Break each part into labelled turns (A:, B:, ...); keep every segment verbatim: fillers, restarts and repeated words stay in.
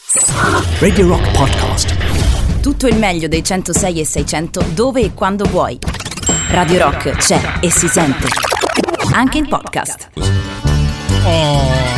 A: Radio Rock Podcast.
B: Tutto il meglio dei centosei e seicento dove e quando vuoi. Radio Rock c'è e si sente anche in podcast.
C: Oh.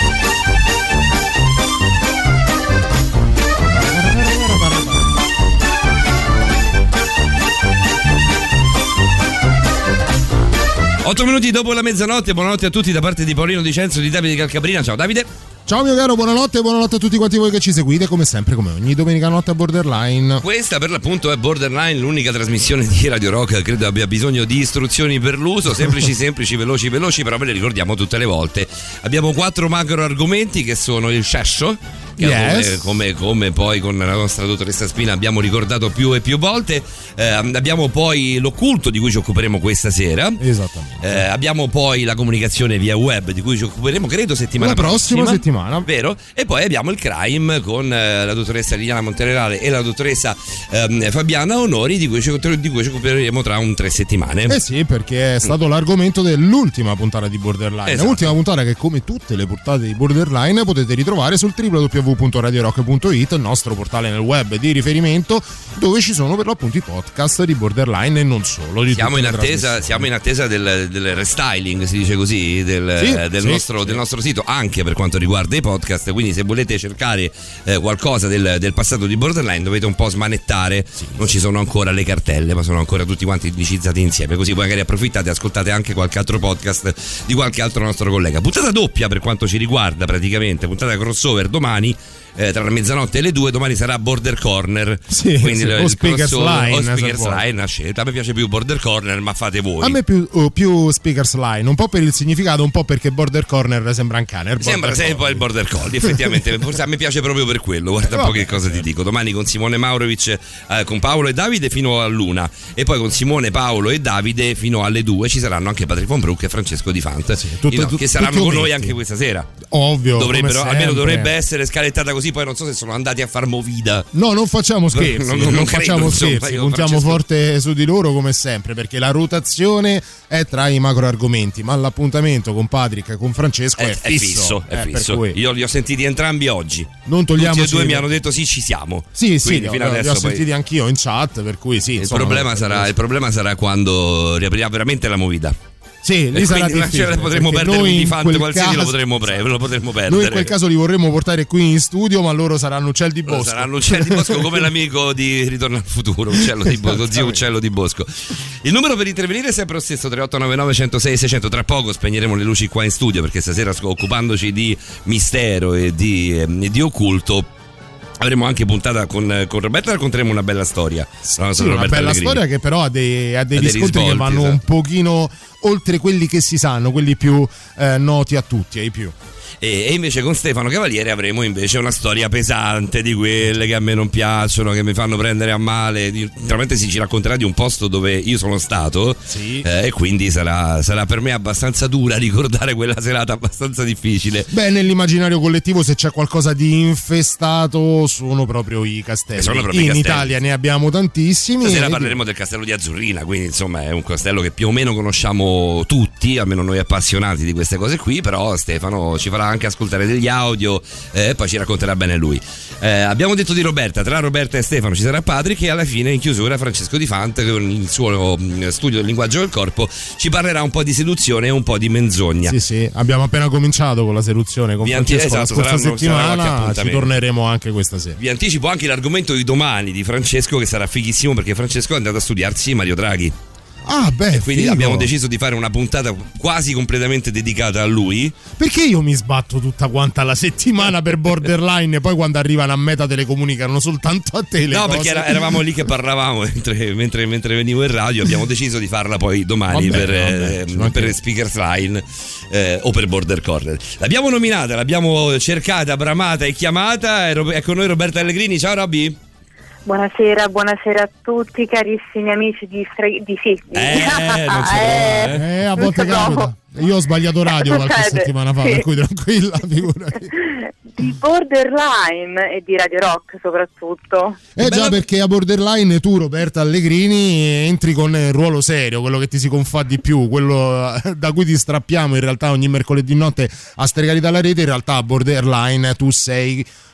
D: Otto minuti dopo la mezzanotte, buonanotte a tutti da parte di Paolino Di Cenzo, di Davide Calcabrina. Ciao Davide.
C: Ciao mio caro, buonanotte e buonanotte a tutti quanti voi che ci seguite, come sempre, come ogni domenica notte a Borderline.
D: Questa per l'appunto è Borderline, l'unica trasmissione di Radio Rock, credo abbia bisogno di istruzioni per l'uso, semplici semplici, veloci veloci, però ve le ricordiamo tutte le volte. Abbiamo quattro macro argomenti che sono il scesso, che yes. come, come, come poi con la nostra dottoressa Spina abbiamo ricordato più e più volte. Eh, abbiamo poi l'occulto di cui ci occuperemo questa sera.
C: Esattamente.
D: Eh, abbiamo poi la comunicazione via web di cui ci occuperemo credo settimana
C: la prossima,
D: prossima
C: settimana.
D: Vero? E poi abbiamo il crime con eh, la dottoressa Liliana Montenerale e la dottoressa ehm, Fabiana Onori di cui, ci, di cui ci occuperemo tra un tre settimane.
C: Eh sì, perché è stato mm. l'argomento dell'ultima puntata di Borderline.
D: Esatto.
C: L'ultima puntata che, come tutte le puntate di Borderline, potete ritrovare sul w w w punto radio rock punto it, il nostro portale nel web di riferimento, dove ci sono per l'appunto i podcast di Borderline e non solo. Di
D: siamo, in attesa, siamo in attesa del, del restyling, si dice così, del,
C: sì,
D: del,
C: sì,
D: nostro,
C: sì. del
D: nostro sito, anche per quanto riguarda i podcast. Quindi se volete cercare eh, qualcosa del, del passato di Borderline dovete un po' smanettare. Sì, non ci sono ancora le cartelle, ma sono ancora tutti quanti indicizzati insieme, così poi magari approfittate e ascoltate anche qualche altro podcast di qualche altro nostro collega. Puntata doppia per quanto ci riguarda, praticamente puntata crossover domani. Eh, tra la mezzanotte e le due domani sarà Border Corner,
C: sì,
D: quindi
C: sì,
D: il,
C: o
D: il
C: Speakers Line,
D: o Speakers Line a scelta. A me piace più Border Corner, ma fate voi.
C: A me più, oh, più Speakers Line, un po' per il significato, un po' perché Border Corner sembra un cane.
D: Sembra sempre poi il Border Collie, effettivamente. Forse a me piace proprio per quello. Guarda un po' che cosa ti dico. Domani con Simone Maurovic, eh, con Paolo e Davide fino all'una, e poi con Simone, Paolo e Davide fino alle due ci saranno anche Patrick Von Broek e Francesco Di Fant, sì, tutto, no, che saranno con noi anche questa sera.
C: Ovvio.
D: Dovrebbero, almeno dovrebbe essere scalettata così. Poi non so se sono andati a far movida.
C: No, non facciamo scherzi, non, non, non facciamo credo, scherzi, insomma, puntiamo Francesco... forte su di loro come sempre, perché la rotazione è tra i macro argomenti, ma l'appuntamento con Patrick e con Francesco è,
D: è
C: fisso.
D: È fisso, è
C: eh,
D: fisso. Io li ho sentiti entrambi oggi.
C: Non togliamo.
D: Tutti e due mi hanno detto sì, ci siamo.
C: Sì,
D: quindi,
C: sì,
D: fino
C: li ho,
D: adesso
C: li ho sentiti poi... anch'io in chat, per cui sì.
D: Il,
C: insomma,
D: problema, sarà, il problema sarà quando riaprirà veramente la movida.
C: Sì, lì sarà difficile,
D: potremmo perdere un Di Fant qualsiasi,
C: caso,
D: lo potremmo, pre- lo potremmo perdere.
C: Noi in quel caso li vorremmo portare qui in studio, ma loro saranno Uccel di Bosco.
D: Saranno Uccel di Bosco come l'amico di Ritorno al Futuro, Uccello di Bosco, zio Uccello di Bosco. Il numero per intervenire è sempre lo stesso, tre otto nove nove uno zero sei sei zero zero. Tra poco spegneremo le luci qua in studio, perché stasera occupandoci di mistero e di, e di occulto avremo anche puntata con, con Roberta, racconteremo una bella storia.
C: Sì, una bella Allegrini. Storia che però ha dei, ha dei, ha dei riscontri risvolti, che vanno esatto. un pochino oltre quelli che si sanno, quelli più eh, noti a tutti, ai più.
D: E invece con Stefano Cavaliere avremo invece una storia pesante, di quelle che a me non piacciono, che mi fanno prendere a male. Naturalmente si ci racconterà di un posto dove io sono stato,
C: sì.
D: eh, e quindi sarà, sarà per me abbastanza dura ricordare quella serata, abbastanza difficile.
C: Beh, nell'immaginario collettivo se c'è qualcosa di infestato sono proprio i castelli.
D: Sono proprio
C: in
D: i castelli.
C: Italia ne abbiamo tantissimi.
D: Stasera parleremo del castello di Azzurrina, quindi insomma è un castello che più o meno conosciamo tutti, almeno noi appassionati di queste cose qui, però Stefano ci farà anche ascoltare degli audio e eh, poi ci racconterà bene lui. Eh, abbiamo detto di Roberta, tra Roberta e Stefano ci sarà Patrick, e alla fine in chiusura Francesco Di Fant con il suo studio del linguaggio del corpo ci parlerà un po' di seduzione e un po' di menzogna.
C: Sì, sì, abbiamo appena cominciato con la seduzione con
D: Vi
C: Francesco
D: anti- esatto,
C: la scorsa settimana, ci torneremo anche questa sera.
D: Vi anticipo anche l'argomento di domani di Francesco, che sarà fighissimo, perché Francesco è andato a studiarsi Mario Draghi.
C: Ah, beh,
D: e quindi
C: figo.
D: Abbiamo deciso di fare una puntata quasi completamente dedicata a lui.
C: Perché io mi sbatto tutta quanta la settimana per Borderline e poi quando arrivano a meta te le comunicano soltanto a te le
D: no,
C: cose.
D: perché era, eravamo lì che parlavamo mentre, mentre, mentre venivo in radio. Abbiamo deciso di farla poi domani
C: vabbè,
D: per,
C: vabbè,
D: eh, per Speakers Line eh, o per Border Corner. L'abbiamo nominata, l'abbiamo cercata, bramata e chiamata. È con noi Roberta Allegrini. Ciao Robby.
E: Buonasera, buonasera a tutti carissimi amici di Stre- di sì.
D: Eh, non so, eh.
C: eh, a volte capita. Io ho sbagliato radio qualche settimana fa, sì. Per cui tranquilla, figurati.
E: Di Borderline e di Radio Rock soprattutto.
C: Eh già, perché a Borderline tu, Roberta Allegrini, entri con il ruolo serio, quello che ti si confà di più, quello da cui ti strappiamo in realtà ogni mercoledì notte a Stregati dalla rete. In realtà a Borderline tu sei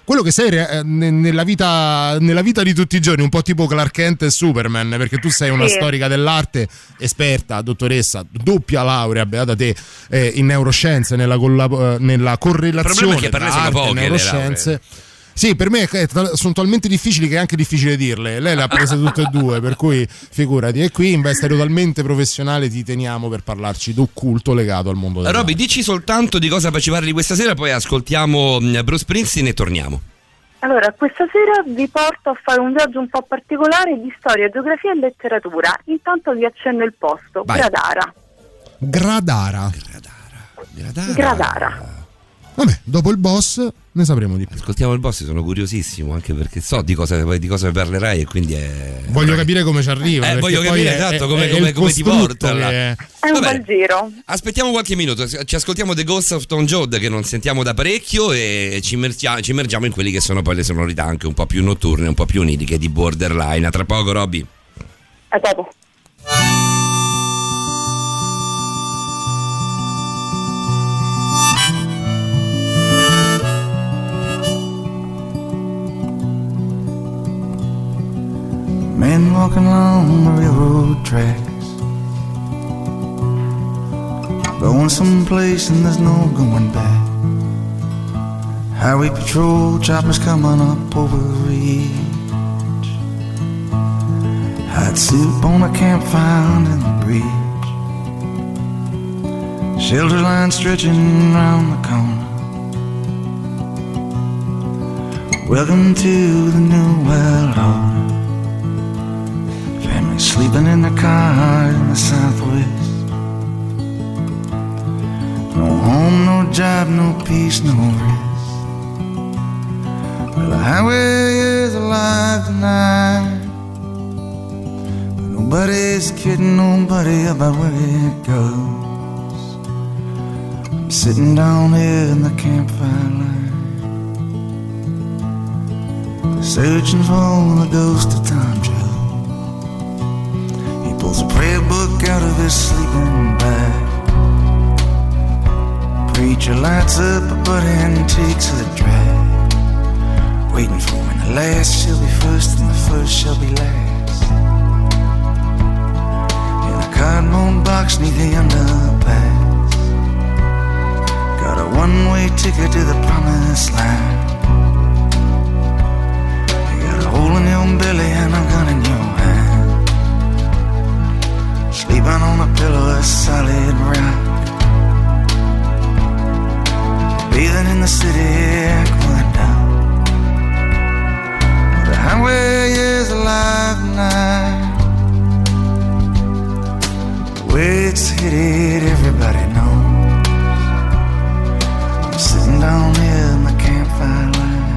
C: quello che sei eh, nella vita nella vita di tutti i giorni, un po' tipo Clark Kent e Superman, perché tu sei una
E: Sì.
C: storica dell'arte, esperta, dottoressa, doppia laurea, beata te, eh, in neuroscienze, nella, collab- nella correlazione
D: Il problema è che per
C: tra
D: lei sono
C: arte e
D: poche le
C: neuroscienze.
D: lauree.
C: Sì, per me eh, tra- sono talmente difficili che è anche difficile dirle. Lei le ha prese tutte e due, per cui figurati. E qui in veste totalmente professionale ti teniamo per parlarci d'occulto legato al mondo dell'arte.
D: Robby, dici soltanto di cosa ci parli questa sera, poi ascoltiamo mm, Bruce Springsteen e torniamo.
E: Allora, questa sera vi porto a fare un viaggio un po' particolare di storia, geografia e letteratura. Intanto vi accenno il posto,
D: Vai.
E: Gradara.
C: Gradara.
D: Gradara.
E: Gradara.
C: Vabbè, dopo il boss ne sapremo di più.
D: Ascoltiamo il boss, sono curiosissimo, anche perché so di cosa, di cosa parlerai e quindi è...
C: Voglio capire come ci arriva.
D: Eh,
C: perché
D: voglio
C: poi
D: capire
C: è-
D: esatto
C: è-
D: come,
C: è
D: come-
C: il
D: come ti
C: costrutto
D: porta là.
C: che-
E: È un
D: Va bene.
E: bel giro.
D: Aspettiamo qualche minuto, ci ascoltiamo The Ghost of Tom Joad che non sentiamo da parecchio e ci, immergia- ci immergiamo in quelli che sono poi le sonorità anche un po' più notturne, un po' più oniriche di Borderline. A tra poco, Robby.
E: A dopo.
F: Men walking along the railroad tracks, going someplace and there's no going back. Highway patrol choppers coming up over the ridge. Hot soup on a campfire in the bridge. Shelter line stretching round the corner. Welcome to the new world order. Sleeping in the car in the southwest. No home, no job, no peace, no rest. Well, the highway is alive tonight, but nobody's kidding nobody about where it goes. I'm sitting down here in the campfire line, searching for the ghost of Tom Joad. Pulls a prayer book out of his sleeping bag. Preacher lights up a butt and takes a drag, waiting for when the last shall be first and the first shall be last. In a cardboard box neath the underpass, got a one-way ticket to the promised land. You got a hole in your belly and a gun in your hand. Sleeping on a pillow of solid rock, bathing in the city aqueduct. The highway is alive tonight. The way it's headed, everybody knows. I'm sitting down here in the campfire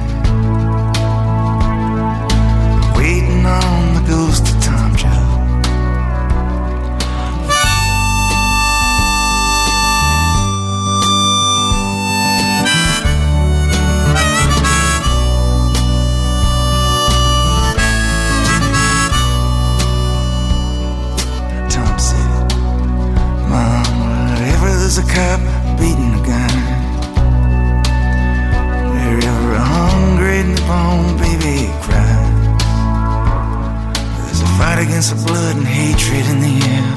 F: line, waiting on the ghost of Tom Joad. A cop beating a guy, wherever a hungry newborn baby cries, there's a fight against the blood and hatred in the air.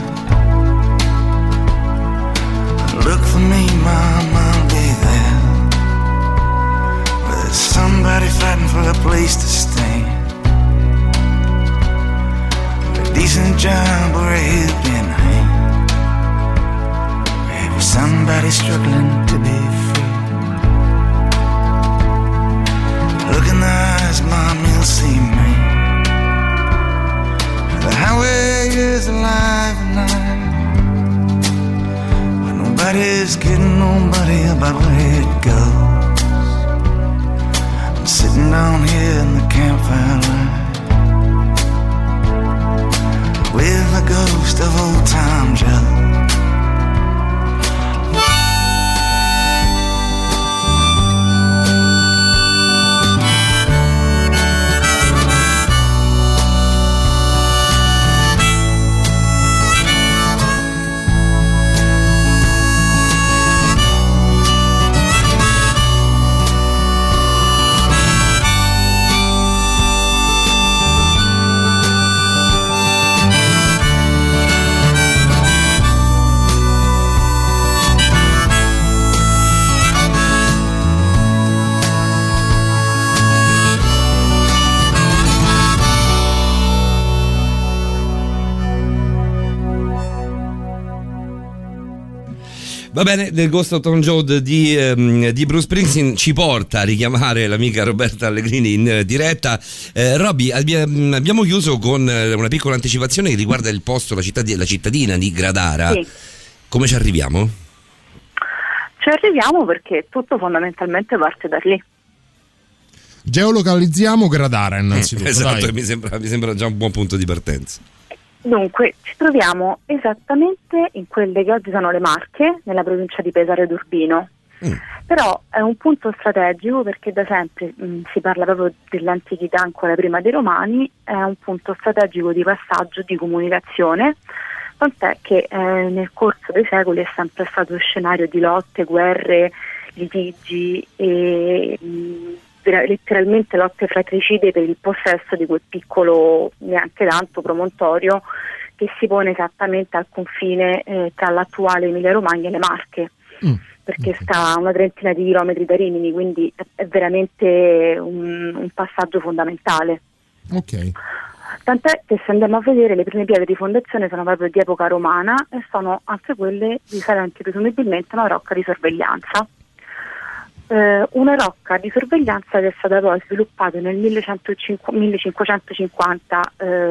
F: Look for me, Mom, I'll be there. There's somebody fighting for a place to stay, a decent job or a helping hand. Somebody struggling to be free. Look in the eyes, Mom, you'll see me. The highway is alive tonight, but nobody's kidding nobody about where it goes. I'm sitting down here in the campfire line, with the ghost of old Tom Joad.
D: Va bene, del Ghost of Tom Joad di, ehm, di Bruce Springsteen ci porta a richiamare l'amica Roberta Allegrini in eh, diretta. eh, Robby, abbiamo, abbiamo chiuso con una piccola anticipazione che riguarda il posto, la, città di, la cittadina di Gradara.
E: Sì.
D: Come ci arriviamo?
E: Ci arriviamo perché tutto fondamentalmente parte da lì.
C: Geolocalizziamo Gradara innanzitutto.
D: Esatto,
C: dai.
D: mi sembra, mi sembra già un buon punto di partenza.
E: Dunque, ci troviamo esattamente in quelle che oggi sono le Marche, nella provincia di Pesaro ed Urbino. Mm. Però è un punto strategico perché da sempre mh, si parla proprio dell'antichità, ancora prima dei Romani, è un punto strategico di passaggio, di comunicazione, tant'è che eh, nel corso dei secoli è sempre stato scenario di lotte, guerre, litigi e mh, letteralmente lotte fratricide per il possesso di quel piccolo, neanche tanto, promontorio che si pone esattamente al confine eh, tra l'attuale Emilia Romagna e le Marche, mm. perché okay. sta a una trentina di chilometri da Rimini, quindi è, è veramente un, un passaggio fondamentale.
C: Ok.
E: Tant'è che se andiamo a vedere le prime pietre di fondazione sono proprio di epoca romana e sono anche quelle risalenti presumibilmente a una rocca di sorveglianza. Eh, una rocca di sorveglianza che è stata poi sviluppata nel millecinquecentocinquanta,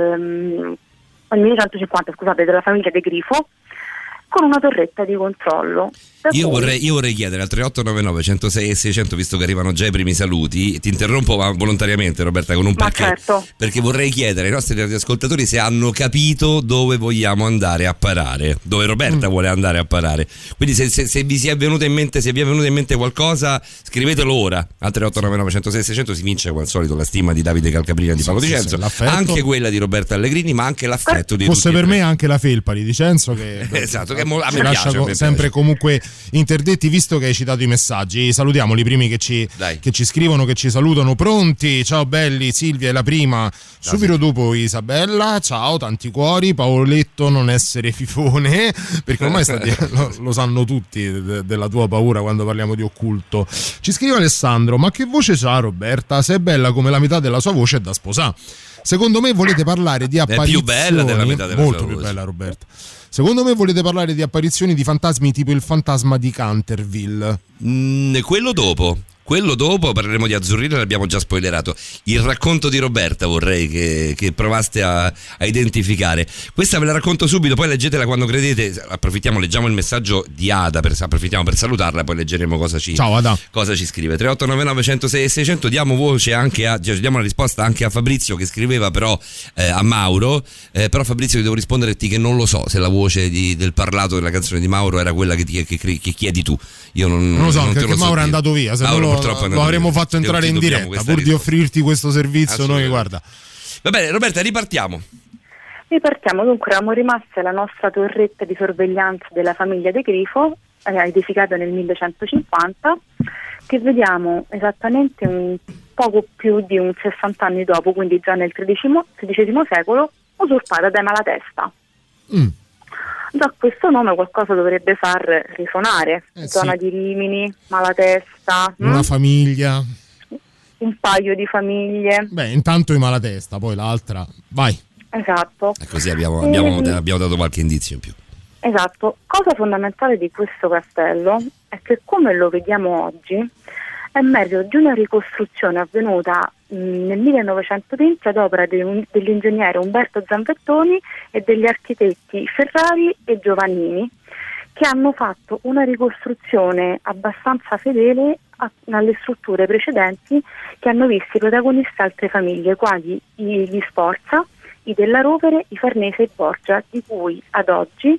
E: ehm, nel millecentocinquanta scusate, della famiglia De Grifo, con una torretta di controllo.
D: Io vorrei, io vorrei chiedere al tre otto nove nove uno zero sei e seicento, visto che arrivano già i primi saluti, ti interrompo ma volontariamente, Roberta, con un
E: ma
D: perché,
E: certo.
D: perché vorrei chiedere ai nostri radioascoltatori se hanno capito dove vogliamo andare a parare, dove Roberta mm. vuole andare a parare. Quindi se, se, se vi sia venuto in mente, se vi è venuto in mente qualcosa, scrivetelo ora al tre otto nove nove uno zero sei e seicento. Si vince come al solito la stima di Davide Calcaprina di Paolo
C: sì,
D: Di Cenzo,
C: sì, sì,
D: anche quella di Roberta Allegrini, ma anche l'affetto di
C: fosse
D: tutti
C: per me anche la felpa di Di Cenzo che
D: esatto, che mo- a
C: ci
D: me
C: lascia
D: piace, a me
C: sempre
D: piace.
C: Comunque interdetti, visto che hai citato i messaggi. Salutiamo i primi che ci, che ci scrivono, che ci salutano. Pronti? Ciao belli, Silvia è la prima, subito dopo Isabella, ciao, tanti cuori. Paoletto, non essere fifone, perché ormai sta di- lo, lo sanno tutti de- della tua paura quando parliamo di occulto. Ci scrive Alessandro: ma che voce c'ha Roberta? Se è bella come la metà della sua voce è da sposare. Secondo me volete parlare di apparizioni.
D: È più bella della metà della
C: molto
D: sua
C: più
D: voce.
C: bella Roberta. Secondo me volete parlare di apparizioni di fantasmi tipo il fantasma di Canterville.
D: Mm, quello dopo. Quello dopo parleremo di Azzurrina, l'abbiamo già spoilerato. Il racconto di Roberta vorrei che, che provaste a, a identificare. Questa ve la racconto subito, poi leggetela quando credete. Approfittiamo, leggiamo il messaggio di Ada, per, approfittiamo per salutarla, poi leggeremo cosa ci,
C: Ciao, Ada.
D: cosa ci scrive. tre otto nove nove uno zero sei e seicento. Diamo voce anche a, cioè, diamo la risposta anche a Fabrizio, che scriveva però eh, a Mauro. Eh, però Fabrizio, ti devo rispondere che non lo so se la voce di, del parlato della canzone di Mauro era quella che, ti, che, che, che chiedi tu. Io non,
C: non lo so,
D: non
C: perché
D: te lo so
C: Mauro
D: dire.
C: è andato via, se
D: Mauro,
C: no lo,
D: purtroppo è
C: lo
D: andato
C: avremmo
D: via.
C: fatto entrare
D: Ti
C: in
D: dobbiamo
C: diretta,
D: questa
C: pur di offrirti questo servizio noi, guarda.
D: Va bene, Roberta, ripartiamo.
E: Ripartiamo, dunque eravamo rimasti alla nostra torretta di sorveglianza della famiglia De Grifo, eh, edificata nel millecentocinquanta, che vediamo esattamente un poco più di un sessanta anni dopo, quindi già nel tredicesimo secolo, usurpata dai Malatesta. Mm. Già questo nome qualcosa dovrebbe far risuonare,
C: eh,
E: zona
C: sì.
E: di Rimini, Malatesta,
C: una
E: mh?
C: famiglia,
E: un paio di famiglie.
C: Beh, intanto i Malatesta, poi l'altra, vai.
E: Esatto.
D: E così abbiamo, abbiamo,
E: e...
D: abbiamo dato qualche indizio in più.
E: Esatto. Cosa fondamentale di questo castello è che, come lo vediamo oggi, è merito di una ricostruzione avvenuta mh, nel millenovecentoventi ad opera de un, dell'ingegnere Umberto Zanvettoni e degli architetti Ferrari e Giovannini, che hanno fatto una ricostruzione abbastanza fedele a, alle strutture precedenti che hanno visto i protagonisti altre famiglie, quali gli Sforza, i Della Rovere, i Farnese e Borgia, di cui ad oggi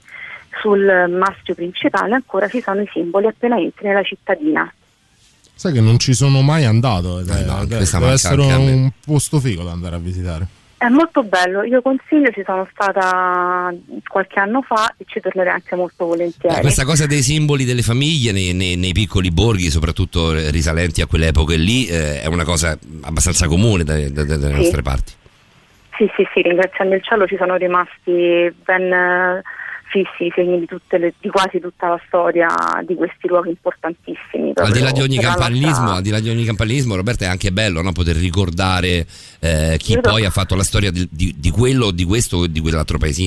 E: sul mastio principale ancora ci sono i simboli appena entri nella cittadina.
C: Sai che non ci sono mai andato, ed è,
D: no,
C: ed è,
D: questa
C: deve
D: manca
C: essere
D: anche a me.
C: un posto figo da andare a visitare.
E: È molto bello, io consiglio, ci sono stata qualche anno fa e ci tornerei anche molto volentieri.
D: Eh, questa cosa dei simboli delle famiglie nei, nei, nei piccoli borghi, soprattutto risalenti a quelle epoche lì, eh, è una cosa abbastanza comune da, da, dalle
E: sì.
D: nostre parti.
E: Sì, sì, sì, ringraziando il cielo ci sono rimasti ben eh, fissi i segni di, tutte le, di quasi tutta la storia di questi luoghi importantissimi.
D: Al di là di ogni
E: per la
D: campanilismo,
E: nostra...
D: al di là di ogni campanilismo, Roberta, è anche bello, no? Poter ricordare eh, chi
E: Io
D: poi
E: do...
D: ha fatto la storia di, di, di quello, di questo o di quell'altro paesino.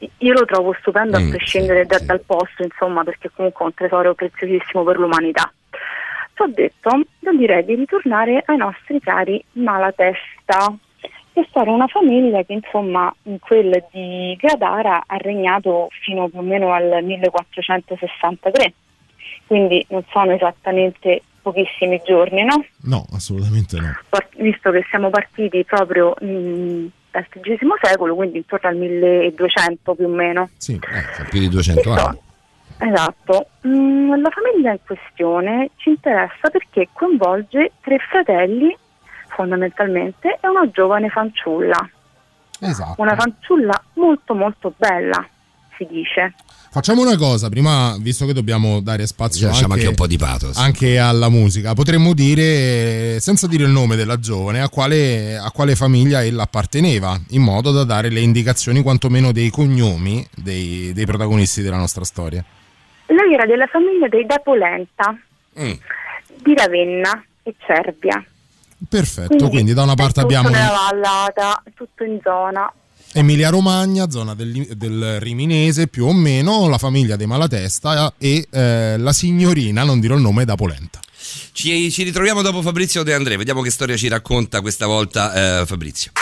E: io lo trovo stupendo
D: mm,
E: a prescindere
D: sì,
E: da,
D: sì.
E: dal posto, insomma, perché comunque è un tesoro preziosissimo per l'umanità. Ti ho detto, io direi di ritornare ai nostri cari Malatesta. Questa era una famiglia che, insomma, in quel di Gradara ha regnato fino più o meno al millequattrocentosessantatré, quindi non sono esattamente pochissimi giorni, no?
C: No, assolutamente no.
E: Visto che siamo partiti proprio mh, dal tredicesimo secolo, quindi intorno al milleduecento più o meno.
C: Sì,
D: Eh, più di duecento anni.
E: Esatto. Mm, la famiglia in questione ci interessa perché coinvolge tre fratelli fondamentalmente e una giovane fanciulla.
C: esatto.
E: Una fanciulla molto molto bella, si dice.
C: Facciamo una cosa, prima, visto che dobbiamo dare spazio
D: Lasciamo
C: anche,
D: anche un po' di pathos.
C: anche alla musica, potremmo dire, senza dire il nome della giovane, a quale, a quale famiglia ella apparteneva, in modo da dare le indicazioni quantomeno dei cognomi dei, dei protagonisti della nostra storia.
E: Lei era della famiglia dei Da Polenta,
D: Mm.
E: di Ravenna e Cervia.
C: Perfetto, quindi, quindi da una parte
E: è tutto
C: abbiamo
E: nella vallata, tutto in zona.
C: Emilia Romagna, zona del, del Riminese più o meno, la famiglia dei Malatesta e eh, la signorina, non dirò il nome, da Polenta.
D: Ci, ci ritroviamo dopo Fabrizio De André, vediamo che storia ci racconta questa volta eh, Fabrizio.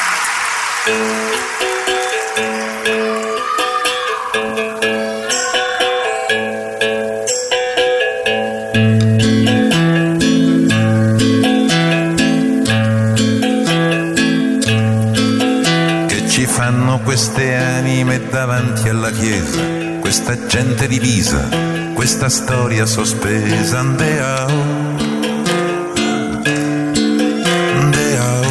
G: Fanno queste anime davanti alla chiesa, questa gente divisa, questa storia sospesa. Andeao, andeao,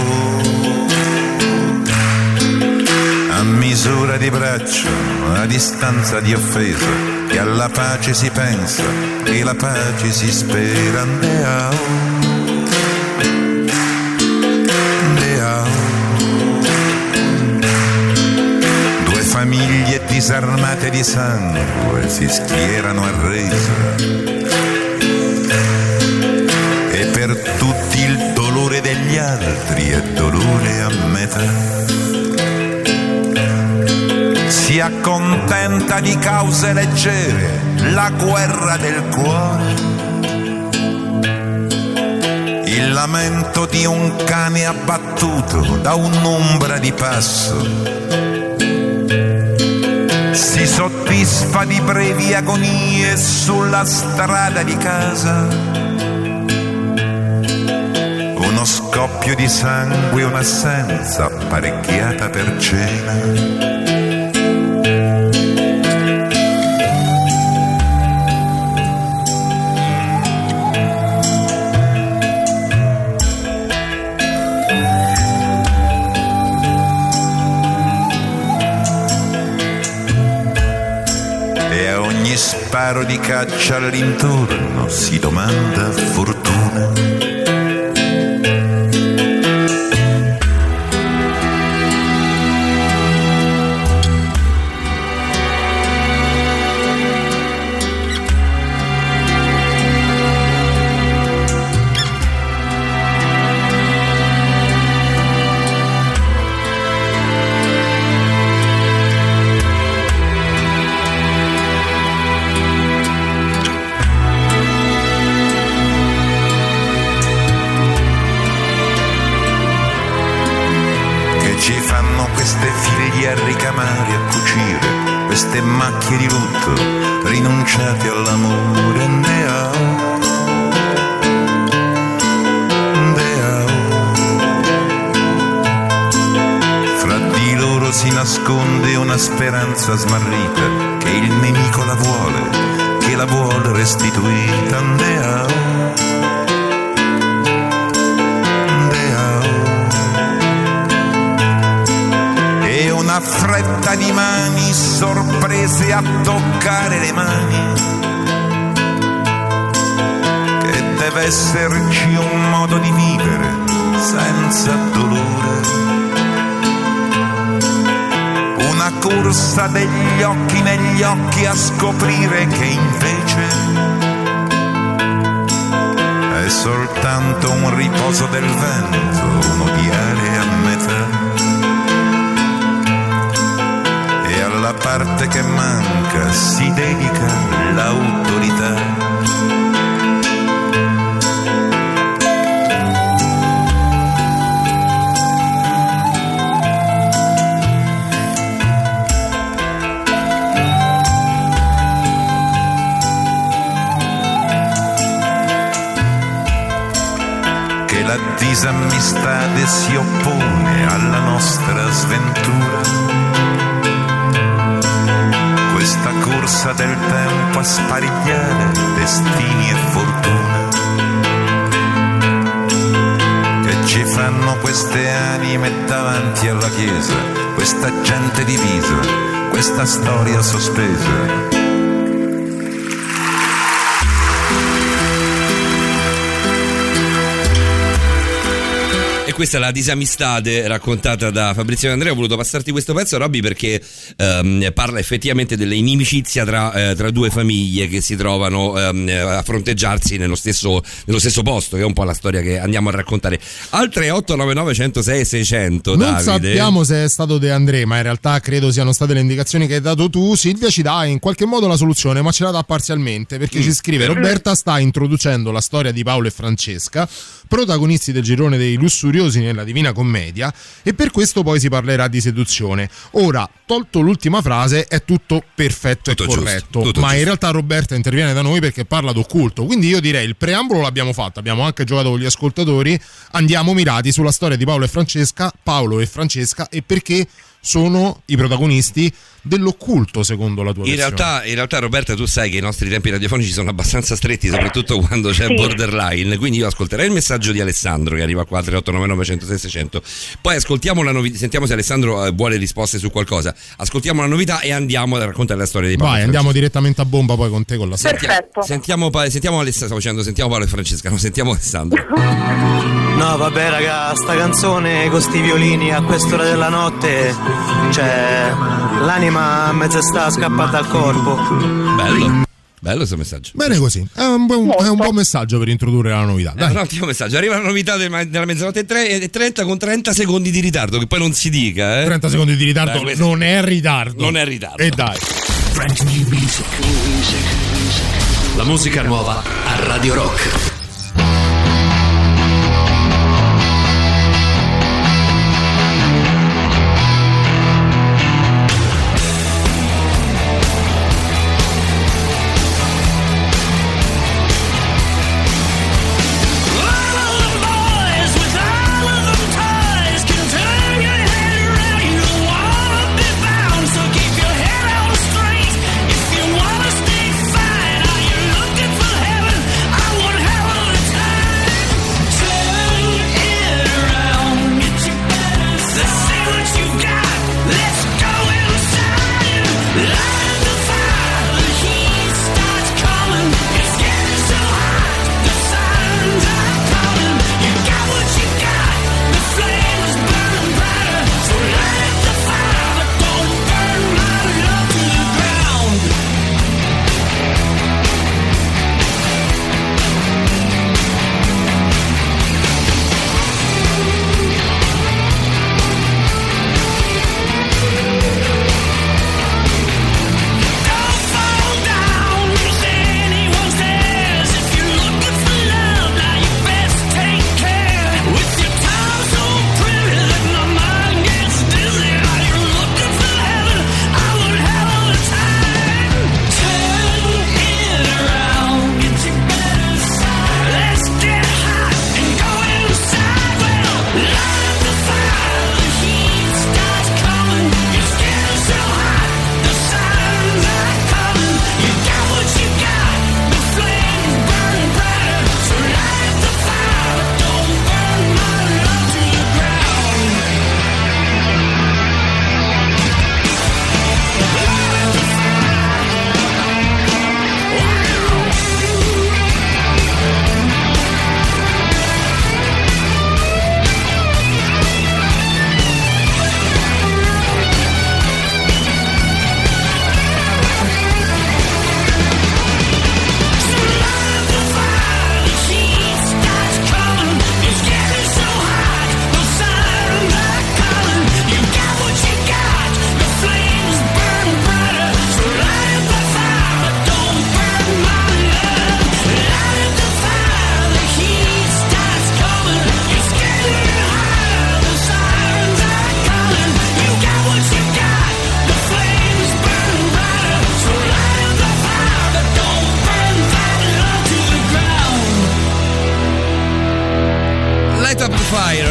G: a misura di braccio, a distanza di offesa, che alla pace si pensa, che la pace si spera. Andeao, andeao. Famiglie disarmate di sangue si schierano a resa e per tutti il dolore degli altri è dolore a metà. Si accontenta di cause leggere la guerra del cuore, il lamento di un cane abbattuto da un'ombra di passo. Si soddisfa di brevi agonie sulla strada di casa, uno scoppio di sangue, un'assenza apparecchiata per cena. Sparo di caccia all'intorno si domanda fortuna. A ricamare, a cucire queste macchie di lutto, rinunciate all'amore. Andeao, andeao. Fra di loro si nasconde una speranza smarrita, che il nemico la vuole, che la vuole restituita. Andeao, una fretta di mani sorprese a toccare le mani, che deve esserci un modo di vivere senza dolore, una corsa degli occhi negli occhi a scoprire che invece è soltanto un riposo del vento, un odiare a metà. La parte terra si dedica l'autorità. La disamistade si oppone alla nostra sventura. Questa corsa del tempo a sparigliare destini e fortuna. Che ci fanno queste anime davanti alla chiesa, questa gente divisa, questa storia sospesa.
D: Questa è la disamistade raccontata da Fabrizio De Andrea. Ho voluto passarti questo pezzo, Robby, perché ehm, parla effettivamente dell'inimicizia tra, eh, tra due famiglie che si trovano ehm, a fronteggiarsi nello stesso, nello stesso posto, che è un po' la storia che andiamo a raccontare. Al tre otto nove nove uno zero sei sei zero zero,
C: non
D: Davide.
C: sappiamo se è stato De André, ma in realtà credo siano state le indicazioni che hai dato tu. Silvia ci dà in qualche modo la soluzione, ma ce la dà parzialmente, perché mm. ci scrive: Roberta sta introducendo la storia di Paolo e Francesca, protagonisti del girone dei lussuriosi nella Divina Commedia, e per questo poi si parlerà di seduzione. Ora, tolto l'ultima frase, è tutto perfetto tutto e corretto, giusto, tutto ma giusto. In realtà Roberta interviene da noi perché parla d'occulto, quindi io direi il preambolo l'abbiamo fatto, abbiamo anche giocato con gli ascoltatori, andiamo mirati sulla storia di Paolo e Francesca, Paolo e Francesca, e perché sono i protagonisti dell'occulto secondo la tua
D: in
C: versione.
D: realtà, in realtà Roberta, tu sai che i nostri tempi radiofonici sono abbastanza stretti, soprattutto quando c'è sì. borderline, quindi io ascolterei il messaggio di Alessandro che arriva qua tre otto nove nove uno zero sei sei zero zero, poi ascoltiamo la novità, sentiamo se Alessandro vuole risposte su qualcosa, ascoltiamo la novità e andiamo a raccontare la storia di Paolo.
C: Vai, andiamo direttamente a bomba poi con te con la storia.
E: Perfetto.
D: Sentiamo, sentiamo Alessandro, stavo dicendo, sentiamo Paolo e Francesca, no, sentiamo Alessandro.
H: No vabbè raga, sta canzone con sti violini a quest'ora della notte, cioè l'anima a mezza sta scappata dal corpo.
D: Bello, bello questo messaggio.
C: Bene così, è un buon, è un buon messaggio per introdurre la novità. Dai.
D: È un ottimo messaggio, arriva la novità della mezzanotte e trenta con trenta secondi di ritardo, che poi non si dica, eh.
C: trenta secondi di ritardo Beh, non è ritardo.
D: Non è ritardo.
C: E dai.
A: La musica nuova a Radio Rock.
I: Heaven, I would have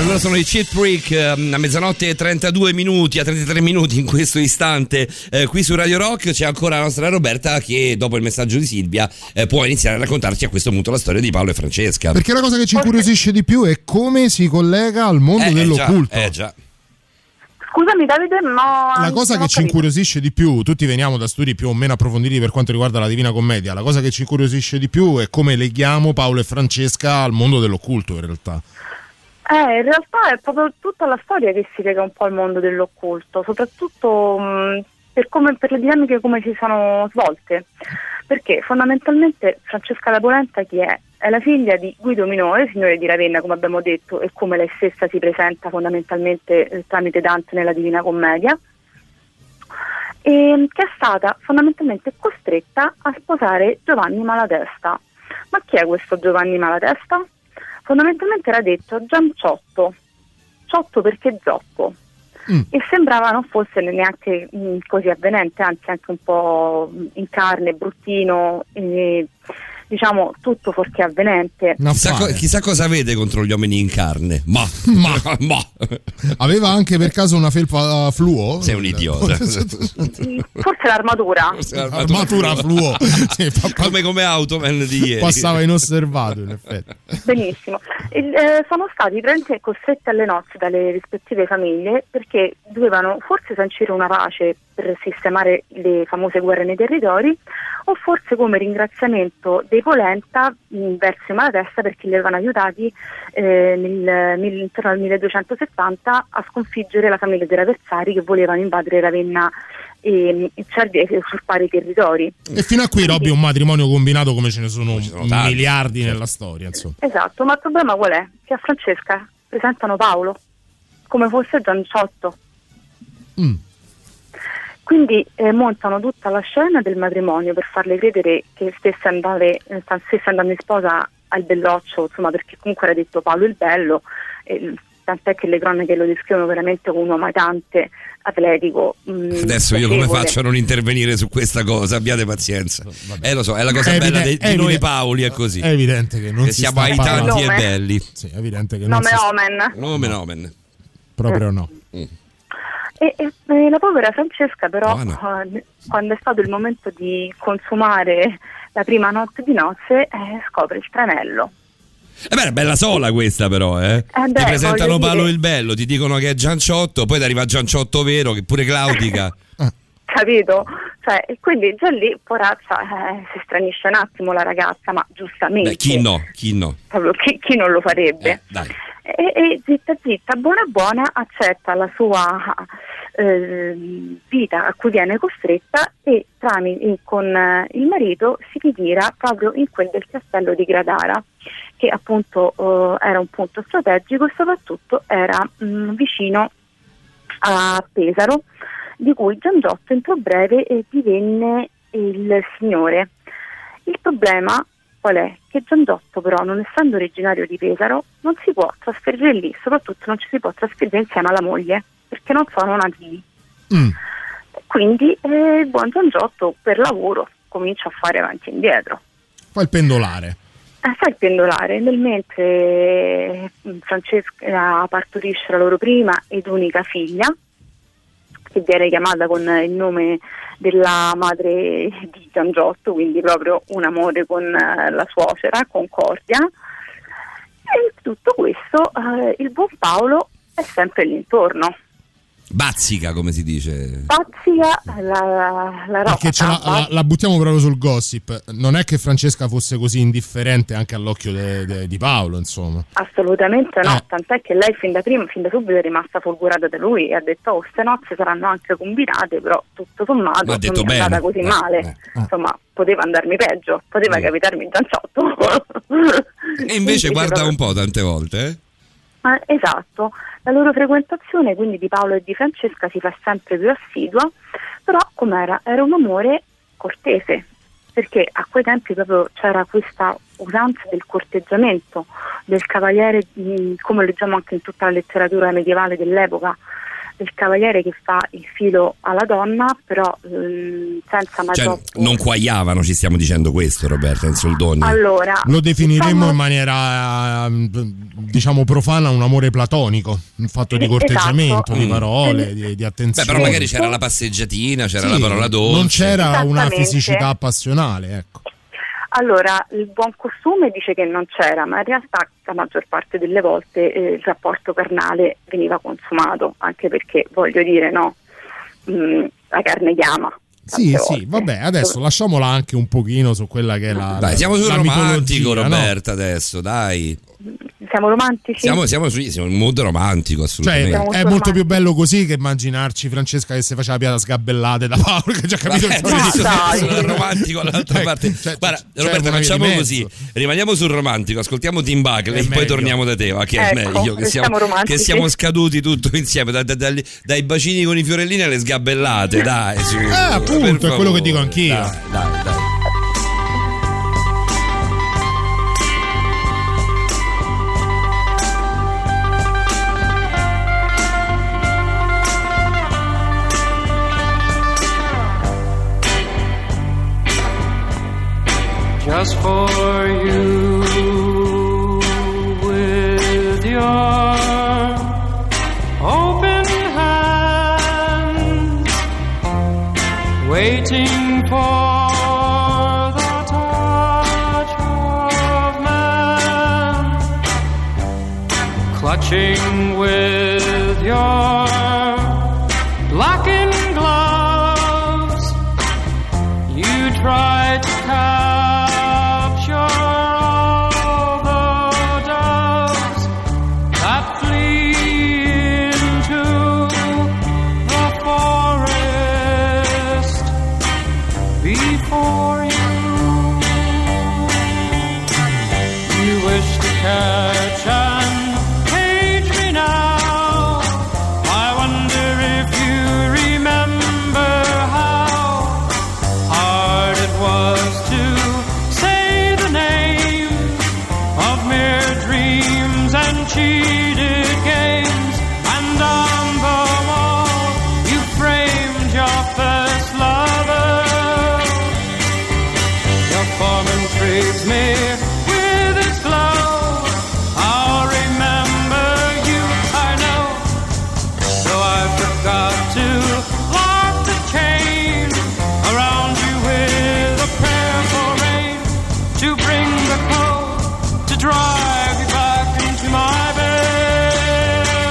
D: Allora sono i Cheap Freak a mezzanotte e trentadue minuti, a trentatré minuti in questo istante, eh, qui su Radio Rock. C'è ancora la nostra Roberta che dopo il messaggio di Silvia eh, può iniziare a raccontarci a questo punto la storia di Paolo e Francesca.
C: Perché la cosa che ci incuriosisce di più è come si collega al mondo
D: eh,
C: dell'occulto.
D: Eh già, eh già.
E: Scusami Davide, no.
C: La cosa che ci incuriosisce di più, tutti veniamo da studi più o meno approfonditi per quanto riguarda la Divina Commedia, la cosa che ci incuriosisce di più è come leghiamo Paolo e Francesca al mondo dell'occulto in realtà.
E: Eh, in realtà è proprio tutta la storia che si lega un po' al mondo dell'occulto, soprattutto mh, per, come, per le dinamiche come si sono svolte, perché fondamentalmente Francesca la Polenta chi è? È la figlia di Guido Minore, signore di Ravenna, come abbiamo detto, e come lei stessa si presenta fondamentalmente eh, tramite Dante nella Divina Commedia, e che è stata fondamentalmente costretta a sposare Giovanni Malatesta. Ma chi è questo Giovanni Malatesta? Fondamentalmente era detto Gianciotto, Ciotto perché zoppo, mm. e sembrava non fosse neanche mh, così avvenente, anzi anche un po' in carne, bruttino, e, diciamo tutto fuorché avvenente.
D: Chissà, co- chissà cosa vede contro gli uomini in carne. Ma, ma, ma.
C: Aveva anche per caso una felpa fluo?
D: Sei un idiota.
E: Forse l'armatura. Forse
C: l'armatura fluo. Sì, pa- pa-
D: come, come Automan di ieri.
C: Passava inosservato in effetti.
E: Benissimo. E, eh, sono stati praticamente costretti alle nozze dalle rispettive famiglie perché dovevano forse sancire una pace per sistemare le famose guerre nei territori, o forse come ringraziamento dei Polenta mh, verso Malatesta perché li avevano aiutati eh, nel, nel, intorno al milleduecentosettanta a sconfiggere la famiglia dei Ravezzari che volevano invadere Ravenna e, e, e usurpare i territori.
C: E fino a qui Robby è un matrimonio combinato come ce ne sono,
D: ce sono
C: miliardi nella storia, insomma.
E: Esatto, ma il problema qual è? Che a Francesca presentano Paolo come fosse Gianciotto. Mm. Quindi eh, montano tutta la scena del matrimonio per farle credere che stesse, andare, eh, stesse andando in sposa al Belloccio, insomma, perché comunque era detto Paolo il Bello, eh, tant'è che le cronache lo descrivono veramente come un uomo amatante, atletico. Mh,
D: Adesso io come faccio a non intervenire su questa cosa? Abbiate pazienza. Eh lo so, è la cosa
C: è
D: bella
C: evidente,
D: di, di noi Paoli, è così.
C: È evidente che non
D: che
C: si
D: siamo
C: sta
D: aitanti e belli.
C: Sì, è evidente che
E: nome
C: non
E: omen.
C: Si...
D: Nome omen.
C: Proprio no.
D: Mm.
E: E, e, e la povera Francesca però
D: oh, no.
E: eh, quando è stato il momento di consumare la prima notte di nozze eh, scopre il tranello.
D: Eh beh, è bella sola questa però, eh. eh beh, ti presentano Paolo dire... il Bello, ti dicono che è Gianciotto, poi ti arriva Gianciotto vero, che pure claudica.
E: Capito? Cioè, e quindi già lì, poraccia, eh, si stranisce un attimo la ragazza, ma giustamente.
D: Beh, chi no, chi no.
E: Proprio, chi, chi non lo farebbe?
D: Eh, dai.
E: E, e zitta zitta, buona buona, accetta la sua eh, vita a cui viene costretta e tramite con eh, il marito si ritira proprio in quel del castello di Gradara, che appunto eh, era un punto strategico e soprattutto era mh, vicino a Pesaro, di cui Giangiotto entro breve eh, divenne il signore. Il problema qual è? Che Giangiotto però, non essendo originario di Pesaro, non si può trasferire lì, soprattutto non ci si può trasferire insieme alla moglie, perché non sono nativi. Mm. Quindi eh, il buon Giangiotto per lavoro comincia a fare avanti e indietro.
C: Fa il pendolare.
E: Eh, fa il pendolare, nel mentre Francesca partorisce la loro prima ed unica figlia, che viene chiamata con il nome della madre di Giangiotto, quindi proprio un amore con uh, la suocera, Concordia. E in tutto questo uh, il buon Paolo è sempre all'intorno.
D: Bazzica, come si dice.
E: Bazzica la, la roba.
C: Perché ce la, la, la buttiamo proprio sul gossip. Non è che Francesca fosse così indifferente anche all'occhio de, de, di Paolo, insomma.
E: Assolutamente no,
C: eh.
E: tant'è che lei fin da prima, fin da subito è rimasta folgorata da lui e ha detto oh, queste nozze saranno anche combinate, però tutto sommato non mi è andata così eh, male. Eh, eh. Insomma, poteva andarmi peggio, poteva eh. capitarmi il Gianciotto.
D: E invece guarda un po' tante volte, eh?
E: Ah, esatto, la loro frequentazione quindi di Paolo e di Francesca si fa sempre più assidua, però com'era? Era un amore cortese, perché a quei tempi proprio c'era questa usanza del corteggiamento, del cavaliere, mh, come leggiamo anche in tutta la letteratura medievale dell'epoca, il cavaliere che fa il filo alla donna, però mh, senza mai
D: cioè,
E: troppo...
D: non quagliavano, ci stiamo dicendo questo, Roberta, in soldoni.
E: Allora,
C: lo definiremmo
E: diciamo...
C: in maniera diciamo profana un amore platonico, un fatto
E: sì,
C: di corteggiamento,
E: esatto.
C: di parole,
E: sì.
C: di, di attenzione.
D: Beh, però magari c'era la passeggiatina, c'era
C: sì,
D: la parola dolce.
C: non c'era una fisicità passionale, ecco.
E: Allora, il buon costume dice che non c'era, ma in realtà la maggior parte delle volte eh, il rapporto carnale veniva consumato, anche perché, voglio dire, no, mh, la carne chiama.
C: Sì,
E: volte.
C: sì, vabbè, adesso lasciamola anche un pochino su quella che è la
D: Dai, siamo sul
C: la
D: romantico, Roberta,
C: no?
D: Adesso, dai.
E: Siamo romantici?
D: Siamo, siamo, su, siamo in mood romantico, assolutamente.
C: Cioè, è molto romantico. Più bello così che immaginarci Francesca che si faceva la piada sgabellate da Paolo, che già capito
D: Vabbè,
C: il
D: no, sul romantico all'altra parte. Cioè, Guarda, Roberta, facciamo così: rimaniamo sul romantico, ascoltiamo Tim Buckley e poi torniamo da te, ma che è
E: ecco,
D: meglio, che siamo, che siamo scaduti tutto insieme, da, da, da, dai bacini con i fiorellini alle sgabellate, dai. Su,
C: eh, appunto, è quello che dico anch'io.
D: Dai, dai, dai.
I: Just for you, with your open hands, waiting for the touch of man, clutching with your blackened gloves, you try to catch catch and cage me now. I wonder if you remember how hard it was to say the name of mere dreams and cheated games. And on the wall you framed your first lover. Your form intrigues me with its glow. Drive you back into my bed.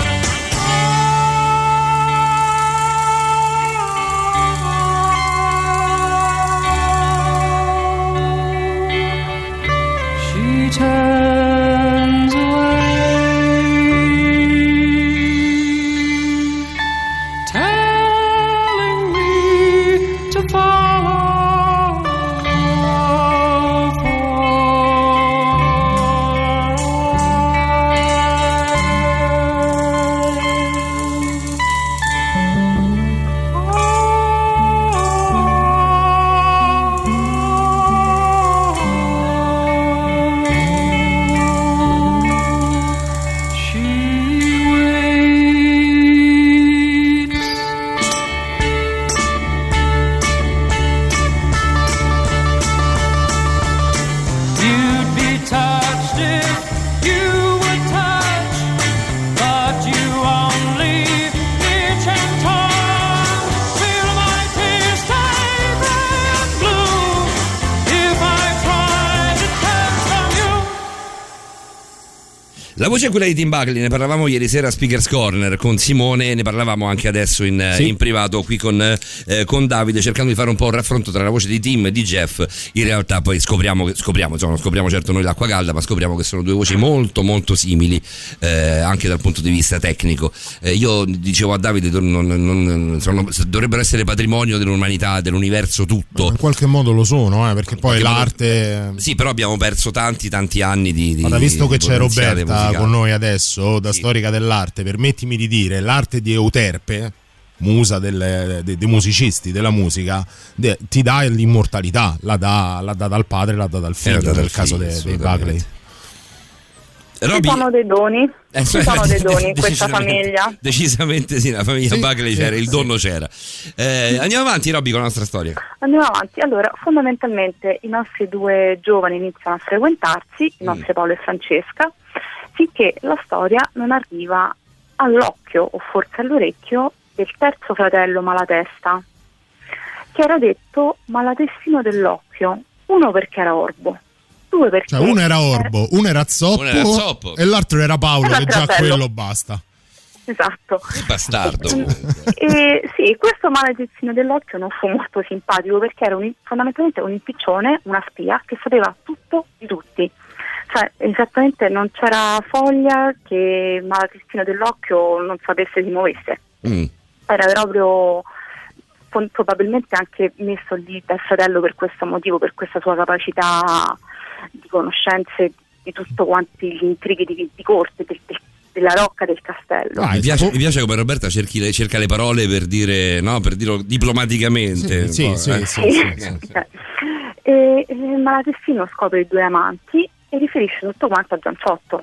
I: She turns away, telling me to follow.
D: La voce è quella di Tim Buckley, ne parlavamo ieri sera a Speaker's Corner con Simone, ne parlavamo anche adesso in, sì. in privato qui con, eh, con Davide, cercando di fare un po' un raffronto tra la voce di Tim e di Jeff. In realtà poi scopriamo, scopriamo insomma, non scopriamo certo noi l'acqua calda, ma scopriamo che sono due voci molto molto simili, eh, anche dal punto di vista tecnico. Eh, io dicevo a Davide, non, non, sono, dovrebbero essere patrimonio dell'umanità, dell'universo tutto.
C: In qualche modo lo sono, eh, perché poi l'arte...
D: Modo, sì, però abbiamo perso tanti tanti anni di... di
C: Guarda, visto che c'è Roberta
D: musicali.
C: Con noi adesso, da sì. storica dell'arte, permettimi di dire, l'arte di Euterpe, musa delle, dei, dei musicisti della musica, de, ti dà l'immortalità, la dà, la dà dal padre, la dà dal figlio, nel caso dei, dei Buckley.
D: Robby...
E: Ci sono dei doni,
D: eh,
E: ci sono dei doni in questa famiglia.
D: Decisamente sì, la famiglia sì, Buckley c'era,
E: sì,
D: il dono c'era. Eh, andiamo avanti, Robby, con la nostra storia.
E: Andiamo avanti. Allora, fondamentalmente i nostri due giovani iniziano a frequentarsi, i nostri mm. Paolo e Francesca, finché la storia non arriva all'occhio o forse all'orecchio del terzo fratello Malatesta, che era detto Malatestino dell'occhio, uno perché era orbo, due perché...
C: Cioè uno era orbo, uno era zoppo,
D: uno era zoppo.
C: E l'altro era Paolo, che già
E: bello.
C: quello basta.
E: Esatto.
D: Che bastardo.
E: E, sì, questo Malatestino dell'occhio non fu molto simpatico perché era un, fondamentalmente un impiccione, una spia che sapeva tutto di tutti. Cioè, esattamente non c'era foglia che Malatestino dell'occhio non sapesse si muovesse. Mm. Era proprio probabilmente anche messo lì dal fratello per questo motivo, per questa sua capacità di conoscenze di tutto quanti gli intrighi di, di corte, del, del, della rocca del castello.
D: Ah, mi, piace, mi piace come Roberta cerchi le, cerca le parole per dire, no, per dirlo diplomaticamente.
C: Sì, sì,
D: eh.
C: sì, sì, sì, sì, sì.
E: E il Malatestino scopre i due amanti e riferisce tutto quanto a Gianciotto,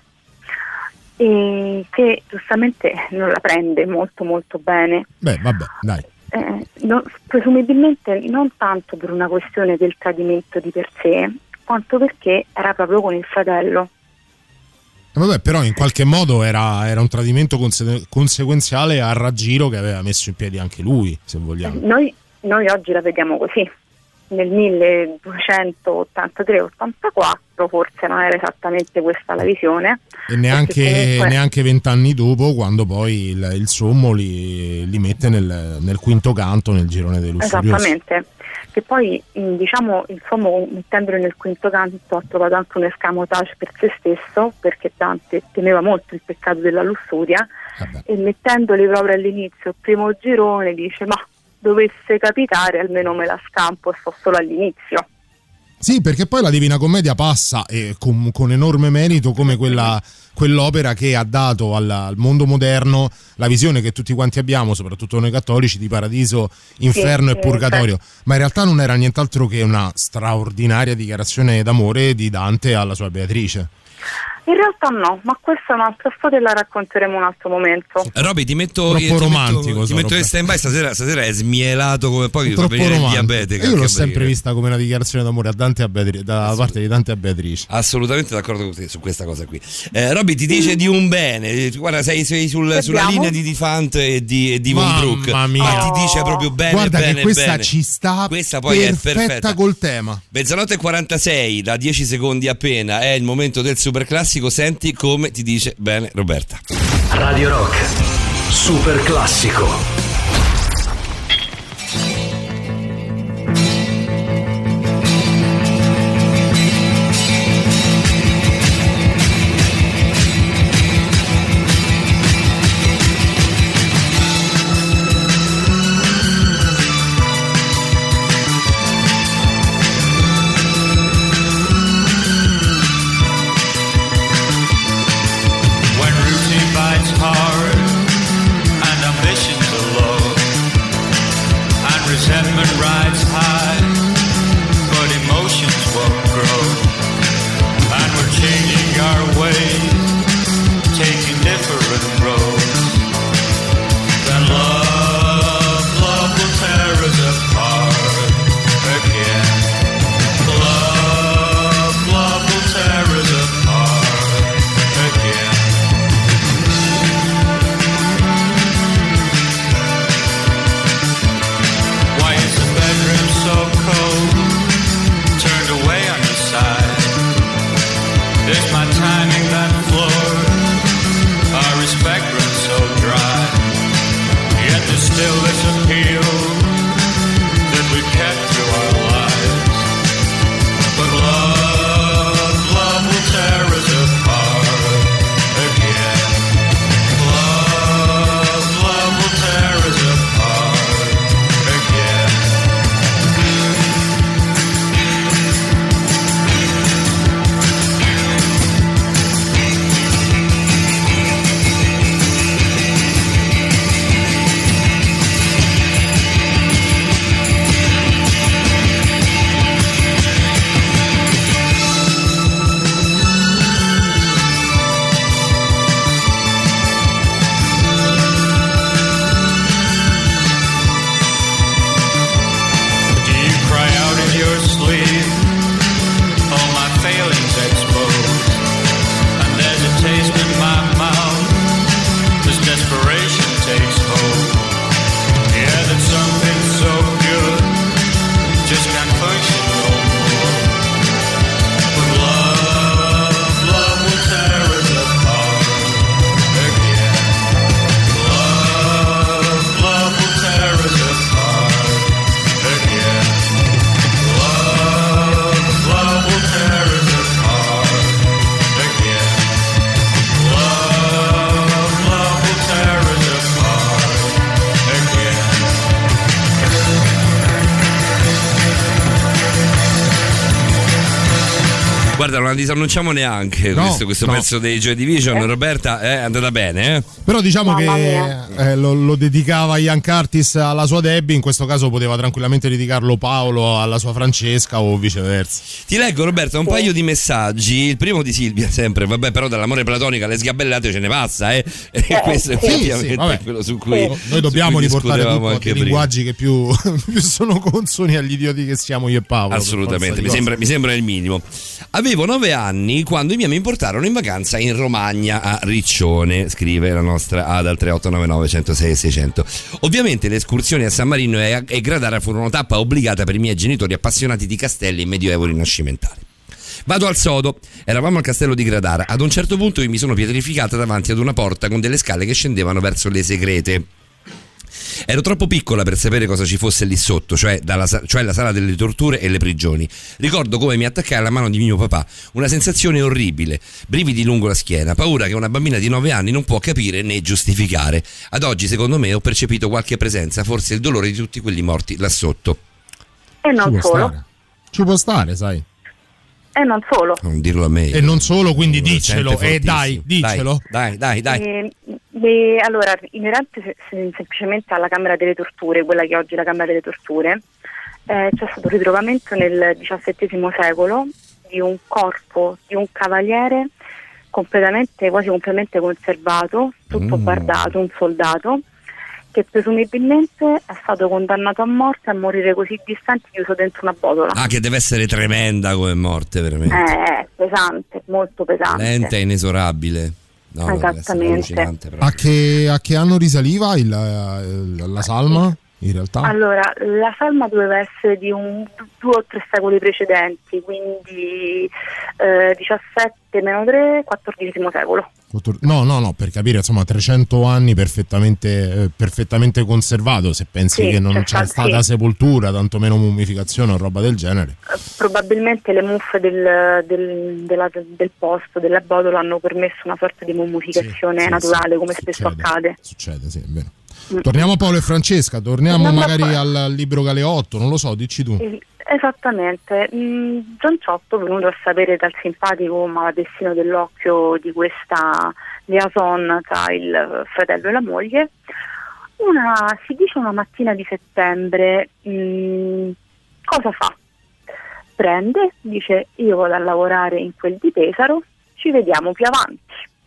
E: e che giustamente non la prende molto molto bene.
C: Beh, vabbè, dai.
E: Eh, no, presumibilmente non tanto per una questione del tradimento di per sé, quanto perché era proprio con il fratello.
C: Vabbè, però in qualche modo era, era un tradimento conse- conseguenziale al raggiro che aveva messo in piedi anche lui, se vogliamo.
E: Eh, noi, noi oggi la vediamo così. Nel milleduecentottantatré ottantaquattro forse non era esattamente questa la visione,
C: e neanche, comunque... neanche vent'anni dopo, quando poi il, il sommo li, li mette nel, nel quinto canto, nel girone dei lussuriosi.
E: Esattamente, che poi diciamo il sommo, mettendolo nel quinto canto, ha trovato anche un escamotage per se stesso, perché Dante temeva molto il peccato della lussuria, ah e mettendoli proprio all'inizio il primo girone dice ma dovesse capitare almeno me la scampo e sto solo all'inizio.
C: Sì, perché poi la Divina Commedia passa e con, con enorme merito come quella, quell'opera che ha dato al, al mondo moderno la visione che tutti quanti abbiamo, soprattutto noi cattolici, di paradiso, inferno sì, e purgatorio, sì. Ma in realtà non era nient'altro che una straordinaria dichiarazione d'amore di Dante alla sua Beatrice.
E: In realtà no, ma questa è un'altra storia e la racconteremo un altro momento.
D: Robby, ti metto
C: troppo
D: io, ti
C: romantico,
D: metto, ti metto in stand by stasera, stasera è smielato come poi
C: troppo
D: venire il diabete.
C: Io l'ho sempre vista come una dichiarazione d'amore a Dante e a Beatrice, da parte di Dante a Beatrice.
D: Assolutamente d'accordo con te su questa cosa qui. Eh, Robby ti dice di un bene, guarda, sei, sei sul, sulla linea di Di Fant e di, e di Von Brook, ma ti dice proprio bene.
C: Guarda
D: bene,
C: che questa
D: bene.
C: ci sta,
D: questa poi
C: perfetta,
D: è perfetta
C: col tema.
D: Mezzanotte e quarantasei, da dieci secondi appena, è il momento del super classico. Senti come ti dice bene Roberta.
A: Radio Rock super classico.
D: Guarda, non la disannunciamo neanche no, questo, questo no. pezzo dei Joy Division. Eh? Roberta è andata bene, eh?
C: Però diciamo
E: Mamma
C: che eh, lo, lo dedicava Ian Curtis alla sua Debbie, in questo caso poteva tranquillamente dedicarlo Paolo alla sua Francesca o viceversa.
D: Ti leggo, Roberta, un sì. paio di messaggi. Il primo di Silvia, sempre, vabbè, però dall'amore platonico alle sgabellate ce ne passa, eh? E eh, questo è
C: sì,
D: ovviamente
C: sì,
D: quello su cui
C: sì. noi dobbiamo
D: cui
C: riportare tutto
D: anche
C: i linguaggi che più, più sono consoni agli idioti che siamo io e Paolo.
D: Assolutamente, mi sembra, mi sembra il minimo. Avevo nove anni quando i miei mi portarono in vacanza in Romagna a Riccione, scrive la nostra Ada al tre otto nove nove uno zero sei sei zero zero. Ovviamente le escursioni a San Marino e, a, e Gradara furono tappa obbligata per i miei genitori appassionati di castelli medioevo rinascimentali. Vado al sodo, eravamo al castello di Gradara. Ad un certo punto io mi sono pietrificata davanti ad una porta con delle scale che scendevano verso le segrete. Ero troppo piccola per sapere cosa ci fosse lì sotto, cioè, dalla, cioè la sala delle torture e le prigioni. Ricordo come mi attaccai alla mano di mio papà, una sensazione orribile, brividi lungo la schiena, paura che una bambina di nove anni non può capire né giustificare. Ad oggi, secondo me, ho percepito qualche presenza, forse il dolore di tutti quelli morti là sotto.
E: E non
C: ci
E: solo.
C: Stare. Ci può stare, sai.
E: E non solo.
D: Non dirlo a me.
C: E non solo, quindi diccelo. E eh, dai, diccelo.
D: Dai, dai, dai.
E: E, e, allora, inerente se, se, semplicemente alla Camera delle Torture, quella che oggi è la Camera delle Torture, eh, c'è stato un ritrovamento nel diciassettesimo secolo di un corpo di un cavaliere completamente, quasi completamente conservato, tutto mm. bardato, un soldato, che presumibilmente è stato condannato a morte, a morire così distante, chiuso dentro una botola.
D: Ah, che deve essere tremenda come morte, veramente.
E: Eh, pesante, molto pesante.
D: Lenta e inesorabile. No,
E: esattamente.
C: A che, a che anno risaliva il, la, la salma, in realtà?
E: Allora, la salma doveva essere di un due o tre secoli precedenti, quindi eh, diciassette meno tre, quattordicesimo secolo.
C: No, no, no, per capire, insomma, trecento anni perfettamente, eh, perfettamente conservato, se pensi
E: sì,
C: che non c'è, c'è stata sì. sepoltura, tantomeno mummificazione o roba del genere.
E: Uh, probabilmente le muffe del, del, della, del posto, della botola, hanno permesso una sorta di mummificazione sì, naturale, sì, come spesso
C: succede,
E: accade.
C: Succede, sì, è vero. Mm. Torniamo a Paolo e Francesca, torniamo non magari al, al libro Galeotto, non lo so, dici tu.
E: Il, Esattamente, mm, Gianciotto, venuto a sapere dal simpatico malatestino dell'occhio di questa liaison tra il fratello e la moglie, una, si dice una mattina di settembre, mh, cosa fa? Prende, dice io vado a lavorare in quel di Pesaro, ci vediamo più avanti,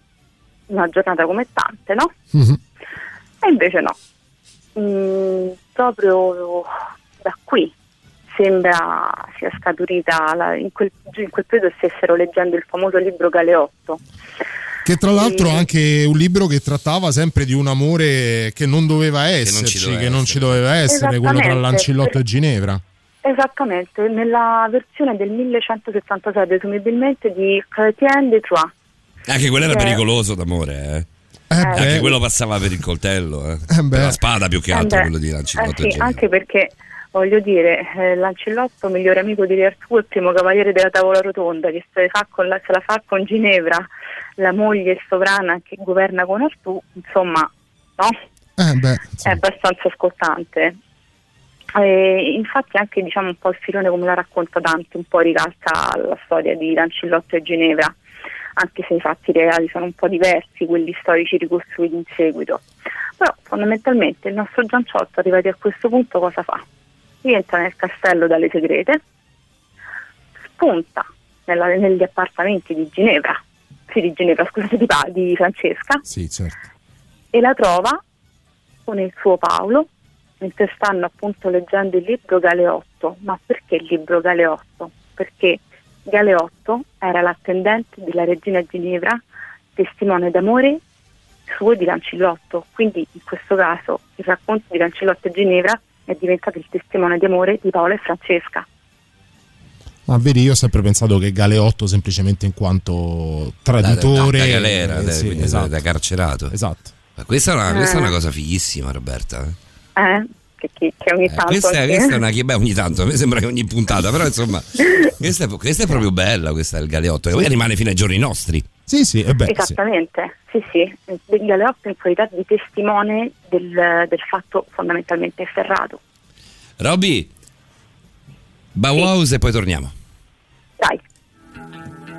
E: una giornata come tante, no? Mm-hmm. E invece no, mh, proprio da qui sembra sia scaturita la, in, quel, in quel periodo stessero leggendo il famoso libro Galeotto,
C: che tra l'altro è e... anche un libro che trattava sempre di un amore che non doveva esserci, che non ci doveva, che non ci doveva essere, quello tra Lancillotto per... e Ginevra.
E: Esattamente, nella versione del millecentosettantasei presumibilmente di Chrétien de Troyes.
D: Anche quello era che... pericoloso d'amore, eh. Eh anche beh. quello passava per il coltello, eh. Eh per la spada più che altro, eh quello di Lancillotto
E: eh sì, e Ginevra. Anche perché voglio dire, eh, Lancillotto, migliore amico di Re Artù, il primo cavaliere della tavola rotonda, che se, fa con la, se la fa con Ginevra, la moglie sovrana che governa con Artù, insomma, no?
C: Eh beh, sì.
E: È abbastanza scottante. E infatti anche, diciamo, un po' il filone come la racconta Dante, un po' ricalca la storia di Lancillotto e Ginevra, anche se i fatti reali sono un po' diversi, quelli storici ricostruiti in seguito. Però fondamentalmente il nostro Gianciotto, arrivati a questo punto, cosa fa? Rientra nel castello dalle segrete, spunta nella, negli appartamenti di Ginevra, sì di Ginevra, scusate, di, di Francesca,
C: sì, certo.
E: E la trova con il suo Paolo, mentre stanno appunto leggendo il libro Galeotto. Ma perché il libro Galeotto? Perché Galeotto era l'attendente della regina Ginevra, testimone d'amore suo e di Lancillotto, quindi in questo caso il racconto di Lancillotto e Ginevra è diventato il testimone di amore di Paolo e Francesca.
C: Ma vedi, io ho sempre pensato che Galeotto semplicemente in quanto traditore,
D: da, da, da galera,
C: eh,
D: da,
C: sì,
D: da,
C: esatto.
D: da carcerato.
C: Esatto.
D: Ma questa è una, questa eh. è una cosa fighissima, Roberta.
E: Eh? Che, che, che ogni tanto.
D: Eh, questa, questa è una beh, ogni tanto, a me sembra che ogni puntata, però insomma, questa è, questa è proprio bella, questa è il Galeotto, che poi rimane fino ai giorni nostri.
C: Sì, sì, eh beh,
E: esattamente, sì, sì, sì. Il Galeotto in qualità di testimone del, del fatto fondamentalmente afferrato.
D: Robby, Bauhaus sì. E poi torniamo.
E: Dai.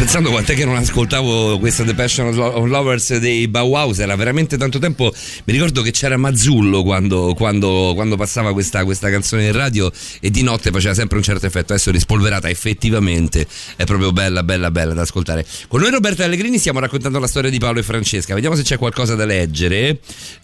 D: pensando quant'è che non ascoltavo questa The Passion of Lovers dei Bauhaus, era veramente tanto tempo. Mi ricordo che c'era Mazzullo quando, quando, quando passava questa, questa canzone in radio e di notte faceva sempre un certo effetto. Adesso rispolverata, effettivamente è proprio bella bella bella da ascoltare. Con noi Roberta Allegrini stiamo raccontando la storia di Paolo e Francesca, vediamo se c'è qualcosa da leggere.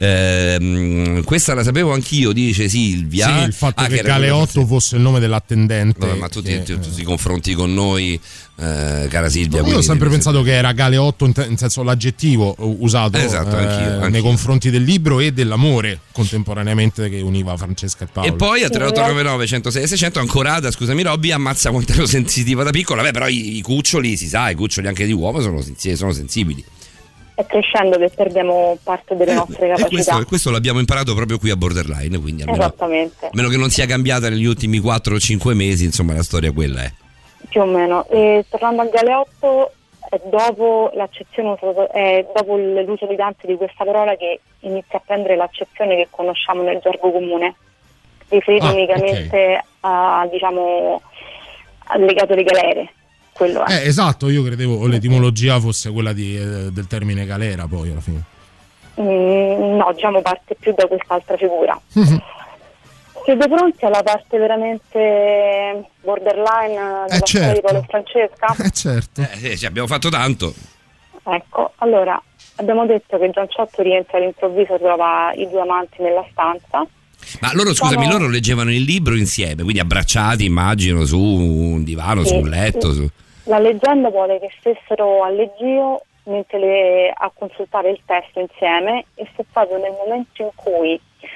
D: Eh, questa la sapevo anch'io, dice Silvia.
C: Sì, il fatto
D: ah,
C: che,
D: che
C: Galeotto fosse il nome dell'attendente.
D: No, ma tu ti,
C: che,
D: ti, tu ti confronti con noi, eh, cara Silvia.
C: No, io ho sempre pensato che era Galeotto in, te, in senso l'aggettivo usato
D: esatto,
C: eh,
D: anch'io, anch'io.
C: nei confronti del libro e dell'amore contemporaneamente che univa Francesca e Paolo.
D: E poi a tre otto nove nove centosei seicento ancora Ada, scusami Robby, ammazza quanto ero sensitiva da piccola. Beh, però i, i cuccioli, si sa, i cuccioli anche di uomo sono, sono sensibili.
E: È crescendo che perdiamo parte delle nostre capacità.
D: E questo, questo l'abbiamo imparato proprio qui a Borderline, quindi almeno,
E: esattamente.
D: A meno che non sia cambiata negli ultimi quattro o cinque mesi, insomma la storia quella è.
E: Più o meno. E tornando al Galeotto, è dopo l'accezione, è dopo l'uso di Dante di questa parola che inizia a prendere l'accezione che conosciamo nel gergo comune, riferito ah, unicamente okay. a, diciamo, al legato alle galere. Quello è.
C: Eh, esatto, io credevo l'etimologia fosse quella di, eh, del termine galera poi alla fine.
E: Mm, no, diciamo parte più da quest'altra figura. Mm-hmm. Siete pronti alla parte veramente borderline della
C: eh,
E: storia
C: certo.
E: di Paolo e Francesca?
C: Eh certo.
D: Eh, ci abbiamo fatto tanto.
E: Ecco, allora, abbiamo detto che Gianciotto rientra all'improvviso, trova i due amanti nella stanza.
D: Ma loro, scusami, Sono... loro leggevano il libro insieme, quindi abbracciati, immagino, su un divano, sì, su un letto. Su...
E: La leggenda vuole che stessero al leggio mentre le, a consultare il testo insieme, e fu proprio nel momento in cui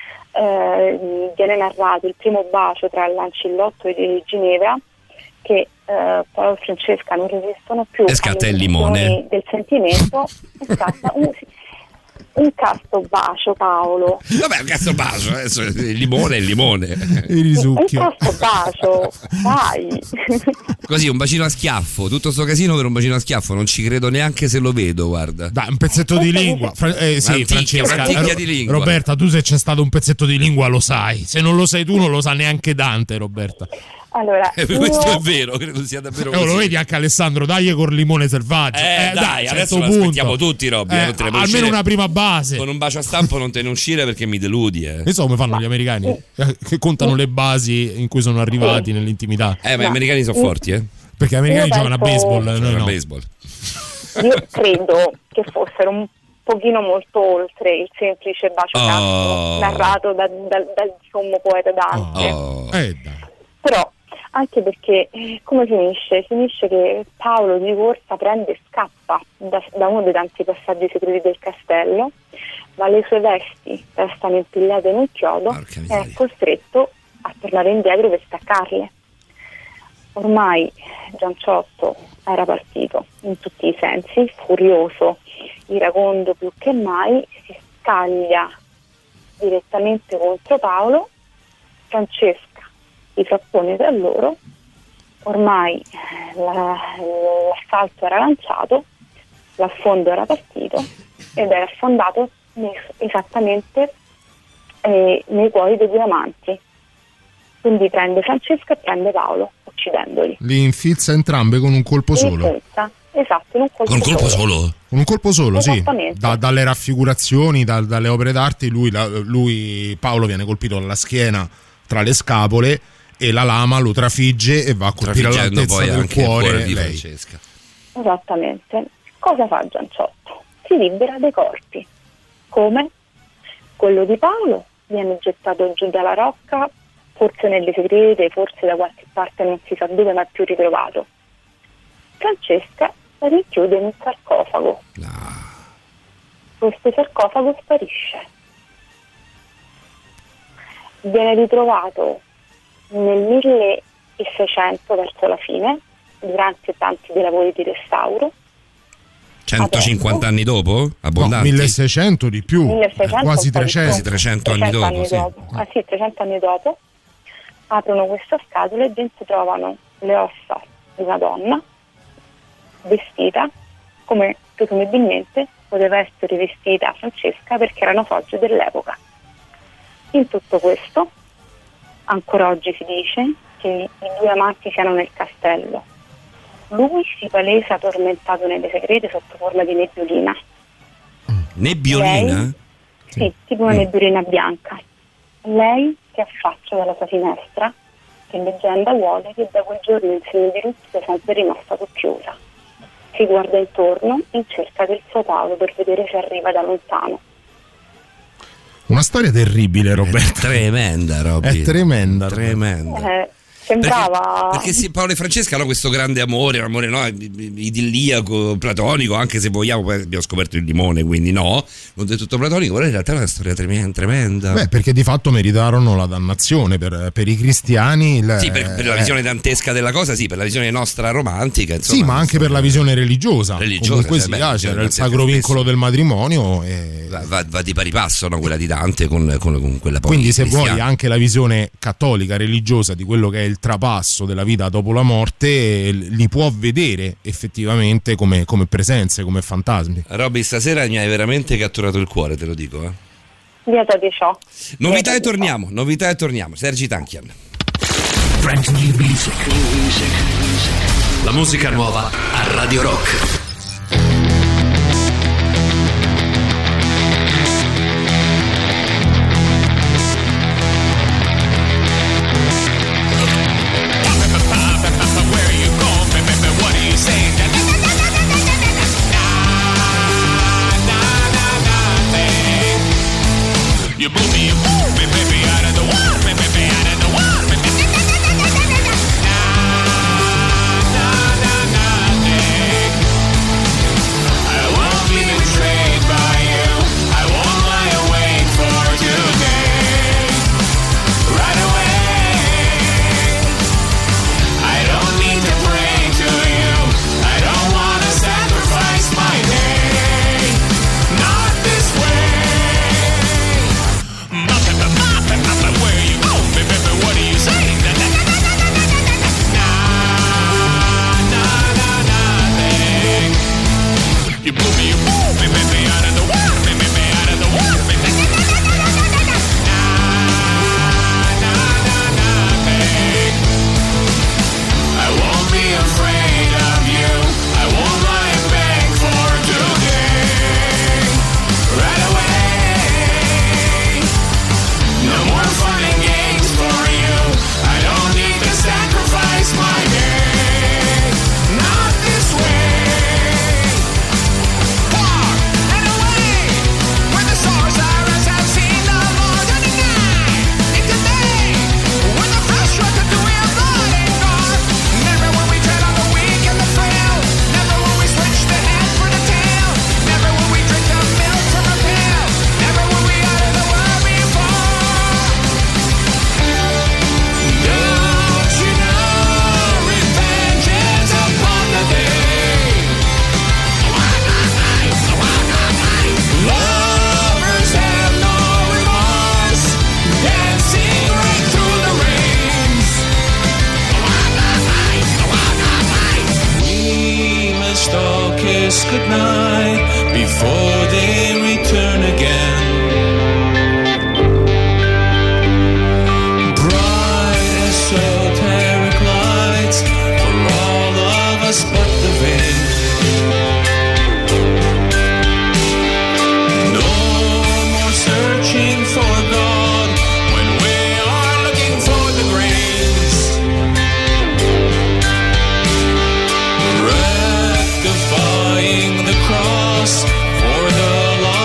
E: eh, viene narrato il primo bacio tra Lancillotto e Ginevra che eh, Paolo e Francesca non resistono più
D: e scatta il limone
E: del sentimento e scatta un, un casto bacio, Paolo.
D: Vabbè, un casto bacio, adesso il limone è il limone.
C: Il risucchio.
E: Un casto bacio, dai.
D: Così, un bacino a schiaffo, tutto sto casino per un bacino a schiaffo, non ci credo neanche se lo vedo, guarda.
C: Dai, un pezzetto di lingua. Fra- eh, sì,
D: un'anticchia,
C: Francesca.
D: un'anticchia di lingua.
C: Roberta, tu se c'è stato un pezzetto di lingua lo sai. Se non lo sai tu non lo sa neanche Dante, Roberta.
E: Allora,
D: eh,
E: io...
D: questo è vero, credo sia davvero
C: eh,
D: così.
C: Lo vedi anche Alessandro, dai col limone selvaggio.
D: Eh,
C: eh
D: dai,
C: dai,
D: adesso
C: certo
D: lo aspettiamo tutti, Robby.
C: Eh, almeno uscire. Una prima base.
D: Con un bacio a stampo non te ne uscire perché mi deludi. Eh.
C: E so come fanno gli americani, che contano le basi in cui sono arrivati nell'intimità.
D: Eh, ma gli americani sono forti, eh.
C: Perché gli americani
E: io
C: giocano
E: penso...
C: a baseball, noi
D: giocano
C: no.
D: a baseball.
E: Io credo che fossero un pochino molto oltre il semplice bacio
D: oh.
E: narrato da, da, dal sommo poeta Dante.
D: Oh.
C: Eh, dai.
E: Però anche perché eh, come finisce? Finisce che Paolo di corsa prende e scappa da, da uno dei tanti passaggi segreti del castello, ma le sue vesti restano impigliate in un chiodo e è costretto a tornare indietro per staccarle. Ormai Gianciotto era partito in tutti i sensi, furioso, iracondo più che mai, si scaglia direttamente contro Paolo. Francesca si frappone tra loro, ormai la, l'assalto era lanciato, l'affondo era partito ed era affondato esattamente eh, nei cuori dei due amanti. Quindi prende Francesca e prende Paolo, uccidendoli.
C: Li infilza entrambe con un colpo solo.
E: Infilza, esatto, in un colpo
D: con un colpo
E: solo.
D: solo?
C: Con un colpo solo, sì. Da, dalle raffigurazioni, da, dalle opere d'arte, lui, la, lui, Paolo, viene colpito alla schiena tra le scapole e la lama lo trafigge e va a colpire all'altezza
D: poi
C: del
D: anche
C: cuore,
D: il cuore di
C: lei.
D: Francesca.
E: Esattamente. Cosa fa Gianciotto? Si libera dei corpi. Come? Quello di Paolo viene gettato giù dalla rocca, forse nelle segrete, forse da qualche parte non si sa dove, ma è più ritrovato. Francesca la rinchiude in un sarcofago.
D: No.
E: Questo sarcofago sparisce. Viene ritrovato nel milleseicento, verso la fine, durante tanti dei lavori di restauro.
D: centocinquanta anni dopo?
C: No,
D: Abbondanti?
C: milleseicento di più,
E: milleseicento,
C: quasi trecento.
D: trecento anni dopo,
E: anni
D: sì.
E: dopo. Ah, sì, trecento anni dopo aprono questa scatola e dentro trovano le ossa di una donna vestita come presumibilmente poteva essere vestita Francesca, perché erano fogge dell'epoca. In tutto questo ancora oggi si dice che i due amanti siano nel castello, lui si palesa tormentato nelle segrete sotto forma di nebbiolina.
D: Nebbiolina?
E: Lei, sì, tipo una nebbiolina bianca. Lei si affaccia dalla sua finestra, che leggenda vuole che da quel giorno il segno di lutto sia sempre rimasta chiusa. Si guarda intorno in cerca del suo tavolo per vedere se arriva da lontano.
C: Una storia terribile, Roberta.
D: È tremenda, Robby.
C: È tremenda.
D: Tremenda.
E: Eh, sembrava...
D: Perché, perché sì, Paolo e Francesca hanno questo grande amore, un amore no, idilliaco, platonico, anche se vogliamo, poi abbiamo scoperto il limone, quindi no, non è tutto platonico, però in realtà è una storia tremenda. tremenda.
C: Beh, perché di fatto meritarono la dannazione per, per i cristiani. Il,
D: sì, per, per la visione dantesca della cosa, sì, per la visione nostra romantica. Insomma,
C: sì, ma anche per la visione religiosa.
D: religiosa
C: Comunque
D: cioè,
C: sia,
D: beh,
C: c'era il sacro vincolo del matrimonio. E...
D: Va, va, va di pari passo, no? Quella di Dante con, con, con quella poi.
C: Quindi, se
D: cristiana.
C: vuoi, anche la visione cattolica, religiosa di quello che è il trapasso della vita dopo la morte li può vedere effettivamente come, come presenze, come fantasmi.
D: Robby, stasera mi hai veramente catturato il cuore, te lo dico. Eh?
E: Lieta di ciò.
D: Novità
E: Lieta
D: e
E: di
D: torniamo, novità e torniamo. Sergi Tankian.
A: La musica nuova a Radio Rock.
J: You blew me, you blew me, baby, out of the water, baby, out of the water, baby. Nah, nah, nah, nothing. I won't be betrayed by you. I won't lie awake for today. Right away. I don't need to pray to you. I don't wanna sacrifice my day. Not this way. Where you go, baby, what do you say? Nah, nah, nah, nothing. You blew me, you blew me, baby, out of the water, baby, out of the water, baby. Nah, nah, nah, nothing. I won't be afraid of you. I won't lie and beg for today. Right away. No more fun and games for you. I don't need to sacrifice my day. Not this way. Far and away, where the stars are as I've seen the Lord of the night. Into day, where the flesh runs into real blood and gore. Never will we tread on the weak and the frail. Never will we switch the head for the tail. Never will we drink the milk from a pail. Never will we utter the word before. Don't you know revenge is upon the day? Lovers have no remorse, dancing right through the rains. We must all kiss goodnight before they return again. Bright esoteric lights for all of us but the vain. No more searching for God when we are looking for the grains. Rectifying the cross for the lost.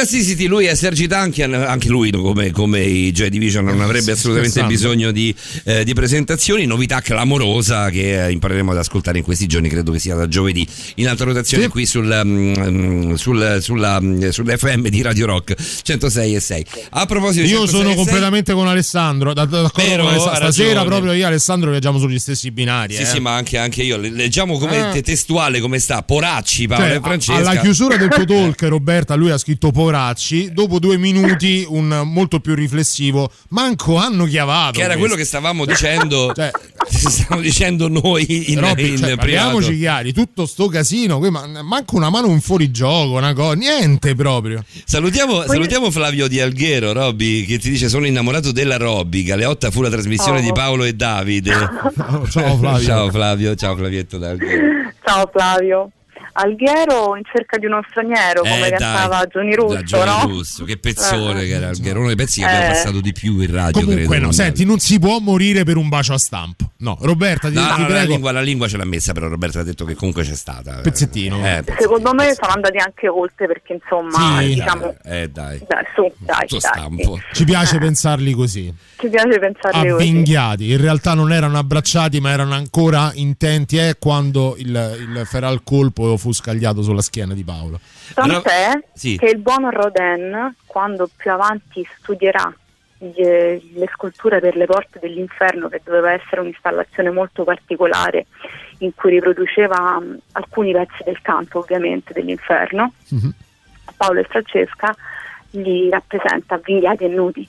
D: Plasticity, lui è Sergi Tankian, anche lui come, come i Joy Division non avrebbe assolutamente bisogno di, eh, di presentazioni. Novità clamorosa che impareremo ad ascoltare in questi giorni, credo che sia da giovedì in alta rotazione, sì, qui sul, um, sul, sulla, sull'F M di Radio Rock centosei e sei. A proposito,
C: io sono completamente con Alessandro, d'accordo con Alessandro. Stasera proprio io e Alessandro viaggiamo sugli stessi binari.
D: Sì,
C: eh.
D: sì, ma anche, anche io. Leggiamo come eh. testuale come sta Poracci, Paolo
C: cioè,
D: e Francesca.
C: Alla chiusura del tuo talk, Roberta, lui ha scritto Poracci. Dopo due minuti, un molto più riflessivo. Manco hanno chiavato.
D: Che era
C: questo.
D: quello che stavamo dicendo. cioè, stavamo dicendo noi in,
C: Robby,
D: in
C: cioè, parliamoci chiari, tutto sto casino qui, ma manco una mano in fuorigioco, una cosa, niente proprio.
D: Salutiamo, Poi... salutiamo Flavio Di Alghero, Robby, che ti dice: sono innamorato della Robby. Galeotta fu la trasmissione oh. di Paolo e Davide.
C: No, ciao Flavio.
D: Ciao Flavio, ciao Flavietto D'Alghero.
E: Ciao Flavio. Alghero in cerca di uno straniero, come
D: eh,
E: cantava Gianni Russo,
D: Gianni
E: no?
D: Russo, che pezzone eh. che era Alghero, uno dei pezzi che eh. abbiamo passato di più in radio.
C: Comunque
D: credo,
C: no, senti, non si può morire per un bacio a stampo. No, Roberta, ti,
D: no,
C: ti
D: no,
C: prego.
D: La lingua, la lingua ce l'ha messa, però Roberta ha detto che comunque c'è stata.
C: Pezzettino.
E: Eh, pezzettino. Secondo me sono andati anche oltre, perché insomma,
C: sì,
E: diciamo.
D: Eh dai.
E: Dai, su, dai,
D: dai.
E: Stampo.
C: Ci piace
E: eh.
C: pensarli così.
E: Ci piace pensarli
C: avvinghiati.
E: così.
C: In realtà non erano abbracciati, ma erano ancora intenti. È quando il, il feral colpo fu scagliato sulla schiena di Paolo.
E: Tant'è
D: Però, sì.
E: che il buon Rodin, quando più avanti studierà le, le sculture per le porte dell'inferno, che doveva essere un'installazione molto particolare in cui riproduceva um, alcuni pezzi del canto, ovviamente, dell'inferno, mm-hmm. Paolo e Francesca li rappresenta avvinghiati e nudi.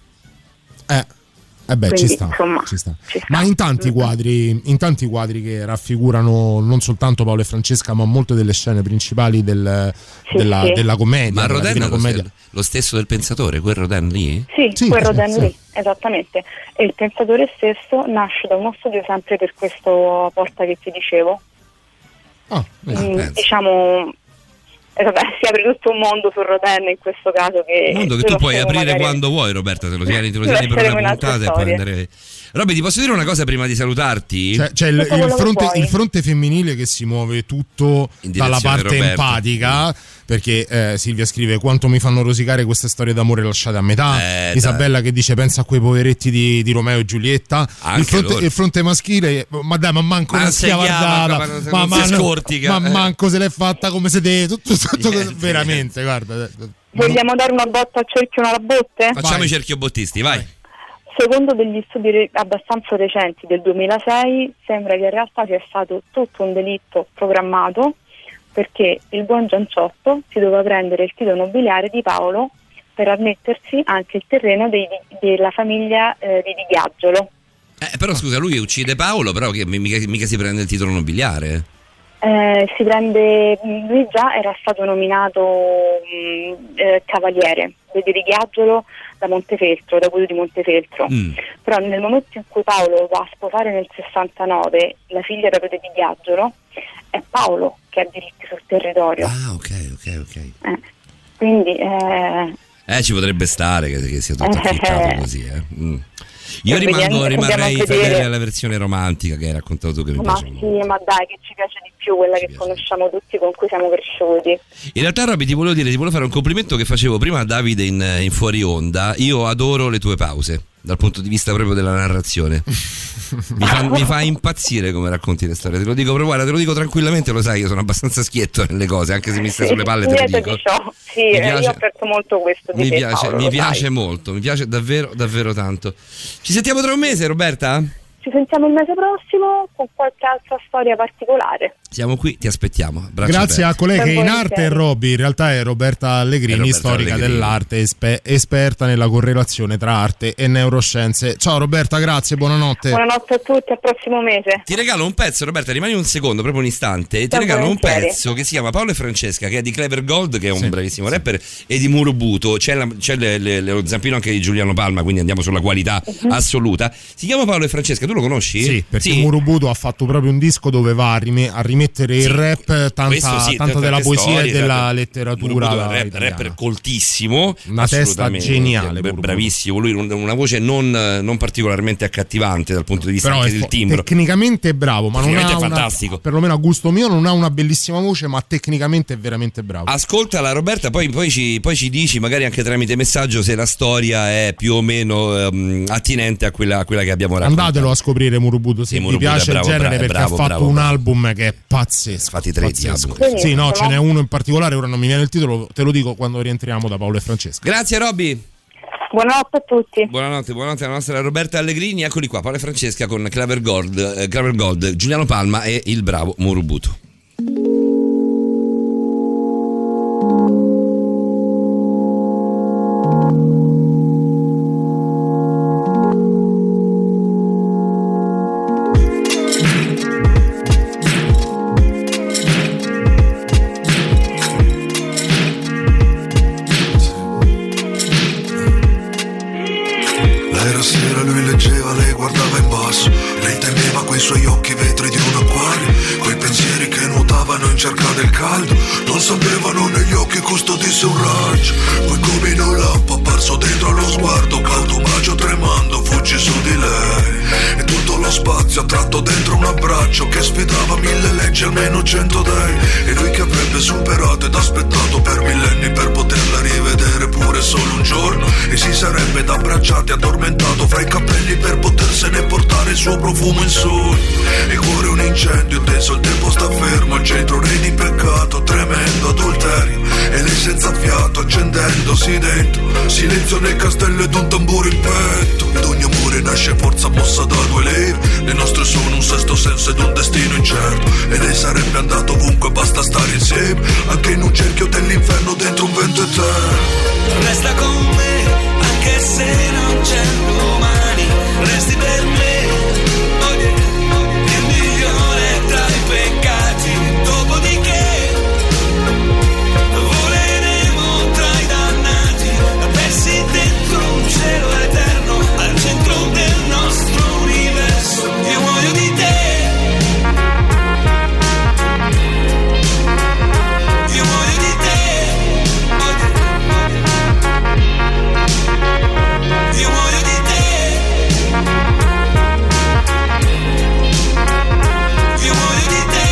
C: Eh Eh beh,
E: Quindi,
C: ci, sta,
E: insomma,
C: ci sta.
E: ci sta.
C: Ma in tanti quadri, in tanti quadri che raffigurano non soltanto Paolo e Francesca, ma molte delle scene principali del,
E: sì,
C: della,
E: sì.
C: della commedia.
D: Ma Rodin è
C: commedia.
D: lo stesso del pensatore, quel Rodin lì?
E: Sì,
C: sì
E: quel
C: sì,
E: Rodin
C: sì.
E: lì, esattamente. E il pensatore stesso nasce da uno studio sempre per questa porta che ti dicevo.
C: Ah,
E: mm, diciamo. E vabbè, si apre tutto un mondo su Rodin in questo caso, che
D: un mondo che tu puoi aprire
E: magari...
D: quando vuoi, Roberta, te lo tieni, te lo tieni per una puntata e puoi andare. Robby, ti posso dire una cosa prima di salutarti?
C: C'è, c'è il, il, fronte, il fronte femminile che si muove tutto dalla parte
D: Roberta.
C: empatica, perché eh, Silvia scrive: quanto mi fanno rosicare queste storie d'amore lasciate a metà.
D: eh,
C: Isabella che dice: pensa a quei poveretti di, di Romeo e Giulietta. Il fronte, il fronte maschile, ma dai, ma manco
D: ma
C: una schiavardata,
D: ma,
C: ma, ma,
D: si scortica,
C: ma
D: eh.
C: manco se l'è fatta come se te tutto, tutto, tutto, veramente, guarda.
E: Vogliamo dare una botta a cerchio una botte?
D: Facciamo
C: vai.
D: I cerchiobottisti, vai. vai.
E: Secondo degli studi re- abbastanza recenti del duemilasei, sembra che in realtà sia stato tutto un delitto programmato, perché il buon Gianciotto si doveva prendere il titolo nobiliare di Paolo per annettersi anche il terreno dei, della famiglia eh, di Di Ghiaggiolo.
D: Eh, però scusa, lui uccide Paolo, però che mica, mica si prende il titolo nobiliare.
E: Eh, si prende, lui già era stato nominato mh, eh, cavaliere di Di Ghiaggiolo da Montefeltro, da quello di Montefeltro, mm. però nel momento in cui Paolo va a sposare nel sessantanove la figlia proprio di Di Ghiaggiolo, è Paolo che ha diritti sul territorio.
D: Ah, ok, ok, ok.
E: Eh, quindi eh,
D: eh ci potrebbe stare che, che sia tutto afficcato così, eh. Mm. Io rimango, rimarrei fedele alla versione romantica che hai raccontato tu, che mi
E: ma
D: piace
E: sì,
D: molto.
E: ma dai, che ci piace di più, quella
D: ci
E: che conosciamo tutti, con cui siamo cresciuti.
D: In realtà, Robby, ti volevo dire, ti volevo fare un complimento che facevo prima a Davide in, in fuori onda. Io adoro le tue pause dal punto di vista proprio della narrazione. mi, fa, mi fa impazzire come racconti le storie, te lo dico proprio, guarda, te lo dico tranquillamente, lo sai, io sono abbastanza schietto nelle cose, anche se mi stai sulle palle, te lo dico.
E: Sì, mi piace, io apprezzo molto questo di
D: mi
E: te,
D: piace,
E: Paolo,
D: mi piace
E: sai.
D: molto, mi piace davvero davvero tanto. Ci sentiamo tra un mese, Roberta?
E: Ci sentiamo il mese prossimo con qualche altra storia particolare.
D: Siamo qui, ti aspettiamo. Braccio
C: Grazie
D: aperto.
C: a colei che in arte è Robby, in realtà è Roberta Allegrini, è Roberta storica Allegrini. dell'arte, espe- esperta nella correlazione tra arte e neuroscienze. Ciao Roberta, grazie, buonanotte.
E: Buonanotte a tutti, al prossimo mese.
D: Ti regalo un pezzo, Roberta, rimani un secondo, proprio un istante. Ti
E: Da
D: regalo un
E: volentieri.
D: pezzo che si chiama Paolo e Francesca, che è di Clever Gold, che è un
C: Sì,
D: bravissimo
C: sì.
D: rapper, e di Muro Buto. C'è, la, c'è le, le, lo zampino anche di Giuliano Palma, quindi andiamo sulla qualità uh-huh. assoluta. Si chiama Paolo e Francesca, tu lo conosci?
C: Sì, perché
D: sì.
C: Murubuto ha fatto proprio un disco dove va a, rime- a rimettere mettere
D: Sì,
C: il rap, tanta,
D: sì,
C: tanta della poesia
D: storie,
C: e della
D: tanto,
C: letteratura
D: rap, rapper coltissimo,
C: una testa geniale,
D: b- bravissimo, lui una voce non, non particolarmente accattivante dal punto di vista
C: però
D: anche
C: è
D: del timbro,
C: tecnicamente è bravo, ma non ha
D: è
C: una,
D: fantastico,
C: perlomeno a gusto mio non ha una bellissima voce, ma tecnicamente è veramente bravo.
D: Ascolta la Roberta, poi, poi, ci, poi ci dici magari anche tramite messaggio se la storia è più o meno um, attinente a quella, a quella che abbiamo raccontato.
C: Andatelo a scoprire Murubuto se
D: sì,
C: vi
D: Murubuto
C: piace
D: bravo,
C: il genere,
D: bravo,
C: perché
D: bravo,
C: ha fatto
D: bravo,
C: un
D: bravo.
C: album che è pazzesco.
D: Fatti tre
C: pazzesco.
D: album.
C: Sì, no, ce n'è uno in particolare, ora non mi viene il titolo, te lo dico quando rientriamo da Paolo e Francesca.
D: Grazie Robby.
E: Buonanotte a tutti.
D: Buonanotte, buonanotte alla nostra Roberta Allegrini. Eccoli qua, Paolo e Francesca con Claver Gold, eh, Claver Gold, Giuliano Palma e il bravo Murubuto.
K: Non sapevano negli occhi custodisse un raggio. Poi come in un lampo apparso dentro allo sguardo cauto, bacio tremando fuggi su di lei. E tutto lo spazio attratto dentro un abbraccio che sfidava mille leggi, almeno cento dei. E lui che avrebbe superato ed aspettato per millenni per poterla rivedere pure solo un giorno. E si sarebbe da abbracciati addormentato fra i capelli per potersene portare il suo profumo in sogno. E il cuore un incendio teso, il tempo sta fermo, al centro re di peccato, tremendo adulterio. E lei senza fiato accendendosi dentro, silenzio nel castello ed un tamburo in petto. Ed ogni amore nasce forza mossa da due leve, le nostre sono un sesto senso ed un destino incerto. E lei sarebbe andato ovunque, basta stare insieme, anche in un cerchio dell'inferno dentro un vento eterno.
J: Resta con me, anche se non c'è domani, resti per me, oh yeah, il migliore tra i peccati, dopodiché voleremo tra i dannati, persi dentro un cielo eterno, al centro del nostro universo. Io muoio di te, io muoio di te, oh yeah. Io muoio di te, io muoio di te,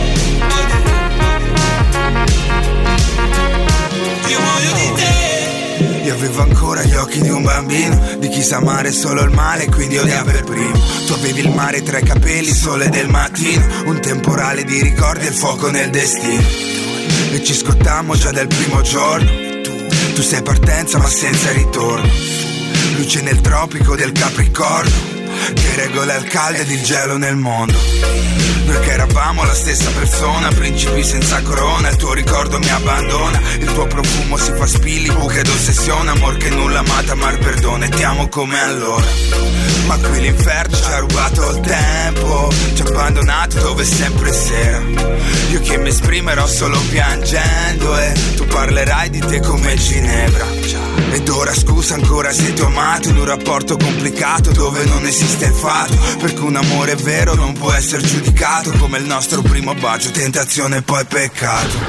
J: io muoio di te.
F: Io avevo ancora gli occhi di un bambino, di chi sa amare solo il male e quindi odia per primo. Tu avevi il mare tra i capelli, sole del mattino, un temporale di ricordi e il fuoco nel destino. E ci scottammo già dal primo giorno, tu sei partenza ma senza ritorno. Luce nel tropico del Capricorno, che regola il caldo ed il gelo nel mondo. Noi che eravamo la stessa persona, principi senza corona, il tuo ricordo mi abbandona, il tuo profumo si fa spilli, buche ed ossessione, amor che nulla amata, mar perdono e ti amo come allora. Ma qui l'inferno ci ha rubato il tempo, ci ha abbandonato dove è sempre sera. Io che mi esprimerò solo piangendo e tu parlerai di te come Ginevra. Ed ora scusa ancora se ti ho amato in un rapporto complicato dove non esiste il fatto, perché un amore vero non può essere giudicato come il nostro primo bacio, tentazione e poi peccato.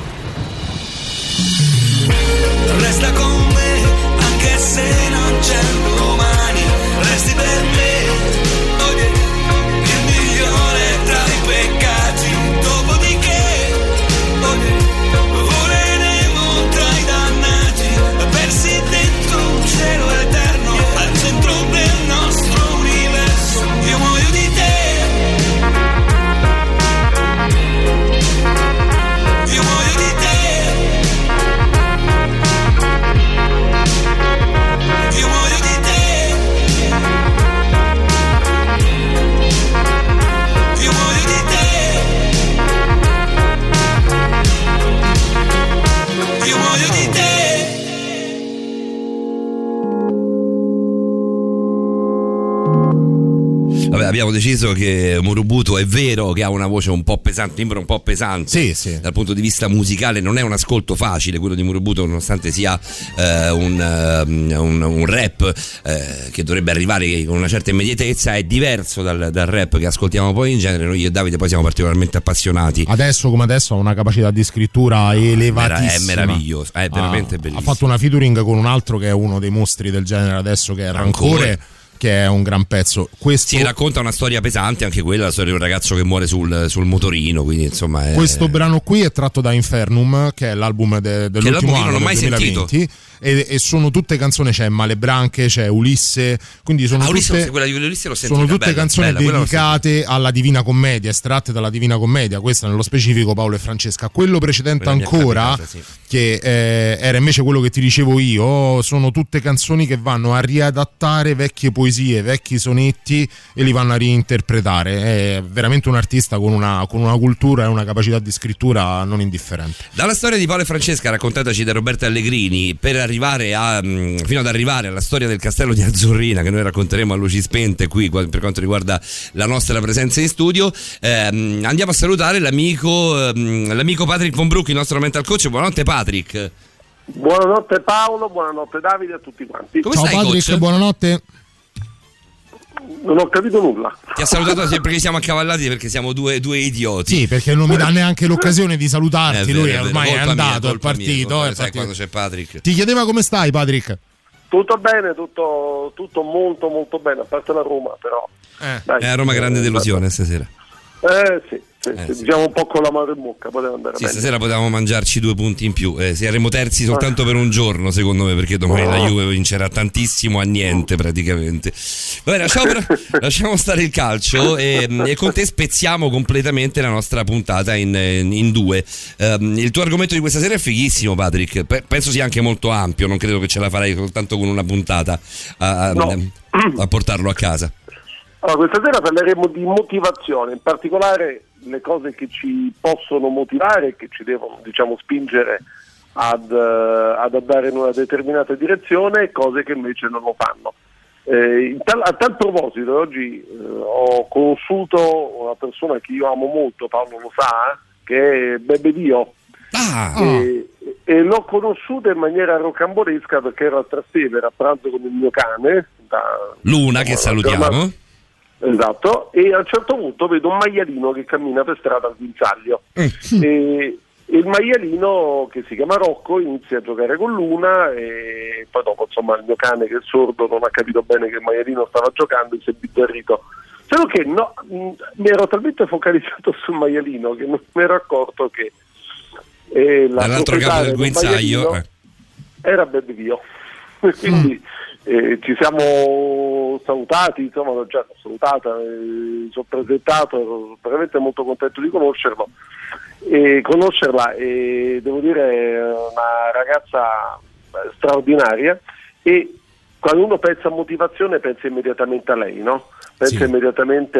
J: Resta con me, anche se non c'è domani, resti per me, oh yeah, il migliore tra i peccati, dopodiché, oh yeah, voleremo tra i dannati, persi dentro un cielo eterno, al centro del nostro universo. Io muoio di te, io muoio di te, io muoio di te,
D: abbiamo deciso che Murubutu è vero che ha una voce un po' pesante, timbro un po' pesante,
C: sì, sì.
D: Dal punto di vista musicale non è un ascolto facile quello di Murubutu, nonostante sia eh, un, un, un rap eh, che dovrebbe arrivare con una certa immediatezza, è diverso dal, dal rap che ascoltiamo poi in genere. Noi io e Davide poi siamo particolarmente appassionati.
C: Adesso come adesso ha una capacità di scrittura elevatissima,
D: è meraviglioso, è veramente
C: ha,
D: bellissimo.
C: Ha fatto una featuring con un altro che è uno dei mostri del genere adesso, che è Rancore, Rancore. Che è un gran pezzo. Questo
D: si racconta una storia pesante, anche quella, la storia di un ragazzo che muore sul, sul motorino, quindi insomma è...
C: Questo brano qui è tratto da Infernum, che è l'album de, dell'ultimo anno,
D: non ho mai
C: del duemilaventi,
D: sentito.
C: E, e sono tutte canzoni, c'è Malebranche, c'è Ulisse, quindi sono
D: ah, Ulisse,
C: tutte,
D: quella di Ulisse l'ho sentita,
C: sono tutte
D: bella,
C: canzoni
D: bella,
C: dedicate alla Divina Commedia, estratte dalla Divina Commedia, questa nello specifico Paolo e Francesca. Quello precedente quella ancora, capitata, sì. che eh, era invece quello che ti dicevo io, sono tutte canzoni che vanno a riadattare vecchie poesie, vecchi sonetti e li vanno a reinterpretare. È veramente un artista con una, con una cultura e una capacità di scrittura non indifferente.
D: Dalla storia di Paolo e Francesca raccontataci da Roberta Allegrini, per arrivare a fino ad arrivare alla storia del castello di Azzurrina, che noi racconteremo a luci spente qui per quanto riguarda la nostra presenza in studio. Eh, andiamo a salutare l'amico, ehm, l'amico Patrick Von Broek, il nostro mental coach. Buonanotte Patrick.
L: Buonanotte Paolo, buonanotte Davide, a tutti quanti.
D: Come
C: Ciao
D: stai,
C: Patrick,
D: coach?
C: Buonanotte.
L: Non ho capito nulla.
D: Ti ha salutato sempre che siamo accavallati, perché siamo due, due idioti.
C: Sì, perché non mi dà neanche l'occasione di salutarti.
D: È vero,
C: lui
D: è
C: ormai
D: vero,
C: è
D: colpa
C: andato
D: mia,
C: al partito,
D: mia,
C: è
D: sai
C: partito.
D: quando c'è Patrick.
C: Ti chiedeva come stai, Patrick?
L: Tutto bene, tutto, tutto molto molto bene, a parte la Roma però.
C: Eh.
L: Dai,
D: È a Roma grande delusione stasera.
L: Eh sì, sì,
D: Eh,
L: sì,
D: sì.
L: diciamo un po' con la mano in bocca, poteva andare
D: Sì,
L: meglio.
D: stasera potevamo mangiarci due punti in più. Eh, saremo terzi soltanto per un giorno, secondo me, perché domani la Juve vincerà tantissimo a niente praticamente. Vabbè, lasciamo, lasciamo stare il calcio e, e con te spezziamo completamente la nostra puntata in, in due. Um, il tuo argomento di questa sera è fighissimo, Patrick. Pe- penso sia anche molto ampio, non credo che ce la farai soltanto con una puntata a, a,
L: No.
D: a portarlo a casa.
L: Allora, questa sera parleremo di motivazione, in particolare le cose che ci possono motivare e che ci devono, diciamo, spingere ad, uh, ad andare in una determinata direzione, e cose che invece non lo fanno. Eh, in tal, a tal proposito, oggi eh, ho conosciuto una persona che io amo molto, Paolo lo sa, che è Bebe Dio.
D: Ah.
L: E, e l'ho conosciuta in maniera rocambolesca perché ero a Trastevere a pranzo con il mio cane, da,
D: Luna, che salutiamo.
L: Esatto, e a un certo punto vedo un maialino che cammina per strada al guinzaglio
D: Mm.
L: e, e il maialino, che si chiama Rocco, inizia a giocare con Luna, e poi dopo, insomma, il mio cane, che è sordo, non ha capito bene che il maialino stava giocando e si è bizzarrito. Solo che no, mh, mi ero talmente focalizzato sul maialino che non mi ero accorto che eh, la
D: dall'altro capo del guinzaglio eh.
L: era Bebe Dio. Quindi eh, ci siamo salutati, insomma, l'ho già salutata, eh, ci ho presentato, ero veramente molto contento di conoscerlo e conoscerla, e devo dire è una ragazza straordinaria, e quando uno pensa a motivazione pensa immediatamente a lei, no? Pensa
C: Sì.
L: immediatamente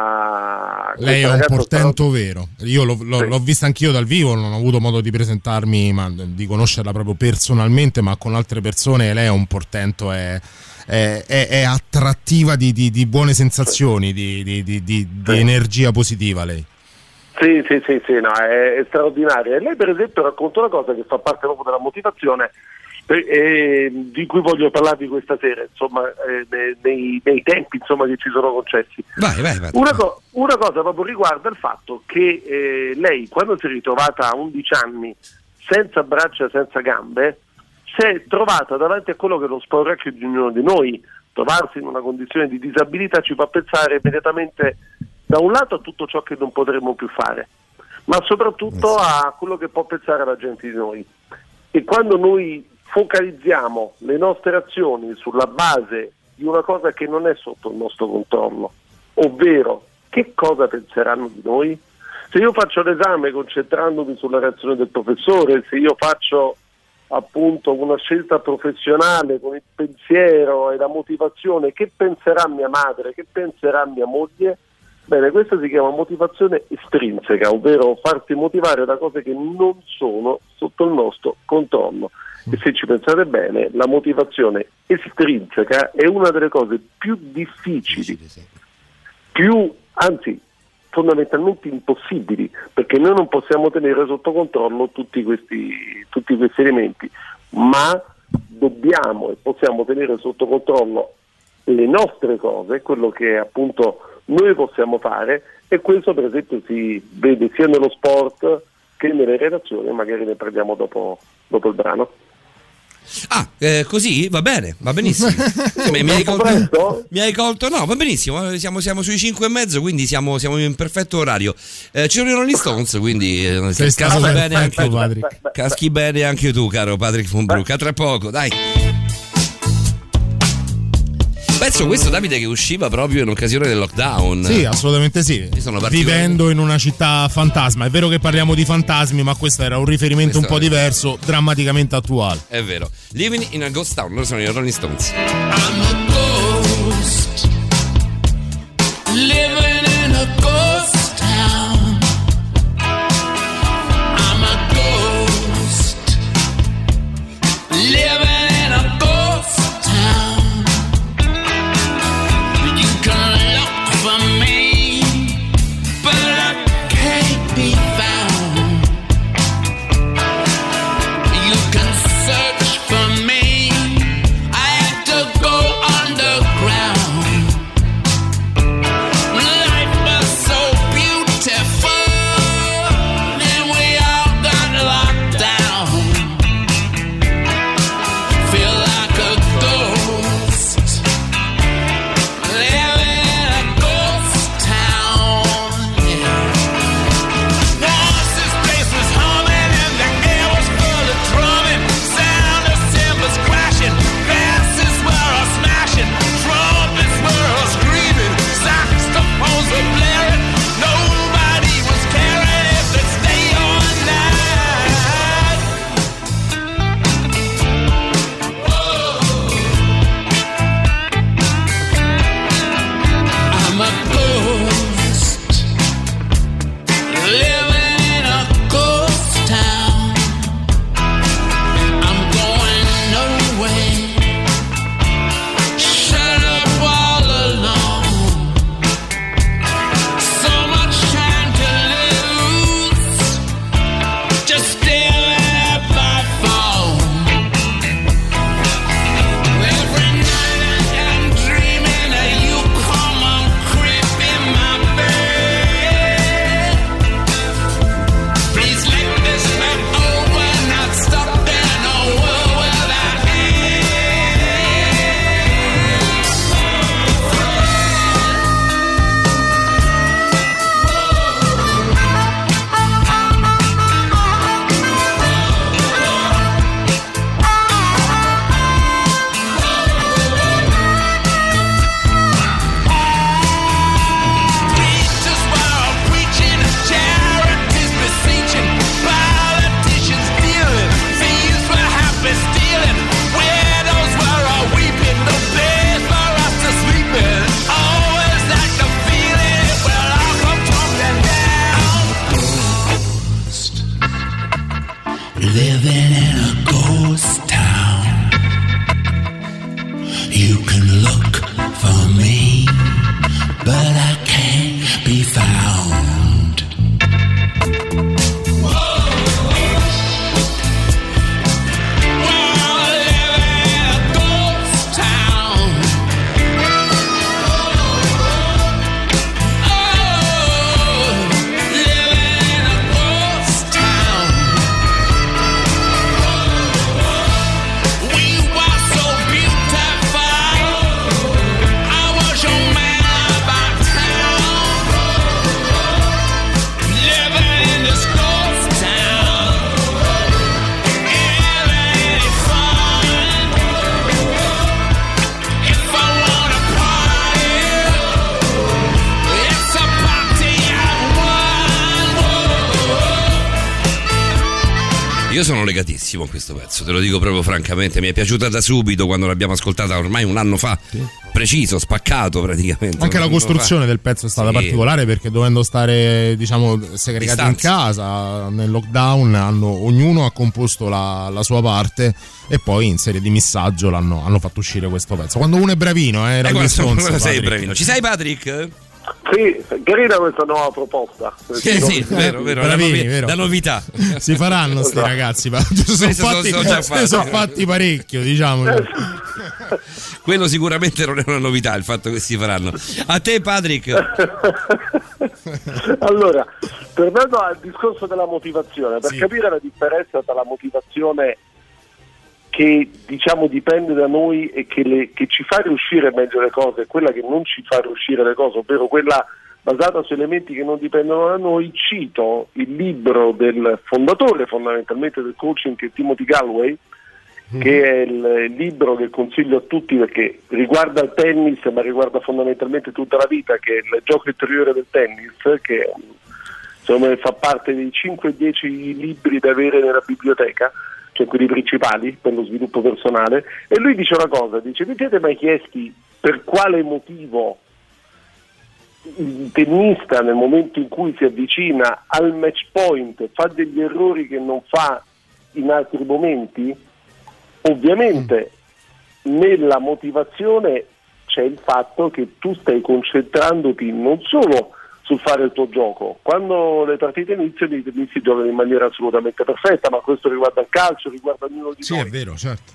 L: a...
C: Lei è un portento vero. Io l'ho, l'ho,
L: Sì.
C: l'ho vista anch'io dal vivo, non ho avuto modo di presentarmi, ma di conoscerla proprio personalmente, ma con altre persone. Lei è un portento, è, è, è, è attrattiva di, di, di buone sensazioni, di, di, di, di, di
L: Sì.
C: energia positiva lei.
L: Sì, sì, sì, sì, no, è, è straordinaria. E lei, per esempio, racconta una cosa che fa parte proprio della motivazione, per- eh, di cui voglio parlarvi questa sera, insomma, eh, nei, nei- nei tempi, insomma, che ci sono concessi.
D: Vai, vai, vai.
L: Una, co- una cosa proprio riguarda il fatto che eh, lei, quando si è ritrovata a undici anni senza braccia e senza gambe, si è trovata davanti a quello che è lo spauracchio di ognuno di noi. Trovarsi in una condizione di disabilità ci fa pensare immediatamente, da un lato, a tutto ciò che non potremo più fare, ma soprattutto a quello che può pensare la gente di noi. E quando noi focalizziamo le nostre azioni sulla base di una cosa che non è sotto il nostro controllo, ovvero che cosa penseranno di noi? Se io faccio l'esame concentrandomi sulla reazione del professore, se io faccio appunto una scelta professionale con il pensiero e la motivazione, che penserà mia madre, che penserà mia moglie? Bene, questa si chiama motivazione estrinseca, ovvero farti motivare da cose che non sono sotto il nostro controllo. E se ci pensate bene, la motivazione estrinseca è una delle cose più difficili più, anzi fondamentalmente impossibili, perché noi non possiamo tenere sotto controllo tutti questi, tutti questi elementi, ma dobbiamo e possiamo tenere sotto controllo le nostre cose, quello che appunto noi possiamo fare, e questo per esempio si vede sia nello sport che nelle relazioni, magari ne prendiamo dopo, dopo il brano.
D: Ah, eh, così? Va bene, va benissimo. mi, mi, hai colto, mi hai colto? No, va benissimo. Siamo, siamo sui cinque e mezzo, quindi siamo, siamo in perfetto orario. Eh, ci sono i Rolling Stones, quindi eh, caschi, bene anche tu, caschi bene anche tu, caro Patrick von Broek. A tra poco, dai. Penso questo, Davide, che usciva proprio in occasione del lockdown.
C: Sì, assolutamente sì. Vivendo in una città fantasma. È vero che parliamo di fantasmi, ma questo era un riferimento questo un po' diverso, drammaticamente attuale.
D: È vero. Living in a Ghost Town, loro sono i Rolling Stones.
J: I'm a ghost, living in a ghost town. I'm a ghost, living in a ghost town. For me, but I can't be found. You can search for me, I had to go underground. Life was so beautiful, and we all got locked down. Feel like a ghost, living living in a ghost town. You can look for me, but I can't be found.
D: Io sono legatissimo a questo pezzo, te lo dico proprio francamente, mi è piaciuta da subito quando l'abbiamo ascoltata ormai un anno fa, sì. Preciso, spaccato praticamente.
C: Anche la costruzione del pezzo è stata sì. particolare, perché dovendo stare, diciamo, segregati in casa nel lockdown, hanno, ognuno ha composto la, la sua parte e poi in serie di missaggio l'hanno, hanno fatto uscire questo pezzo. Quando uno è bravino, eh, era
D: eh,
C: Stones,
D: sei bravino. Ci sei, Patrick?
L: Sì, carina questa nuova proposta.
D: Sì, sì, vero, vero, la, novi- vero. La novità.
C: Si faranno sti ragazzi, ma sono fatti,
D: sono già fatti.
C: sono fatti parecchio, diciamo.
D: Quello sicuramente non è una novità, il fatto che si faranno. A te, Patrick.
L: Allora, tornando al discorso della motivazione, per
C: sì.
L: capire la differenza tra la motivazione che diciamo dipende da noi e che, le, che ci fa riuscire meglio le cose, e quella che non ci fa riuscire le cose, ovvero quella basata su elementi che non dipendono da noi, cito il libro del fondatore fondamentalmente del coaching, che è Timothy Gallwey, mm-hmm. che è il, il libro che consiglio a tutti perché riguarda il tennis ma riguarda fondamentalmente tutta la vita, che è il gioco interiore del tennis, che insomma fa parte dei cinque dieci libri da avere nella biblioteca, cioè quelli principali per lo sviluppo personale. E lui dice una cosa, dice: vi siete mai chiesti per quale motivo il tennista nel momento in cui si avvicina al match point fa degli errori che non fa in altri momenti? Ovviamente mm. nella motivazione c'è il fatto che tu stai concentrandoti non solo sul fare il tuo gioco. Quando le partite iniziano, i tennisti giocano in maniera assolutamente perfetta, ma questo riguarda il calcio, riguarda ognuno di
C: sì,
L: noi.
C: Sì, è vero, certo.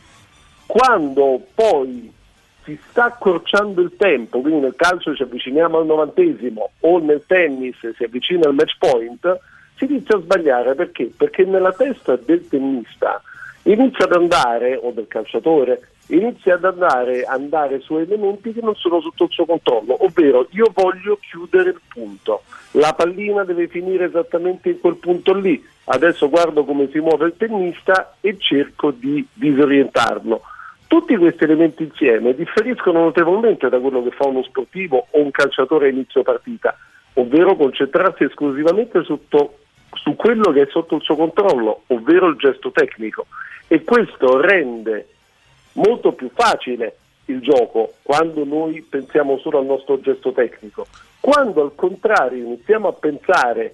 L: Quando poi si sta accorciando il tempo, quindi nel calcio ci avviciniamo al novantesimo o nel tennis si avvicina al match point, si inizia a sbagliare. Perché? Perché nella testa del tennista inizia ad andare, o del calciatore, inizia ad andare, andare su elementi che non sono sotto il suo controllo, ovvero io voglio chiudere il punto, la pallina deve finire esattamente in quel punto lì, adesso guardo come si muove il tennista e cerco di disorientarlo. Tutti questi elementi insieme differiscono notevolmente da quello che fa uno sportivo o un calciatore a inizio partita, ovvero concentrarsi esclusivamente sotto, su quello che è sotto il suo controllo, ovvero il gesto tecnico, e questo rende molto più facile il gioco quando noi pensiamo solo al nostro gesto tecnico. Quando al contrario iniziamo a pensare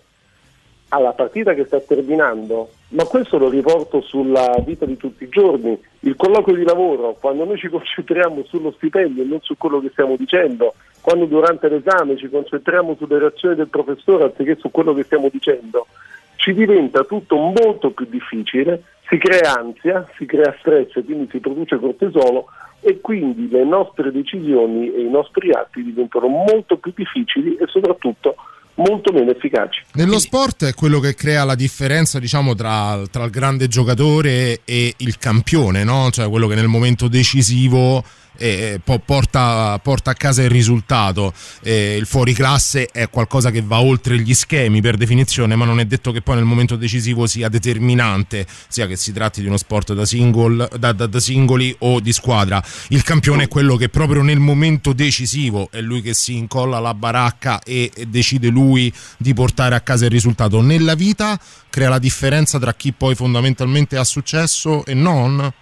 L: alla partita che sta terminando, ma questo lo riporto sulla vita di tutti i giorni, il colloquio di lavoro, quando noi ci concentriamo sullo stipendio e non su quello che stiamo dicendo, quando durante l'esame ci concentriamo sulle reazioni del professore anziché su quello che stiamo dicendo, ci diventa tutto molto più difficile, si crea ansia, si crea stress e quindi si produce cortisolo, e quindi le nostre decisioni e i nostri atti diventano molto più difficili e soprattutto molto meno efficaci.
C: Nello sport è quello che crea la differenza, diciamo, tra, tra il grande giocatore e il campione, no? Cioè quello che nel momento decisivo eh, porta, porta a casa il risultato. Eh, il fuoriclasse è qualcosa che va oltre gli schemi per definizione, ma non è detto che poi nel momento decisivo sia determinante, sia che si tratti di uno sport da, single, da, da, da singoli o di squadra. Il campione è quello che proprio nel momento decisivo è lui che si incolla la baracca e, e decide lui di portare a casa il risultato. Nella vita crea la differenza tra chi poi fondamentalmente ha successo e non?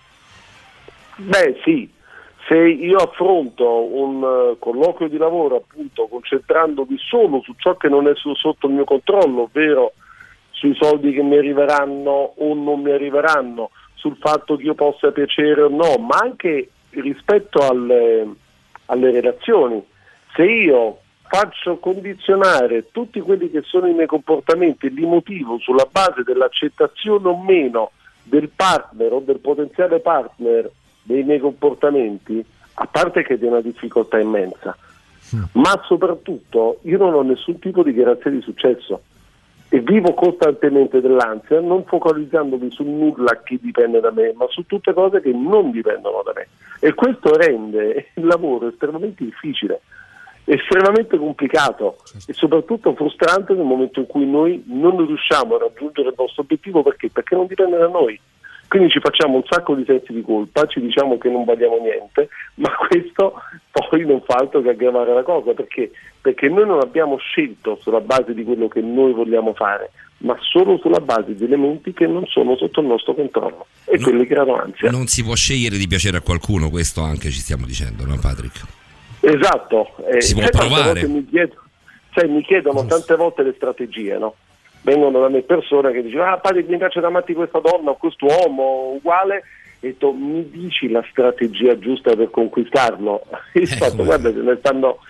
L: Beh sì, se io affronto un uh, colloquio di lavoro appunto concentrandomi solo su ciò che non è su, sotto il mio controllo, ovvero sui soldi che mi arriveranno o non mi arriveranno, sul fatto che io possa piacere o no, ma anche rispetto alle, alle relazioni, se io faccio condizionare tutti quelli che sono i miei comportamenti e li motivo sulla base dell'accettazione o meno del partner o del potenziale partner dei miei comportamenti, a parte che è di una difficoltà immensa, mm. ma soprattutto io non ho nessun tipo di garanzia di successo e vivo costantemente dell'ansia, non focalizzandomi su nulla che dipende da me, ma su tutte cose che non dipendono da me, e questo rende il lavoro estremamente difficile, estremamente complicato e soprattutto frustrante nel momento in cui noi non riusciamo a raggiungere il nostro obiettivo. Perché? Perché non dipende da noi. Quindi ci facciamo un sacco di sensi di colpa, ci diciamo che non valiamo niente, ma questo poi non fa altro che aggravare la cosa. Perché? Perché noi non abbiamo scelto sulla base di quello che noi vogliamo fare, ma solo sulla base di elementi che non sono sotto il nostro controllo, e
D: no,
L: quelli creano ansia.
D: Non si può scegliere di piacere a qualcuno, questo anche ci stiamo dicendo, no Patrick?
L: Esatto. Eh,
D: si può provare.
L: Mi chiedono, cioè, mi chiedono tante volte le strategie, no? Vengono da me persone che dicono: ah, padre, mi piace da matti questa donna o quest'uomo uguale, e tu mi dici la strategia giusta per conquistarlo? Io eh, fatto, guarda, ce ne stanno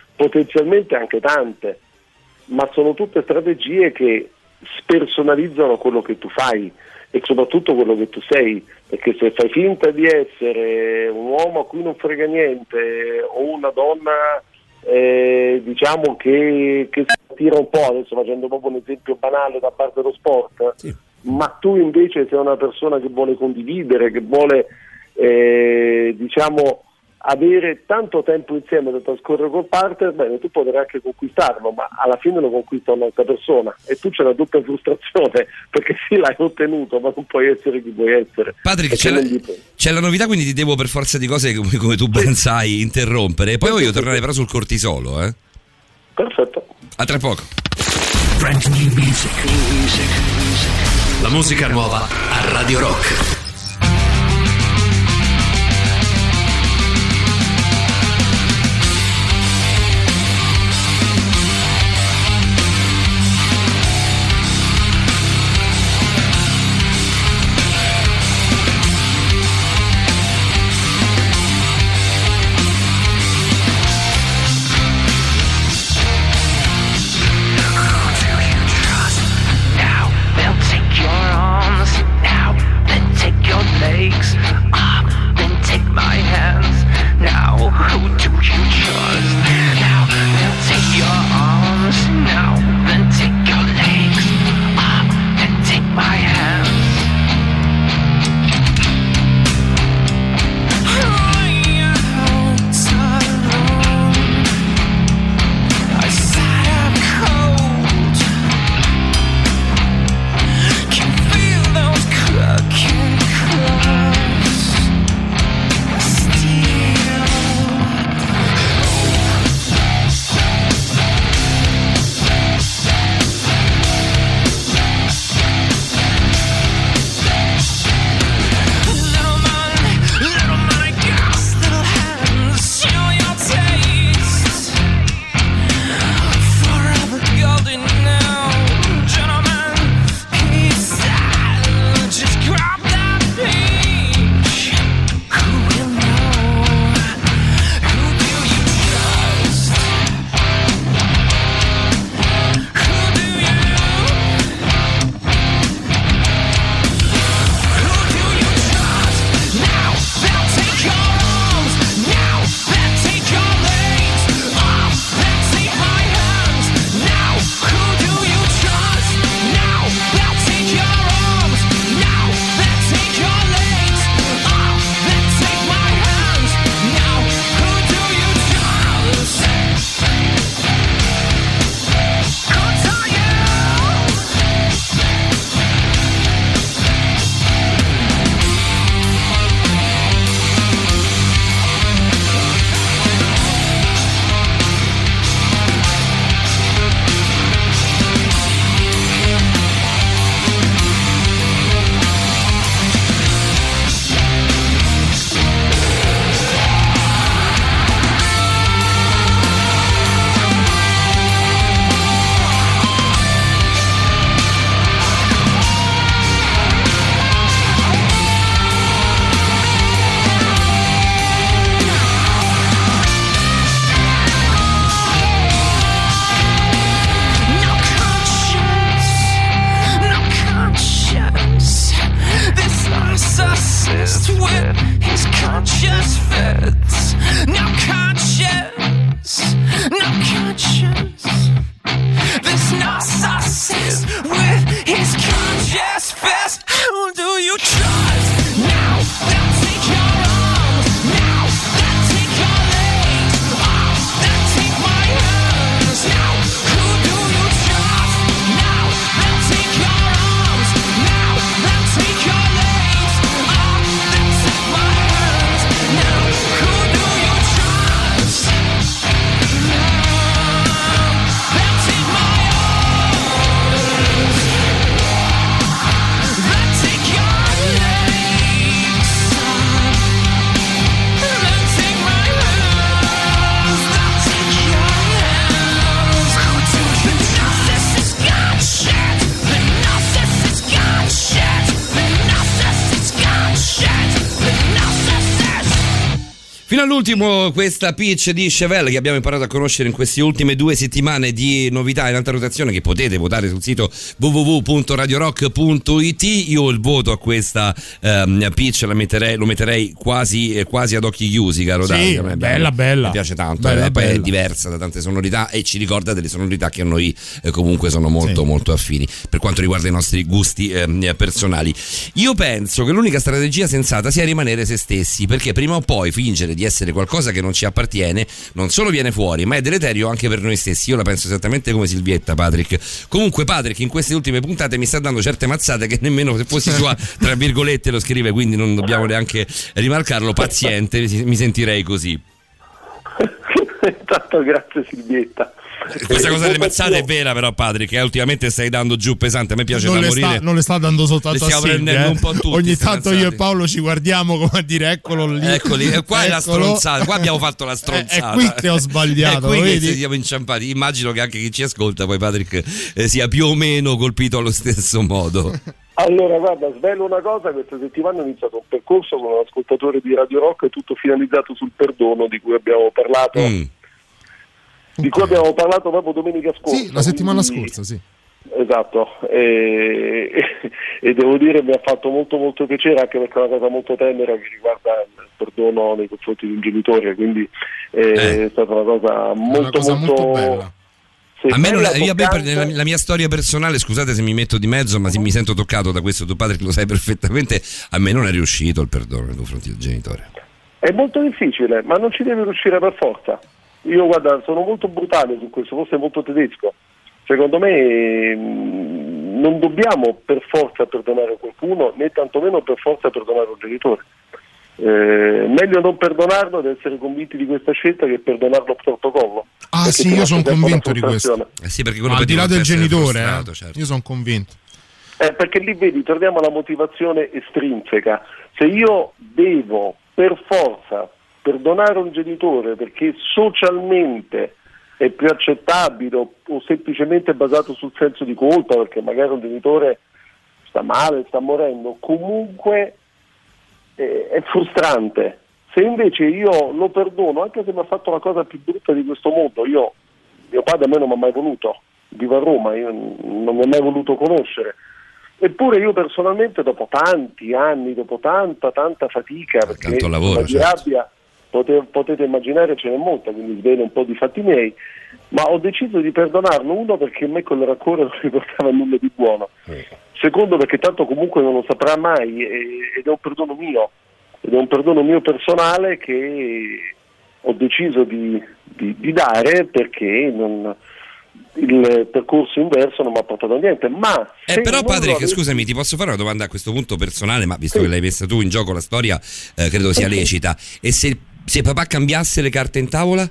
L: potenzialmente anche tante, ma sono tutte strategie che spersonalizzano quello che tu fai e soprattutto quello che tu sei, perché se fai finta di essere un uomo a cui non frega niente o una donna eh, diciamo che, che si tira un po', adesso facendo proprio un esempio banale da parte dello sport, sì. Ma tu invece sei una persona che vuole condividere, che vuole eh, diciamo avere tanto tempo insieme da trascorrere col partner, bene, tu potrai anche conquistarlo, ma alla fine lo conquista un'altra persona e tu c'è una doppia frustrazione, perché sì, l'hai ottenuto, ma non puoi essere chi vuoi essere.
D: Patrick, c'è la, c'è la novità, quindi ti devo per forza di cose, come, come tu ben sai, interrompere. Poi voglio tornare però sul cortisolo, eh?
L: Perfetto.
D: A tra poco.
A: La musica nuova a Radio Rock.
J: Who do
D: Fino all'ultimo questa pitch di Chevelle che abbiamo imparato a conoscere in queste ultime due settimane di novità in alta rotazione che potete votare sul sito w w w punto radio rock punto i t. Io il voto a questa ehm, pitch la metterei, lo metterei quasi, quasi ad occhi chiusi, caro
C: sì,
D: Dario.
C: bella bella,
D: mi piace tanto,
C: bella,
D: eh, poi
C: bella.
D: è diversa da tante sonorità e ci ricorda delle sonorità che a noi eh, comunque sono molto sì. molto affini per quanto riguarda i nostri gusti eh, personali. Io penso che l'unica strategia sensata sia rimanere se stessi, perché prima o poi fingere di essere qualcosa che non ci appartiene non solo viene fuori ma è deleterio anche per noi stessi. Io la penso esattamente come Silvietta, Patrick. Comunque Patrick in queste ultime puntate mi sta dando certe mazzate che nemmeno se fossi sua tra virgolette lo scrive, quindi non dobbiamo neanche rimarcarlo. Paziente, mi sentirei così.
L: Tanto grazie Silvietta.
D: Questa cosa delle mazzate è vera però, Patrick, che ultimamente stai dando giù pesante. A me piace
C: non
D: da
C: le
D: morire.
C: Sta, non le sta dando soltanto a Silvia, eh.
D: un po' tutti,
C: ogni tanto
D: mazzate.
C: Io e Paolo ci guardiamo come a dire eccolo lì,
D: eccoli, qua
C: eccolo.
D: È la stronzata, qua abbiamo fatto la stronzata.
C: È, è qui che ho sbagliato,
D: è qui
C: vedi?
D: che siamo inciampati. Immagino che anche chi ci ascolta poi, Patrick, eh, sia più o meno colpito allo stesso modo.
L: Allora guarda, svelo una cosa: questa settimana ho iniziato un percorso con un ascoltatore di Radio Rock tutto finalizzato sul perdono di cui abbiamo parlato mm. di cui abbiamo parlato proprio domenica scorsa.
C: Sì, la settimana
L: quindi...
C: scorsa, sì.
L: Esatto, e, e devo dire mi ha fatto molto molto piacere, anche perché è una cosa molto tenera che riguarda il perdono nei confronti di un genitore, quindi eh, eh. è stata una cosa molto una cosa molto, molto bella.
D: Sì, a me non, io per, nella, la mia storia personale, scusate se mi metto di mezzo, ma se mi sento toccato da questo, tu Patrick lo sai perfettamente, a me non è riuscito il perdono nei confronti del genitore.
L: È molto difficile, ma non ci deve riuscire per forza. Io guarda, sono molto brutale su questo, forse molto tedesco. Secondo me mh, non dobbiamo per forza perdonare qualcuno, né tantomeno per forza perdonare un genitore. Eh, meglio non perdonarlo ed essere convinti di questa scelta che perdonarlo a protocollo.
C: Ah sì, io sono convinto di questo.
D: Eh sì, perché quello
C: al di là del genitore,
D: eh,
C: certo. Io sono convinto.
L: Eh, perché lì vedi, torniamo alla motivazione estrinseca. Se io devo per forza perdonare un genitore perché socialmente è più accettabile o, o semplicemente basato sul senso di colpa, perché magari un genitore sta male, sta morendo, comunque eh, è frustrante. Se invece io lo perdono, anche se mi ha fatto la cosa più brutta di questo mondo, io mio padre a me non mi ha mai voluto, vivo a Roma, io non mi ha mai voluto conoscere, eppure io personalmente dopo tanti anni, dopo tanta tanta fatica, perché
D: tanto lavoro,
L: di
D: certo.
L: rabbia potete, potete immaginare ce n'è molta, quindi svelo un po' di fatti miei, ma ho deciso di perdonarlo. Uno, perché a me quel rancore non mi portava nulla di buono, secondo perché tanto comunque non lo saprà mai, ed è un perdono mio, ed è un perdono mio personale che ho deciso di, di, di dare, perché non, il percorso inverso non mi ha portato a niente. Ma
D: eh, però Patrick,
L: avessi...
D: scusami, ti posso fare una domanda a questo punto personale, ma visto sì. che l'hai messa tu in gioco la storia, eh, credo sia lecita. E se, se papà cambiasse le carte in tavola?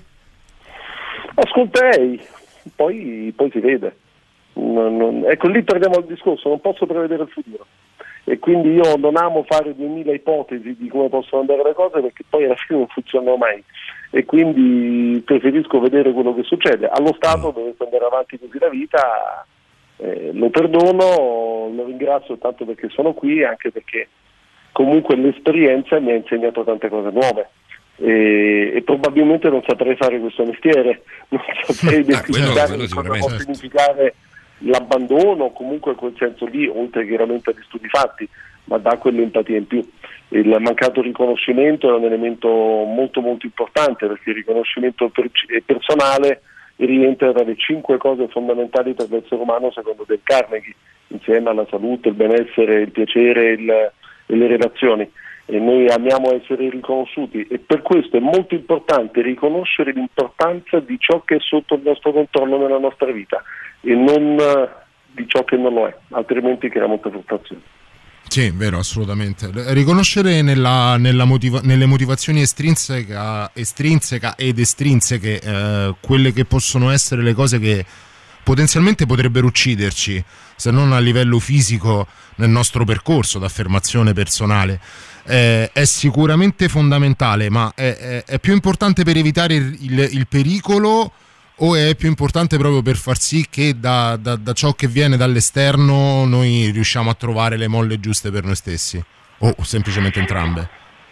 L: Ascolterei, poi, poi si vede. Non, non... Ecco, lì perdiamo il discorso, non posso prevedere il futuro. E quindi io non amo fare duemila ipotesi di come possono andare le cose, perché poi alla fine non funzionano mai, e quindi preferisco vedere quello che succede. Allo stato dovesse andare avanti così la vita, eh, lo perdono, lo ringrazio tanto perché sono qui, anche perché comunque l'esperienza mi ha insegnato tante cose nuove, e, e probabilmente non saprei fare questo mestiere, non saprei identificare ah, cosa può significare l'abbandono, o comunque quel senso lì, oltre chiaramente agli studi fatti, ma dà quell'empatia in più. Il mancato riconoscimento è un elemento molto molto importante, perché il riconoscimento per- personale rientra tra le cinque cose fondamentali per l'essere umano secondo Dale Carnegie, insieme alla salute, il benessere, il piacere il, e le relazioni, e noi amiamo essere riconosciuti, e per questo è molto importante riconoscere l'importanza di ciò che è sotto il nostro controllo nella nostra vita e non di ciò che non lo è, altrimenti crea molta frustrazione.
C: Sì, vero, assolutamente. Riconoscere nella, nella motiva- nelle motivazioni estrinseca, estrinseca ed estrinseche eh, quelle che possono essere le cose che potenzialmente potrebbero ucciderci, se non a livello fisico, nel nostro percorso d'affermazione personale, eh, è sicuramente fondamentale, ma è, è, è più importante per evitare il, il, il pericolo, o è più importante proprio per far sì che da, da, da ciò che viene dall'esterno noi riusciamo a trovare le molle giuste per noi stessi, o semplicemente entrambe?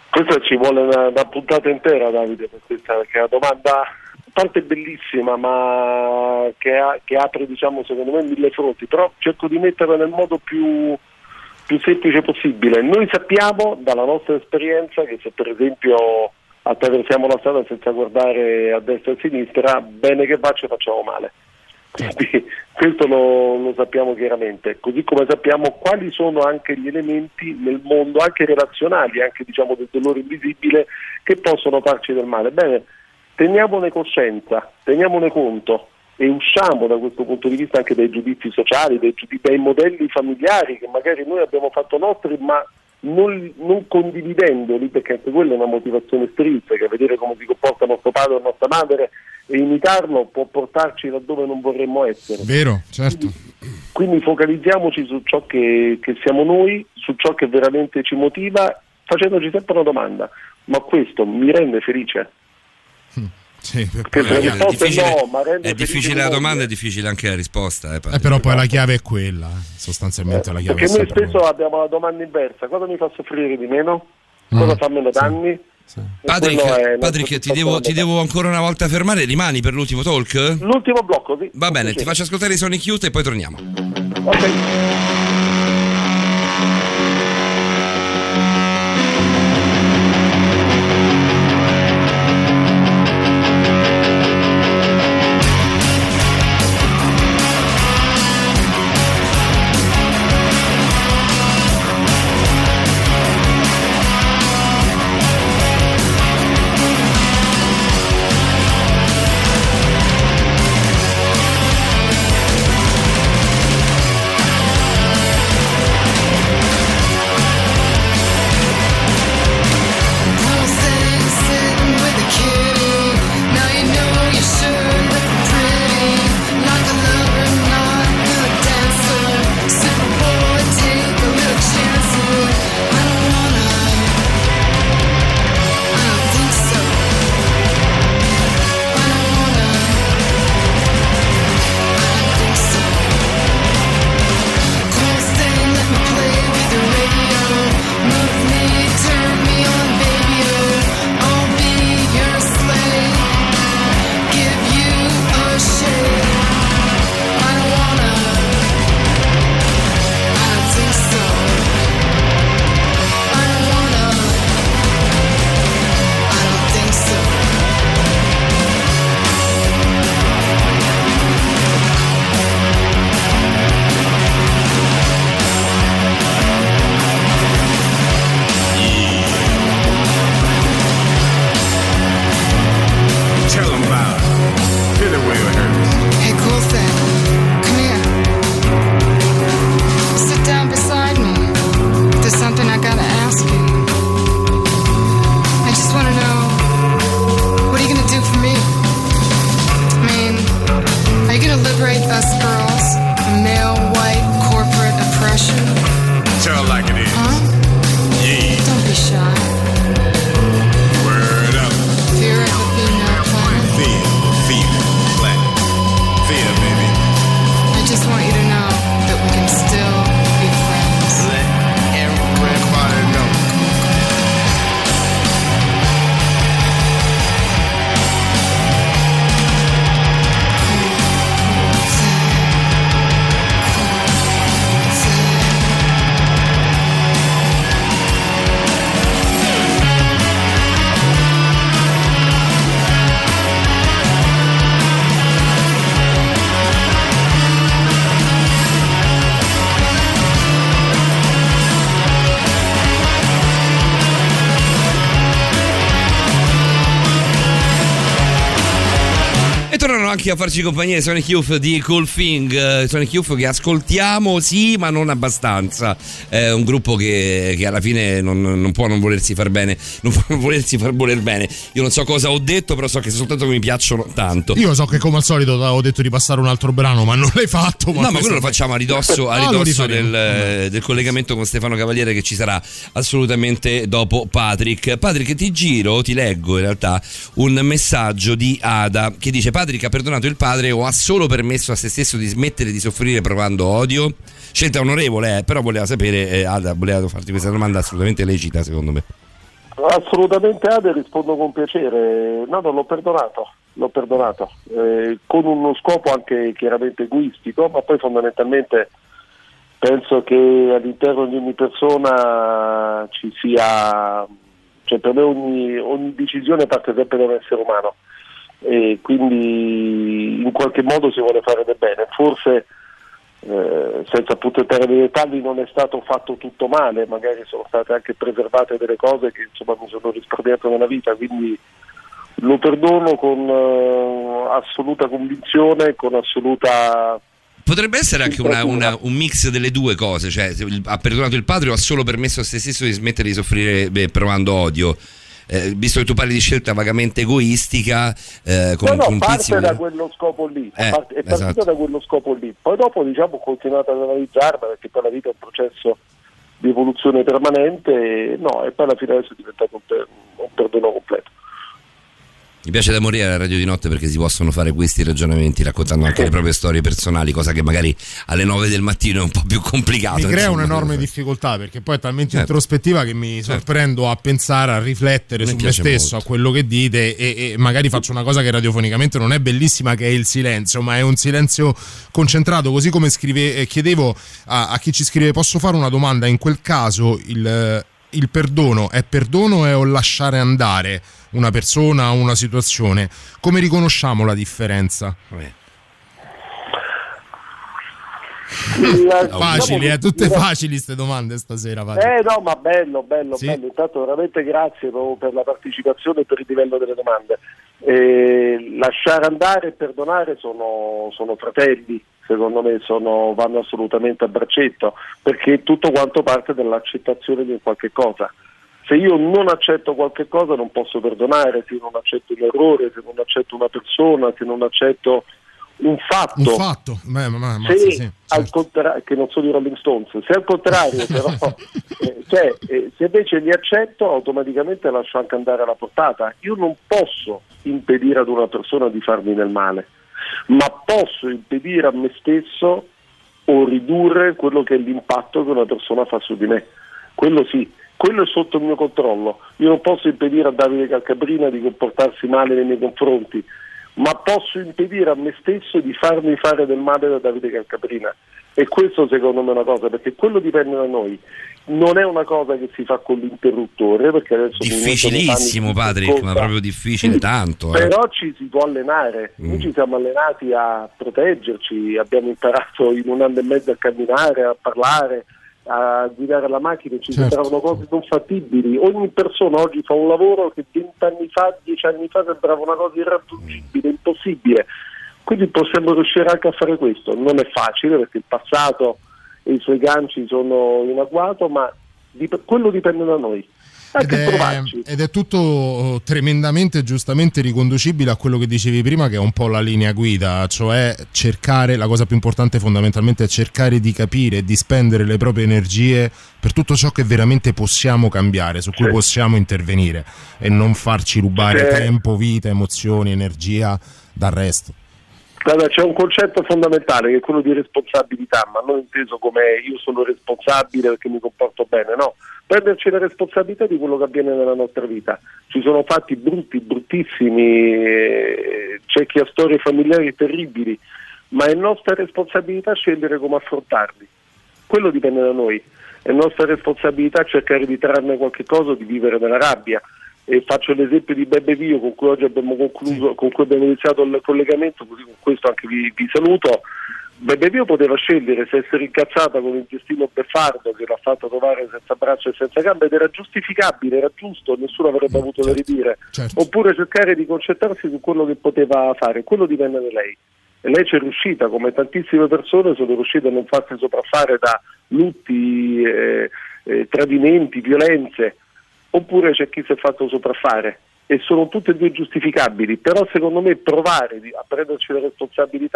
L: Questa ci vuole una, una puntata intera, Davide, per questa, perché è una domanda a parte bellissima, ma che, ha, che apre, diciamo, secondo me mille fronti, però cerco di metterla nel modo più, più semplice possibile. Noi sappiamo dalla nostra esperienza che se per esempio attraversiamo la strada senza guardare a destra e a sinistra, bene che va ci facciamo male. Quindi questo lo, lo sappiamo chiaramente, così come sappiamo quali sono anche gli elementi nel mondo, anche relazionali, anche diciamo del dolore invisibile, che possono farci del male. Bene, teniamone coscienza, teniamone conto e usciamo da questo punto di vista anche dai giudizi sociali, dai, giudizi, dai modelli familiari che magari noi abbiamo fatto nostri, ma non, non condividendoli, perché anche quella è una motivazione estrinseca, vedere come si comporta nostro padre o nostra madre e imitarlo può portarci laddove non vorremmo essere.
C: Vero, certo.
L: Quindi, quindi focalizziamoci su ciò che, che siamo noi, su ciò che veramente ci motiva, facendoci sempre una domanda: ma questo mi rende felice?
C: Sì,
L: perché
D: è,
L: la risposta
D: difficile,
L: è no, ma rende
D: è difficile la domanda, è difficile anche la risposta. Eh,
C: eh, però poi la chiave è quella, eh. sostanzialmente eh, la chiave
L: perché
C: è
L: noi spesso
C: quella.
L: abbiamo la domanda inversa: cosa mi fa soffrire di meno? Cosa mm, fa meno danni?
C: Sì. Sì.
D: Patrick, Patrick ti, devo, ti devo ancora una volta fermare, rimani per l'ultimo talk?
L: L'ultimo blocco, sì.
D: Va bene, ti faccio ascoltare i Sonic Youth e poi torniamo.
L: Ok.
D: Anche a farci compagnia i Sonic Youth di Cool Thing, Sonic Youth che ascoltiamo sì ma non abbastanza, è un gruppo che, che alla fine non, non può non volersi far bene, non può non volersi far voler bene. Io non so cosa ho detto, però so che soltanto mi piacciono tanto.
C: Io so che come al solito ti avevo detto di passare un altro brano, ma non l'hai fatto. Ma
D: no, ma quello lo facciamo a ridosso, a ridosso del, del collegamento con Stefano Cavaliere, che ci sarà assolutamente dopo Patrick. Patrick, ti giro, ti leggo in realtà un messaggio di Ada che dice: Patrick ha perdonato il padre o ha solo permesso a se stesso di smettere di soffrire provando odio? Scelta onorevole, eh, però voleva sapere, eh, Ada, voleva farti questa domanda assolutamente lecita, secondo me.
L: Assolutamente Ade, rispondo con piacere. No, no, l'ho perdonato, l'ho perdonato, eh, con uno scopo anche chiaramente egoistico, ma poi fondamentalmente penso che all'interno di ogni persona ci sia, cioè per me ogni, ogni decisione parte sempre da un essere umano, e quindi in qualche modo si vuole fare del bene. Forse Eh, senza appunto entrare nei dettagli non è stato fatto tutto male, magari sono state anche preservate delle cose che insomma mi sono risparmiato nella vita, quindi lo perdono con uh, assoluta convinzione, con assoluta...
D: Potrebbe essere anche una, una, un mix delle due cose, cioè ha perdonato il padre o ha solo permesso a se stesso di smettere di soffrire beh, provando odio. Eh, visto che tu parli di scelta vagamente egoistica, eh, con,
L: no, no,
D: con
L: parte
D: tizio...
L: da quello scopo lì,
D: eh,
L: parte, è partita
D: esatto.
L: da quello scopo lì, poi dopo diciamo ho continuato ad analizzarla, perché poi la vita è un processo di evoluzione permanente, e, no, e poi alla fine adesso è diventato un, per, un perdono completo.
D: Mi piace da morire alla radio di notte perché si possono fare questi ragionamenti raccontando anche le proprie storie personali, cosa che magari alle nove del mattino è un po' più complicato.
C: Mi crea
D: insomma,
C: un'enorme difficoltà perché poi è talmente
D: certo.
C: introspettiva che mi
D: certo.
C: sorprendo a pensare, a riflettere
D: Mi
C: su me
D: piace
C: stesso,
D: molto.
C: a quello che dite, e, e magari faccio una cosa che radiofonicamente non è bellissima, che è il silenzio, ma è un silenzio concentrato, così come scrive, eh, chiedevo a, a chi ci scrive: posso fare una domanda? In quel caso il, il perdono è perdono e o lasciare andare una persona o una situazione? Come riconosciamo la differenza?
L: La,
C: facili,
L: diciamo,
C: eh, tutte
L: la,
C: facili queste domande stasera. Vado.
L: Eh no, ma bello, bello,
C: sì.
L: bello. Intanto veramente grazie per la partecipazione e per il livello delle domande. Eh, lasciare andare e perdonare sono, sono fratelli, secondo me sono, vanno assolutamente a braccetto, perché tutto quanto parte dall'accettazione di qualche cosa. Se io non accetto qualche cosa non posso perdonare, se io non accetto un errore, se non accetto una persona, se non accetto un fatto.
C: Un fatto, Beh, ma, ma,
L: se
C: sì, sì,
L: al
C: certo.
L: contrario, che non sono i Rolling Stones, se al contrario però, eh, cioè, eh, se invece li accetto automaticamente lascio anche andare alla portata. Io non posso impedire ad una persona di farmi del male, ma posso impedire a me stesso o ridurre quello che è l'impatto che una persona fa su di me. Quello sì. Quello è sotto il mio controllo. Io non posso impedire a Davide Calcabrina di comportarsi male nei miei confronti, ma posso impedire a me stesso di farmi fare del male da Davide Calcabrina. E questo secondo me è una cosa, perché quello dipende da noi. Non è una cosa che si fa con l'interruttore, perché adesso
D: difficilissimo, Patrick, ma proprio difficile, sì, tanto. Eh.
L: Però ci si può allenare. Mm. Noi ci siamo allenati a proteggerci, abbiamo imparato in un anno e mezzo a camminare, a parlare, a guidare la macchina, ci
C: certo.
L: sembravano cose non fattibili. Ogni persona oggi fa un lavoro che vent'anni fa, dieci anni fa sembrava una cosa irraggiungibile, impossibile. Quindi possiamo riuscire anche a fare questo. Non è facile perché il passato e i suoi ganci sono in agguato, ma dip- quello dipende da noi.
C: Ed è, ed è tutto tremendamente giustamente riconducibile a quello che dicevi prima, che è un po' la linea guida, cioè cercare, la cosa più importante fondamentalmente è cercare di capire e di spendere le proprie energie per tutto ciò che veramente possiamo cambiare, su cui sì. possiamo intervenire, e non farci rubare sì. tempo, vita, emozioni, energia dal resto.
L: Allora, c'è un concetto fondamentale che è quello di responsabilità, ma non inteso come io sono responsabile perché mi comporto bene, no, prenderci la responsabilità di quello che avviene nella nostra vita. Ci sono fatti brutti, bruttissimi, eh, c'è chi ha storie familiari terribili, ma è nostra responsabilità scegliere come affrontarli. Quello dipende da noi, è nostra responsabilità cercare di trarne qualche cosa o di vivere nella rabbia. E faccio l'esempio di Bebe Vio con cui oggi abbiamo concluso, con cui abbiamo iniziato il collegamento, così con questo anche vi, vi saluto. Bebe Vio poteva scegliere se essere incazzata con il destino beffardo che l'ha fatto trovare senza braccia e senza gambe, ed era giustificabile, era giusto, nessuno avrebbe avuto certo, da ridire, certo. Oppure cercare di concentrarsi su quello che poteva fare. Quello dipende da lei, e lei c'è riuscita, come tantissime persone sono riuscite a non farsi sopraffare da lutti, eh, eh, tradimenti, violenze. Oppure c'è chi si è fatto sopraffare, e sono tutte e due giustificabili, però secondo me provare a prenderci la responsabilità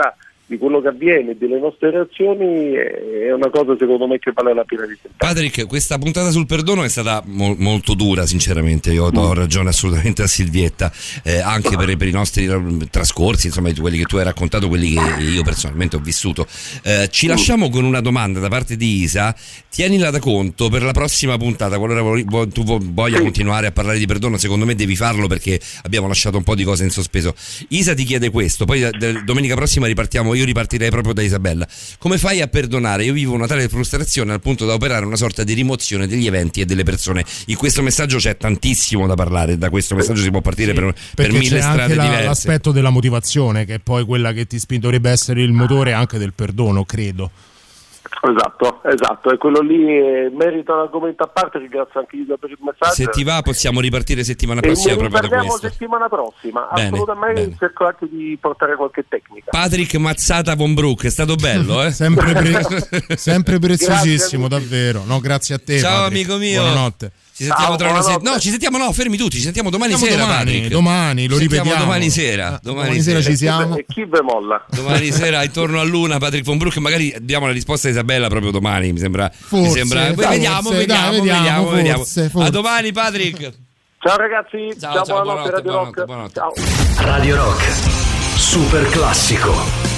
L: di quello che avviene, delle nostre reazioni, è una cosa secondo me che vale la pena di sentire.
D: Patrick, questa puntata sul perdono è stata mo- molto dura, sinceramente. Io do mm. ragione assolutamente a Silvietta, eh, anche per, per i nostri trascorsi, insomma, quelli che tu hai raccontato, quelli che io personalmente ho vissuto. Eh, ci lasciamo con una domanda da parte di Isa, tienila da conto per la prossima puntata, qualora vo- tu vo- voglia sì. continuare a parlare di perdono. Secondo me devi farlo, perché abbiamo lasciato un po' di cose in sospeso. Isa ti chiede questo, poi d- domenica prossima ripartiamo. Io ripartirei proprio da Isabella. Come fai a perdonare? Io vivo una tale frustrazione al punto da operare una sorta di rimozione degli eventi e delle persone. In questo messaggio c'è tantissimo da parlare, da questo messaggio si può partire sì, per, per mille
C: c'è
D: strade
C: anche la,
D: diverse.
C: L'aspetto della motivazione, che è poi quella che ti spinge, dovrebbe essere il motore anche del perdono, credo.
L: Esatto, esatto, e quello lì eh, merita un argomento a parte. Ringrazio anche Isa per il messaggio.
D: Se ti va possiamo ripartire settimana prossima,
L: e
D: proprio da questo.
L: settimana prossima,
D: bene,
L: assolutamente
D: bene.
L: Cerco anche di portare qualche tecnica.
D: Patrick Mazzata von Brook, è stato bello, eh?
C: sempre, pre- sempre preziosissimo, grazie, davvero. No, grazie a te.
D: Ciao
C: Patrick.
D: amico mio.
C: Buonanotte.
D: Ci sentiamo tra una settimana. No, ci sentiamo, no, fermi tutti, ci sentiamo domani
C: sentiamo
D: sera.
C: Domani,
D: Patrick.
C: domani lo
D: ci
C: ripetiamo.
D: Domani sera. Domani,
C: domani sera, sera ci siamo.
L: E chi ve molla?
D: Domani sera intorno a l'una, Patrick von Brook. Magari diamo la risposta a Isabella proprio domani. Mi sembra.
C: Forse,
D: mi sembra
C: dai,
D: vediamo,
C: forse,
D: vediamo,
C: dai,
D: vediamo,
C: vediamo,
D: vediamo.
C: forse, forse.
D: A domani, Patrick.
L: Ciao ragazzi.
D: Ciao,
L: ciao,
D: ciao
L: buonanotte,
D: buonanotte,
L: Radio
D: buonanotte,
L: Rock.
D: buonanotte.
L: Ciao.
A: Radio Rock, super classico.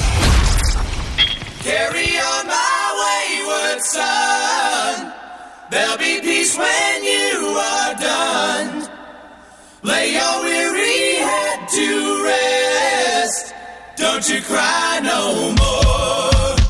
J: Carry on my wayward son. There'll be peace when you are done. Lay your weary head to rest. Don't you cry no more.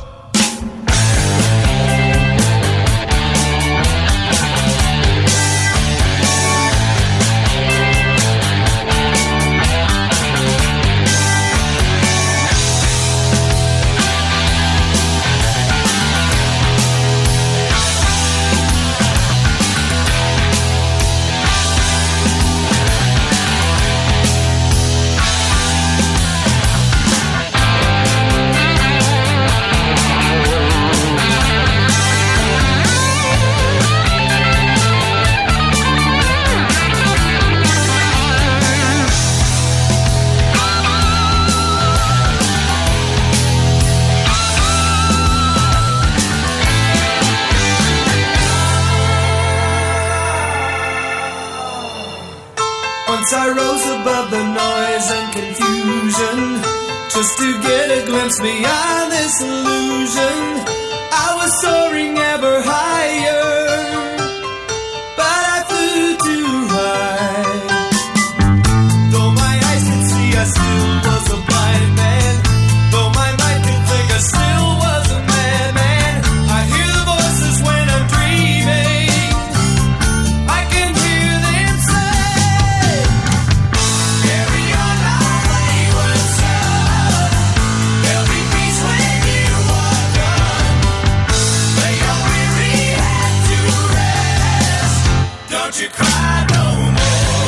M: Once I rose above the noise and confusion, just to get a glimpse beyond this illusion. I was soaring ever higher, but I flew too high. Though my eyes could see, I still was a blind man. Though my mind could think, I still was a madman. I hear the voices when I'm dreaming. I can hear them say, carry on my wayward son. There'll be peace when you are done. Lay your weary head to rest. Don't you cry no more.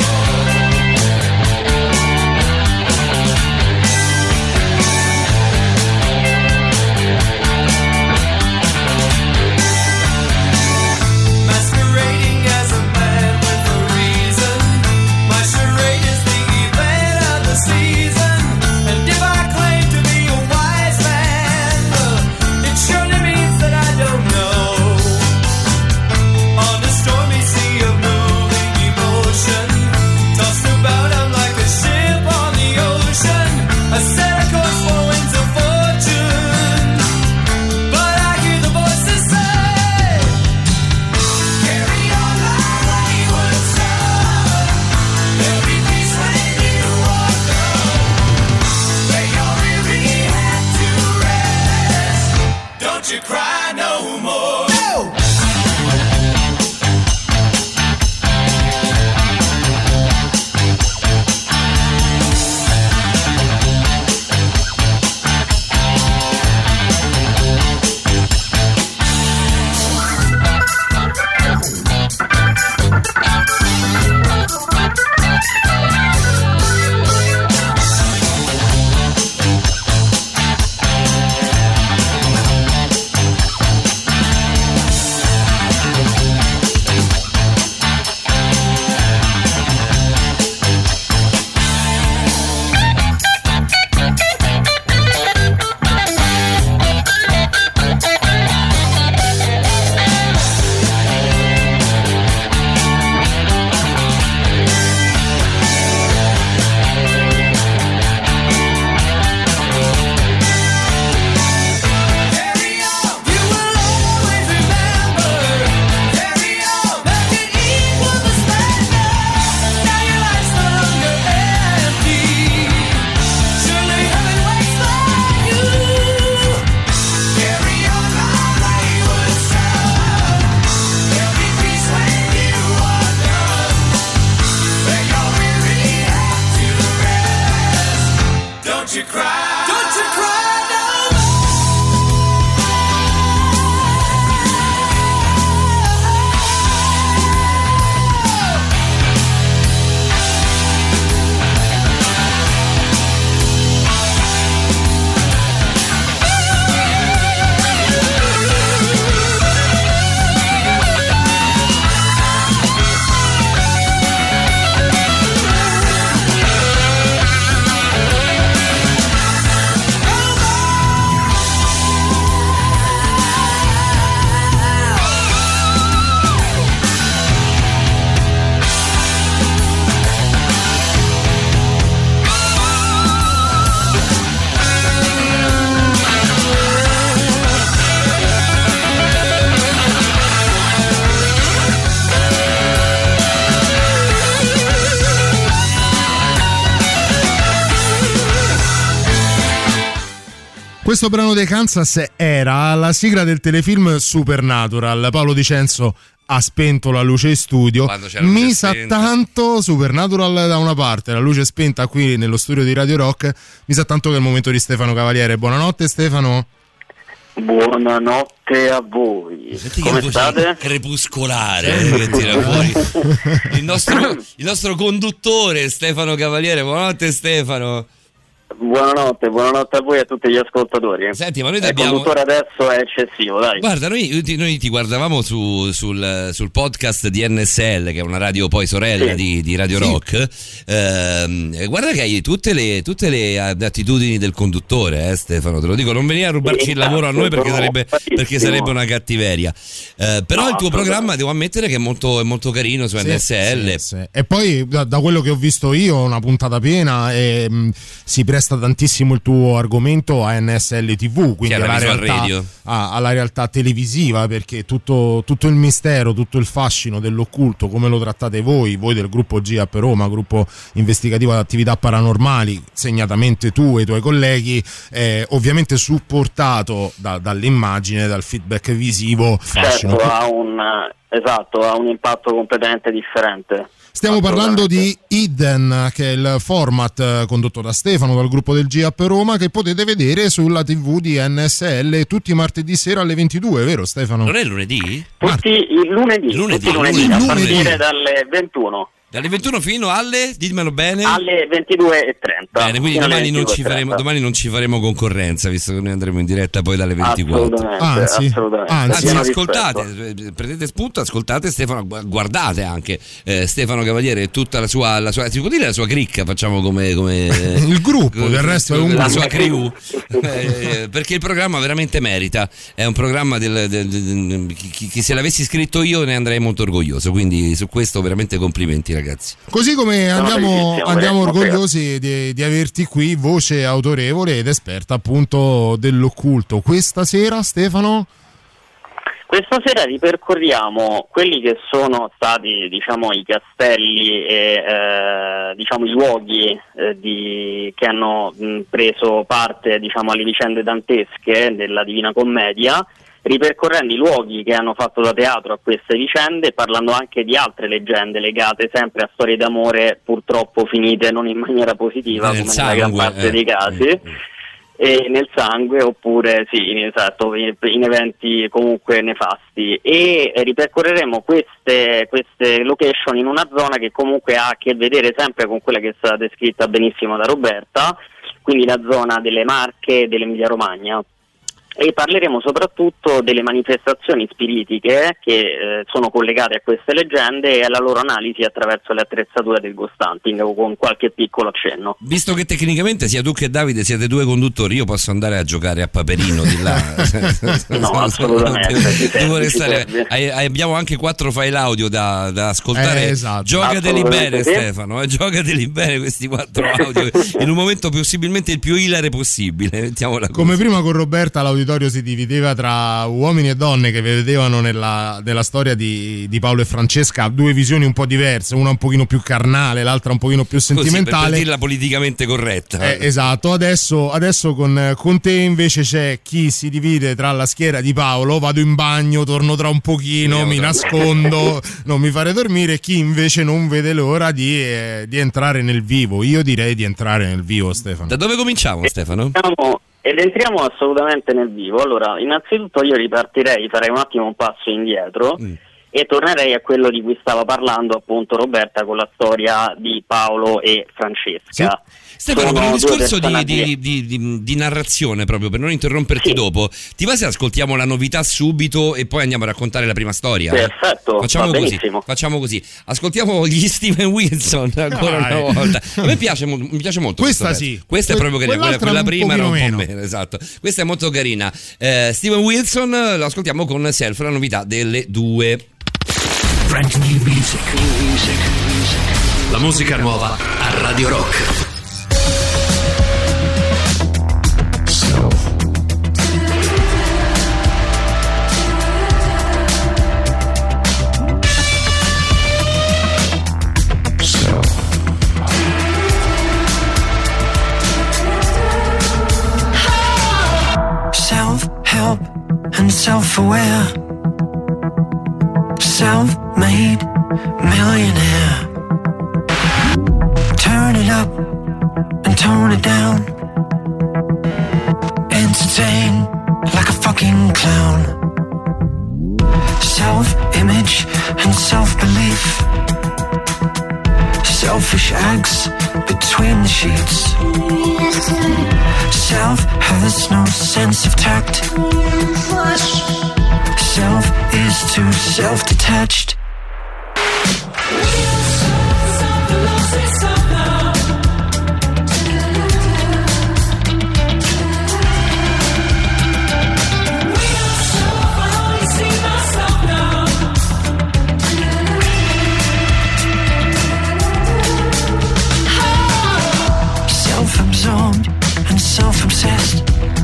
M: Masquerading as a man with a reason. My charade is the event of the season. And if I claim to be a wise man, uh, it surely means that I don't know. On the stormy sea of moving emotions,
C: Questo brano dei Kansas era la sigla del telefilm Supernatural. Paolo Dicenzo ha spento la luce in studio. Mi sa tanto Supernatural da una parte, la luce spenta qui nello studio di Radio Rock. Mi sa tanto che è il momento di Stefano Cavaliere. Buonanotte Stefano.
N: Buonanotte a voi.
D: Senti
N: come
D: che
N: state?
D: Crepuscolare eh, che tira fuori il nostro, il nostro conduttore Stefano Cavaliere. Buonanotte Stefano.
N: Buonanotte, buonanotte a voi e a tutti gli ascoltatori.
D: Senti, ma noi
N: il
D: abbiamo...
N: conduttore adesso è eccessivo, dai.
D: Guarda, noi, noi ti guardavamo su, sul, sul podcast di N S L, che è una radio poi sorella sì. di, di Radio sì. Rock. Eh, guarda che hai tutte le, tutte le attitudini del conduttore, eh, Stefano. Te lo dico, non venire a rubarci sì, il lavoro a noi perché sarebbe, perché sarebbe una cattiveria. Eh, però no, il tuo programma, devo ammettere che è molto, è molto carino su sì, N S L.
C: Sì, sì. E poi, da, da quello che ho visto io, una puntata piena e mh, si presta tantissimo il tuo argomento a N S L T V, quindi alla realtà, ah, alla realtà televisiva, perché tutto, tutto il mistero, tutto il fascino dell'occulto, come lo trattate voi, voi del gruppo G A P Roma, gruppo investigativo ad attività paranormali, segnatamente tu e i tuoi colleghi, eh, ovviamente supportato da, dall'immagine, dal feedback visivo.
N: Certo, ha un, esatto, ha un impatto completamente differente.
C: Stiamo parlando di Hidden, che è il format condotto da Stefano dal gruppo del G A P Roma, che potete vedere sulla tivù di N S L tutti i martedì sera alle ventidue, vero Stefano?
D: Non è lunedì?
N: Tutti i lunedì,
D: lunedì,
N: tutti lunedì,
D: lunedì,
N: a
D: lunedì.
N: partire dalle ventuno.
D: Dalle ventuno fino alle, dimmelo bene,
N: alle ventidue e trenta.
D: Bene, quindi domani non, ci faremo, domani non ci faremo concorrenza, visto che noi andremo in diretta poi dalle ventiquattro.
N: Assolutamente,
C: anzi,
N: assolutamente.
C: anzi,
D: anzi ascoltate, prendete spunto, ascoltate Stefano, guardate anche eh, Stefano Cavaliere e tutta la sua, la sua, si può dire la sua cricca, facciamo come, come
C: il gruppo, come, del resto è un
D: la
C: gruppo.
D: sua crew, eh, perché il programma veramente merita, è un programma del, del, del, del chi, chi se l'avessi scritto io ne andrei molto orgoglioso, quindi su questo veramente complimenti ragazzi.
C: Così come andiamo, andiamo orgogliosi di, di averti qui, voce autorevole ed esperta appunto dell'occulto. Questa sera Stefano?
N: Questa sera ripercorriamo quelli che sono stati, diciamo, i castelli e eh, diciamo i luoghi eh, di, che hanno mh, preso parte, diciamo, alle vicende dantesche della Divina Commedia, ripercorrendo i luoghi che hanno fatto da teatro a queste vicende, parlando anche di altre leggende legate sempre a storie d'amore purtroppo finite non in maniera positiva, nel come sangue, nella gran parte eh, dei casi. Eh, eh. E nel sangue, oppure sì, esatto, in, in eventi comunque nefasti, e ripercorreremo queste, queste location in una zona che comunque ha a che vedere sempre con quella che è stata descritta benissimo da Roberta, quindi la zona delle Marche e dell'Emilia Romagna. E parleremo soprattutto delle manifestazioni spiritiche che eh, sono collegate a queste leggende e alla loro analisi attraverso le attrezzature del ghost hunting, con qualche piccolo accenno.
D: Visto che tecnicamente sia tu che Davide siete due conduttori, io posso andare a giocare a Paperino di là.
N: No, assolutamente.
D: Devo restare. Abbiamo anche quattro file audio da, da ascoltare.
C: Eh, esatto.
D: Giocateli bene, sì. Stefano, eh, giocateli bene questi quattro audio in un momento possibilmente il più ilare possibile. Mettiamola così.
C: Come prima con Roberta l'audio si divideva tra uomini e donne che vedevano nella, nella storia di, di Paolo e Francesca due visioni un po' diverse, una un pochino più carnale, l'altra un pochino più sentimentale.
D: Così, per, per dirla politicamente corretta.
C: Eh, esatto, adesso, adesso con, con te invece c'è chi si divide tra la schiera di Paolo, vado in bagno, torno tra un pochino, mi nascondo, non mi fare dormire, e chi invece non vede l'ora di, eh, di entrare nel vivo. Io direi di entrare nel vivo, Stefano.
D: Da dove cominciamo, Stefano?
N: Siamo... Ed entriamo assolutamente nel vivo. Allora, innanzitutto io ripartirei, farei un attimo un passo indietro mm. e tornerei a quello di cui stava parlando appunto Roberta con la storia di Paolo e Francesca.
D: Sì. Stefano, per un discorso di, di, di, di, di narrazione, proprio per non interromperti sì. dopo, ti va se ascoltiamo la novità subito e poi andiamo a raccontare la prima storia?
N: Perfetto,
D: facciamo
N: va
D: così,
N: benissimo.
D: Facciamo così, ascoltiamo gli Steven Wilson ancora
C: Dai.
D: una volta. A me piace, mi piace molto
C: questa,
D: questo
C: sì.
D: Questa è proprio carina, quella, quella prima era un po'
C: meno.
D: meno, esatto. Questa è molto carina. eh, Steven Wilson lo ascoltiamo con Self, la novità delle due.
A: La musica nuova a Radio Rock.
O: self-aware, self-made millionaire. Turn it up and tone it down. Entertain like a fucking clown. Self-image and self-belief. Selfish acts between the sheets. Self has no sense of tact. Self is too self-detached. Self-absorbed and self-obsessed.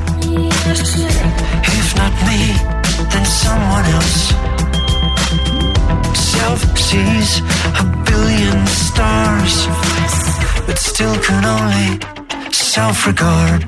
O: If not me, then someone else. Self sees a billion stars, but still can only self-regard.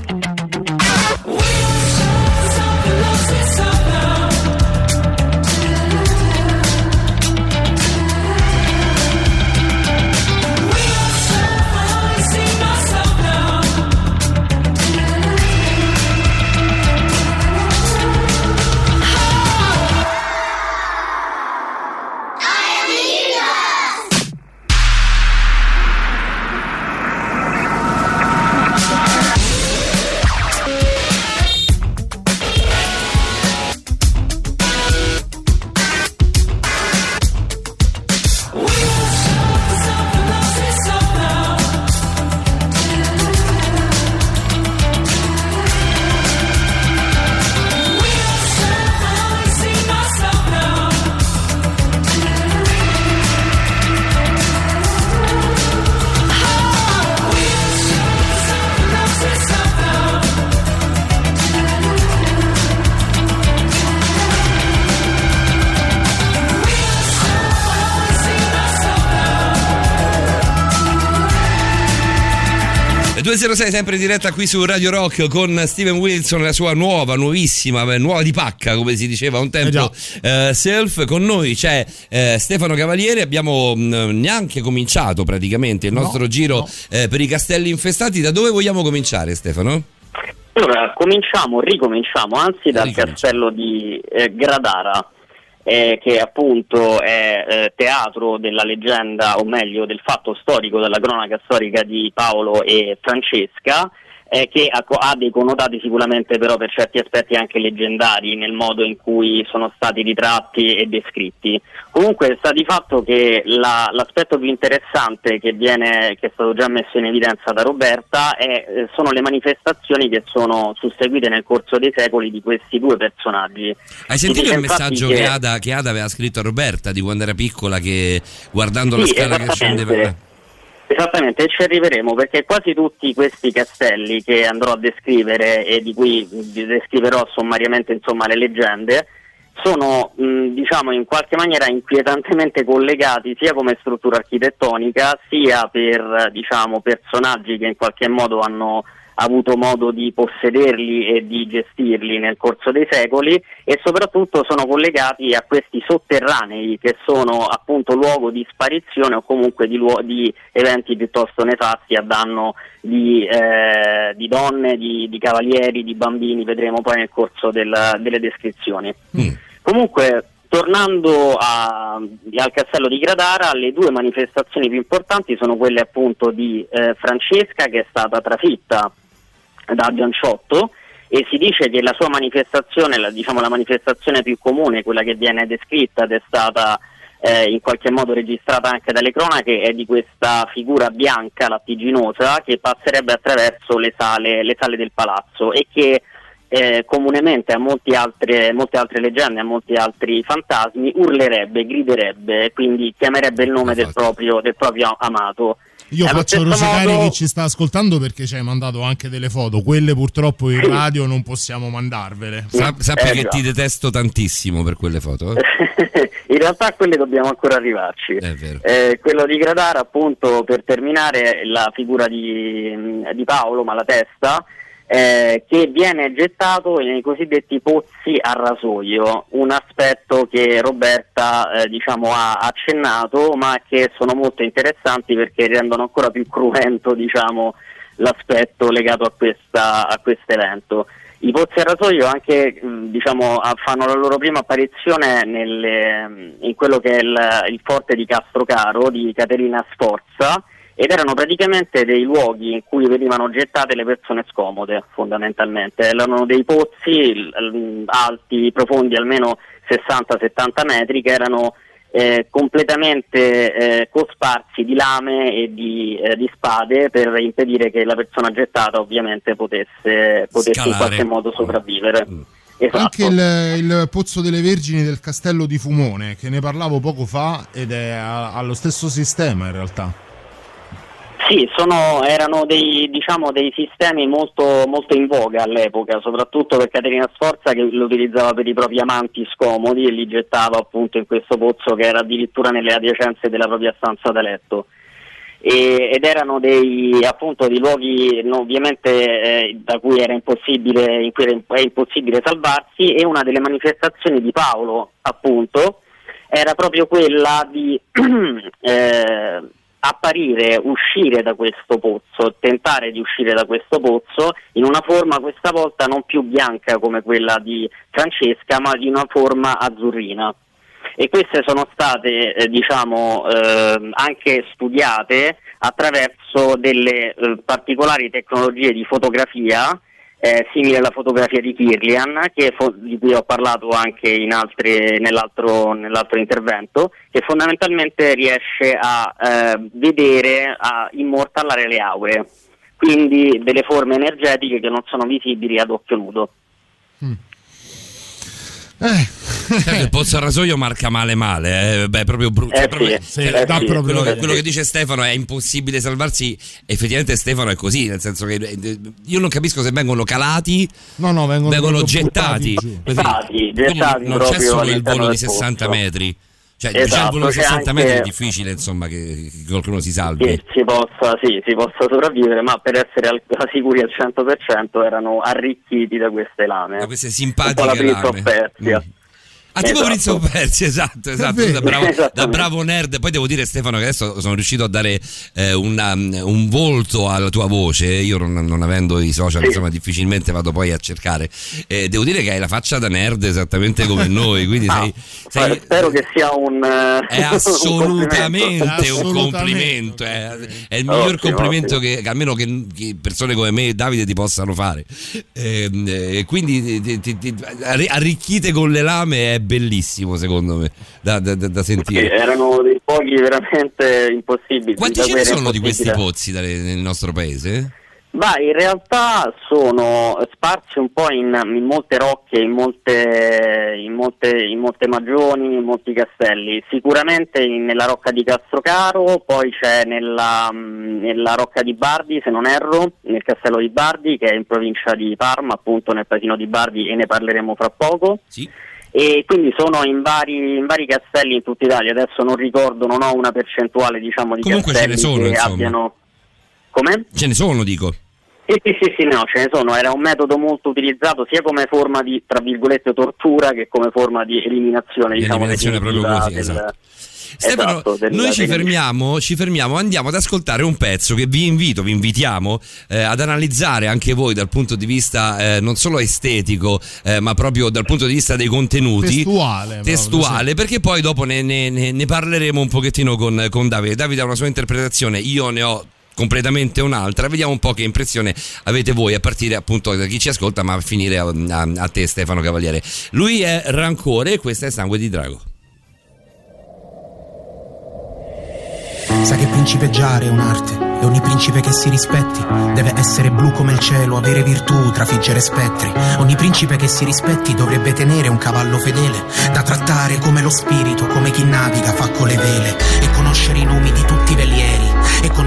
D: due zero sei sempre in diretta qui su Radio Rock con Steven Wilson e la sua nuova, nuovissima, nuova di pacca, come si diceva un tempo, eh, Self. Con noi c'è eh, Stefano Cavaliere. Abbiamo mh, neanche cominciato praticamente il nostro no, giro no. Eh, per i castelli infestati. Da dove vogliamo cominciare, Stefano?
N: Allora, cominciamo, ricominciamo anzi dal castello di eh, Gradara. Eh, che appunto è eh, teatro della leggenda, o meglio del fatto storico, della cronaca storica di Paolo e Francesca, eh, che ha, ha dei connotati sicuramente però per certi aspetti anche leggendari nel modo in cui sono stati ritratti e descritti. Comunque sta di fatto che la, l'aspetto più interessante che viene, che è stato già messo in evidenza da Roberta, è, eh, sono le manifestazioni che sono susseguite nel corso dei secoli di questi due personaggi.
D: Hai sentito il messaggio che, che, Ada, che Ada aveva scritto a Roberta di quando era piccola, che guardando
N: sì,
D: la scala che scendeva...
N: Esattamente, e ci arriveremo, perché quasi tutti questi castelli che andrò a descrivere e di cui descriverò sommariamente insomma le leggende sono mh, diciamo in qualche maniera inquietantemente collegati sia come struttura architettonica sia per diciamo personaggi che in qualche modo hanno avuto modo di possederli e di gestirli nel corso dei secoli, e soprattutto sono collegati a questi sotterranei che sono appunto luogo di sparizione o comunque di, luo- di eventi piuttosto nefasti a danno di, eh, di donne, di, di cavalieri, di bambini, vedremo poi nel corso del, delle descrizioni. Mm. Comunque, tornando a, al castello di Gradara, le due manifestazioni più importanti sono quelle appunto di eh, Francesca, che è stata trafitta da Gianciotto, e si dice che la sua manifestazione, la, diciamo la manifestazione più comune, quella che viene descritta ed è stata eh, in qualche modo registrata anche dalle cronache, è di questa figura bianca lattiginosa che passerebbe attraverso le sale, le sale del palazzo e che Eh, comunemente a molti altre, molte altre leggende, a molti altri fantasmi, urlerebbe, griderebbe, quindi chiamerebbe il nome del proprio, del proprio amato.
C: Io faccio rosicare modo... chi ci sta ascoltando, perché ci hai mandato anche delle foto, quelle purtroppo in radio non possiamo mandarvele.
D: Sa- sappi eh, che già. ti detesto tantissimo per quelle foto. Eh?
N: In realtà quelle dobbiamo ancora arrivarci.
D: È vero.
N: Eh, quello di Gradara, appunto, per terminare, la figura di, di Paolo Malatesta, eh, che viene gettato nei cosiddetti pozzi a rasoio, un aspetto che Roberta eh, diciamo ha accennato, ma che sono molto interessanti perché rendono ancora più cruento, diciamo, l'aspetto legato a questa a questo evento. I pozzi a rasoio anche diciamo fanno la loro prima apparizione nelle, in quello che è il, il forte di Castrocaro di Caterina Sforza, ed erano praticamente dei luoghi in cui venivano gettate le persone scomode, fondamentalmente. Erano dei pozzi alti, profondi almeno sessanta settanta metri, che erano eh, completamente eh, cosparsi di lame e di, eh, di spade, per impedire che la persona gettata ovviamente potesse, potesse in qualche modo sopravvivere. Mm. Esatto.
C: Anche il, il Pozzo delle Vergini del Castello di Fumone, che ne parlavo poco fa, ed è a, allo stesso sistema in realtà.
N: Sì, sono, erano dei, diciamo, dei sistemi molto, molto in voga all'epoca, soprattutto per Caterina Sforza, che lo utilizzava per i propri amanti scomodi e li gettava appunto in questo pozzo che era addirittura nelle adiacenze della propria stanza da letto. E, ed erano dei, appunto, dei luoghi no, ovviamente eh, da cui era impossibile, in cui era, è impossibile salvarsi, e una delle manifestazioni di Paolo, appunto, era proprio quella di eh, apparire, uscire da questo pozzo, tentare di uscire da questo pozzo in una forma questa volta non più bianca come quella di Francesca, ma di una forma azzurrina. E queste sono state eh, diciamo eh, anche studiate attraverso delle eh, particolari tecnologie di fotografia, eh, simile alla fotografia di Kirlian, che fo- di cui ho parlato anche in altre, nell'altro, nell'altro intervento, che fondamentalmente riesce a eh, vedere, a immortalare le aure, quindi delle forme energetiche che non sono visibili ad occhio nudo.
C: Mm.
D: Eh. Certo, il pozzo a rasoio marca male male, eh? Beh, proprio brutto.
N: Eh,
D: proprio,
N: sì,
D: cioè,
N: eh,
D: da,
N: sì,
D: quello,
N: sì.
D: quello che dice Stefano è impossibile salvarsi. Effettivamente Stefano è così, nel senso che io non capisco se vengono calati,
C: no, no, vengono,
D: vengono gettati.
N: Gettati, gettati
D: non c'è solo il volo di sessanta metri. Cioè, esatto, diciamo, il volo di sessanta metri è difficile, insomma, che, che qualcuno si salvi.
N: Che si possa, sì, si possa sopravvivere, ma per essere al, sicuri al cento per cento erano arricchiti da queste lame.
D: Da queste simpatiche lame. Mm. Ah, tipo
N: esatto.
D: Prince of Persia, esatto, esatto. Da bravo, da bravo nerd. Poi devo dire, Stefano, che adesso sono riuscito a dare eh, una, un volto alla tua voce. Io non, non avendo i social, sì. insomma, difficilmente vado poi a cercare. Eh, devo dire che hai la faccia da nerd esattamente come noi, quindi
N: ah,
D: sei, sei
N: spero che sia un
D: è assolutamente un complimento, un complimento è, è il miglior
N: ottimo,
D: complimento
N: ottimo.
D: che almeno che, che persone come me e Davide ti possano fare. E eh, quindi ti, ti, ti, arricchite con le lame è bellissimo, secondo me, da, da, da sentire.
N: Sì, erano dei pochi veramente impossibili.
D: Quanti ce ne sono di questi pozzi nel nostro paese?
N: Beh, in realtà sono sparsi un po' in, in molte rocche, in molte, in, molte, in molte magioni, in molti castelli. Sicuramente in, nella rocca di Castrocaro, poi c'è nella, nella rocca di Bardi, se non erro, nel castello di Bardi, che è in provincia di Parma, appunto nel paesino di Bardi, e ne parleremo fra poco.
D: Sì.
N: E quindi sono in vari, in vari castelli in tutta Italia. Adesso non ricordo, non ho una percentuale, diciamo, di
D: comunque
N: castelli
D: ce ne sono,
N: che
D: insomma.
N: abbiano. Come?
D: Ce ne sono, dico.
N: Sì, sì, sì, sì, no, ce ne sono. Era un metodo molto utilizzato sia come forma di, tra virgolette, tortura, che come forma di eliminazione,
D: di
N: diciamo,
D: eliminazione proprio così,
N: del,
D: esatto. Stefano,
N: esatto, del,
D: noi ci
N: del...
D: fermiamo, ci fermiamo, andiamo ad ascoltare un pezzo che vi invito, vi invitiamo eh, ad analizzare anche voi dal punto di vista eh, non solo estetico, eh, ma proprio dal punto di vista dei contenuti.
C: Testuale.
D: Testuale,
C: proprio, sì.
D: Perché poi dopo ne, ne, ne parleremo un pochettino con, con Davide. Davide ha una sua interpretazione, io ne ho completamente un'altra. Vediamo un po' che impressione avete voi, a partire appunto da chi ci ascolta, ma a finire a, a, a te, Stefano Cavaliere. Lui è Rancore e questa è Sangue di Drago.
P: Sa che principeggiare è un'arte e ogni principe che si rispetti deve essere blu come il cielo, avere virtù, trafiggere spettri. Ogni principe che si rispetti dovrebbe tenere un cavallo fedele da trattare come lo spirito, come chi naviga fa con le vele, e conoscere i nomi di tutti i velieri, e conoscere i nomi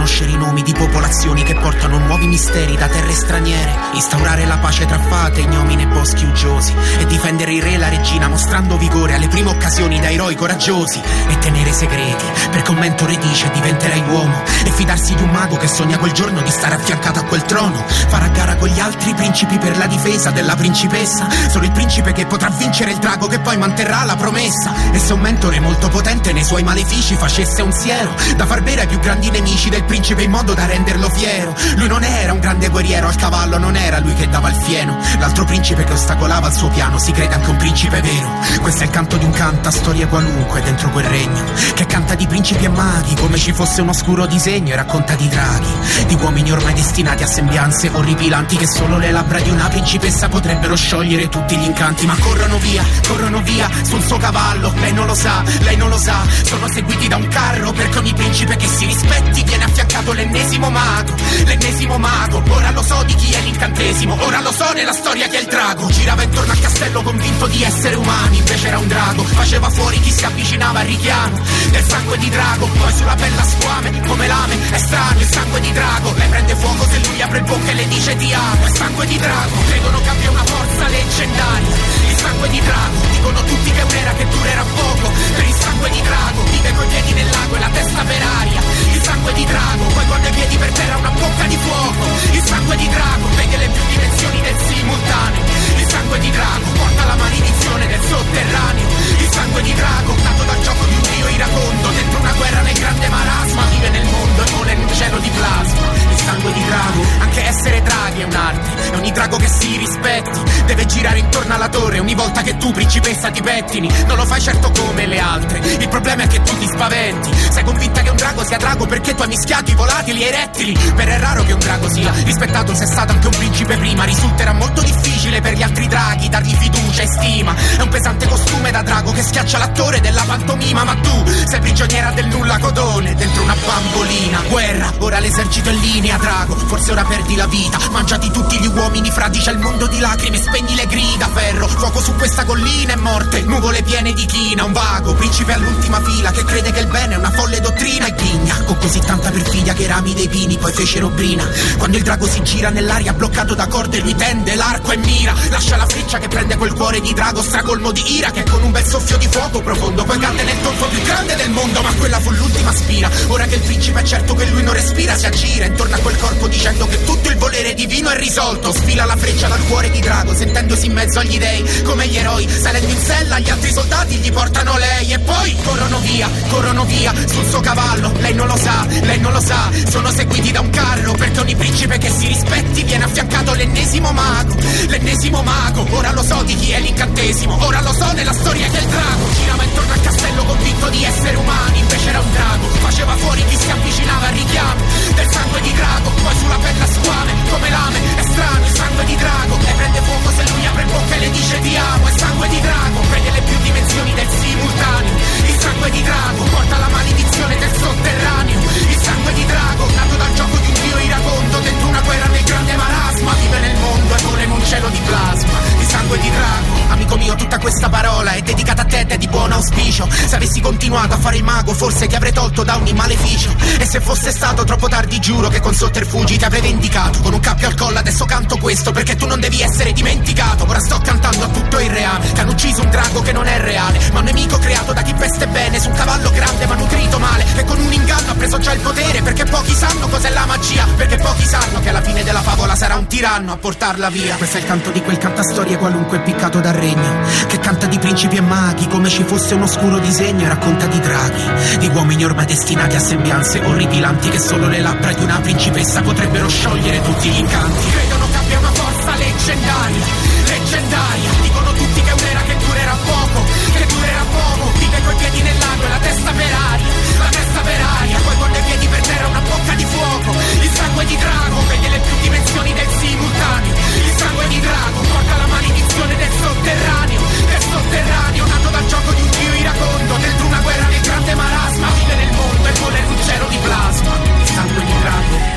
P: nomi di popolazioni che portano nuovi misteri da terre straniere. Instaurare la pace tra fate, ignomine e boschi uggiosi, e difendere il re e la regina mostrando vigore alle prime occasioni da eroi coraggiosi. E tenere segreti, perché un mentore dice diventerai uomo, e fidarsi di un mago che sogna quel giorno di stare affiancato a quel trono. Fare a gara con gli altri principi per la difesa della principessa. Solo il principe che potrà vincere il drago che poi manterrà la promessa. E se un mentore molto potente nei suoi malefici facesse un siero da far bere ai più grandi nemici del principe in modo da renderlo fiero. Lui non era un grande guerriero al cavallo, non era lui che dava il fieno. L'altro principe che ostacolava il suo piano si crede anche un principe vero. Questo è il canto di un canta storia qualunque dentro quel regno, che canta di principi e maghi come ci fosse un oscuro disegno, e racconta di draghi, di uomini ormai destinati a sembianze orripilanti che solo le labbra di una principessa potrebbero sciogliere tutti gli incanti. Ma corrono via, corrono via sul suo cavallo, lei non lo sa, lei non lo sa, sono seguiti da un carro, perché ogni principe che si rispetti viene affiancato l'ennesimo mago, l'ennesimo mago. Ora lo so di chi è l'incantesimo, ora lo so nella storia chi è il drago. Girava intorno al castello convinto di essere umani, invece era un drago, faceva fuori chi si avvicinava al richiamo del sangue di drago. Poi sulla bella squame come lame, è strano il sangue di drago, lei prende fuoco se lui apre bocca e le dice ti amo. È sangue di drago, credono che abbia una forza leggendaria, il sangue di drago, dicono tutti che è un'era che durerà poco. Per il sangue di drago vive coi piedi nel lago e la testa per aria, il sangue di drago, poi quando i piedi per terra una bocca di fuoco. Il sangue di drago vede le più dimensioni del simultaneo, il sangue di drago porta la maledizione del sotterraneo. Il sangue di drago, nato dal gioco di un dio iracondo, dentro una guerra nel grande marasma, vive nel mondo e vola in un cielo di plasma. Il sangue di drago, anche essere draghi è un'arte, e ogni drago che si rispetti deve girare intorno alla torre ogni volta che tu principessa ti pettini. Non lo fai certo come le altre, il problema è che tu ti spaventi, sei convinta che un drago sia drago perché tu hai mischiato i volatili e i rettili. Per è raro che un drago sia rispettato se è stato anche un principe prima, risulterà molto difficile per gli altri draghi dargli fiducia e stima. È un pesante costume da drago che schiaccia l'attore della pantomima, ma tu sei prigioniera del nulla codone dentro una bambolina. Guerra, ora l'esercito è in linea drago, forse ora perdi la vita, mangiati tutti gli uomini fradicia il mondo di lacrime, spegni le grida, ferro, fuoco su questa collina e morte, nuvole piene di china. Un vago principe all'ultima fila che crede che il bene è una folle dottrina e ghigna con così tanta perfidia che i rami dei pini poi fecero brina. Quando il drago si gira nell'aria bloccato da corde, lui tende l'arco e mira, lascia la freccia che prende quel cuore di drago stracolmo di ira, che con un bel soffio di fuoco profondo poi cade nel tonfo più grande del mondo. Ma quella fu l'ultima spira, ora che il principe è certo che lui non respira, si aggira intorno a quel corpo dicendo che tutto il volere divino è risolto. Sfila la freccia dal cuore di drago sentendosi in mezzo agli dei come gli eroi, salendo in sella gli altri soldati gli portano lei. E poi corrono via, corrono via sul suo cavallo, lei non lo sa, lei non lo sa, sono seguiti da un carro, perché ogni principe che si rispetti viene affiancato l'ennesimo mago, l'ennesimo mago. Ora lo so di chi è l'incantesimo, ora lo so nella storia che è il drago. Girava intorno al castello convinto di essere umani, invece era un drago, faceva fuori chi si avvicinava al richiamo del sangue di drago. Poi sulla pelle squame come lame, è strano il sangue di drago, le prende fuoco se lui apre bocca e le dice ti amo. È sangue di drago, vede le più dimensioni del simultaneo, il sangue di drago porta la maledizione del sotterraneo. Il sangue di drago, nato dal gioco di un dio iracondo, dentro una guerra nel grande marasma, vive nel mondo e vola in un cielo di plasma. Il sangue di drago, amico mio, tutta questa parola è dedicata a te ed è di buon auspicio. Se avessi continuato a fare il mago forse ti avrei tolto da ogni maleficio, e se fosse stato troppo tardi giuro che con sotterfugi ti avrei vendicato. Con un cappio al collo adesso canto questo perché tu non devi essere dimenticato. Ora sto cantando a tutto il reame, che hanno ucciso un drago che non è reale, ma un nemico creato da chi veste bene su un cavallo grande ma nutrito male, e con un inganno ha preso già il potere, perché pochi sanno cos'è la magia, perché pochi sanno che alla fine della favola sarà un tiranno a portarla via. Questo è il canto di quel cantastorie qualunque piccato dal regno, che canta di principi e maghi come ci fosse un oscuro disegno, e racconta di draghi, di uomini ormai destinati a sembianze orripilanti che solo le labbra di una principessa potrebbero sciogliere tutti gli incanti. Credono che abbia una forza leggendaria, leggendaria, dicono tutti che è un'era che durerà poco, che durerà poco, vive coi piedi nel lago e la testa per aria, la testa per aria, poi quando i piedi per terra una bocca di fuoco. Il sangue di drago vede le più dimensioni del simultaneo, il sangue di drago porta la maledizione del sotterraneo, del sotterraneo, nato dal gioco di un dio iracondo, dentro una guerra nel grande marasma, vive nel mondo e vola in un cielo di plasma. Il sangue di drago.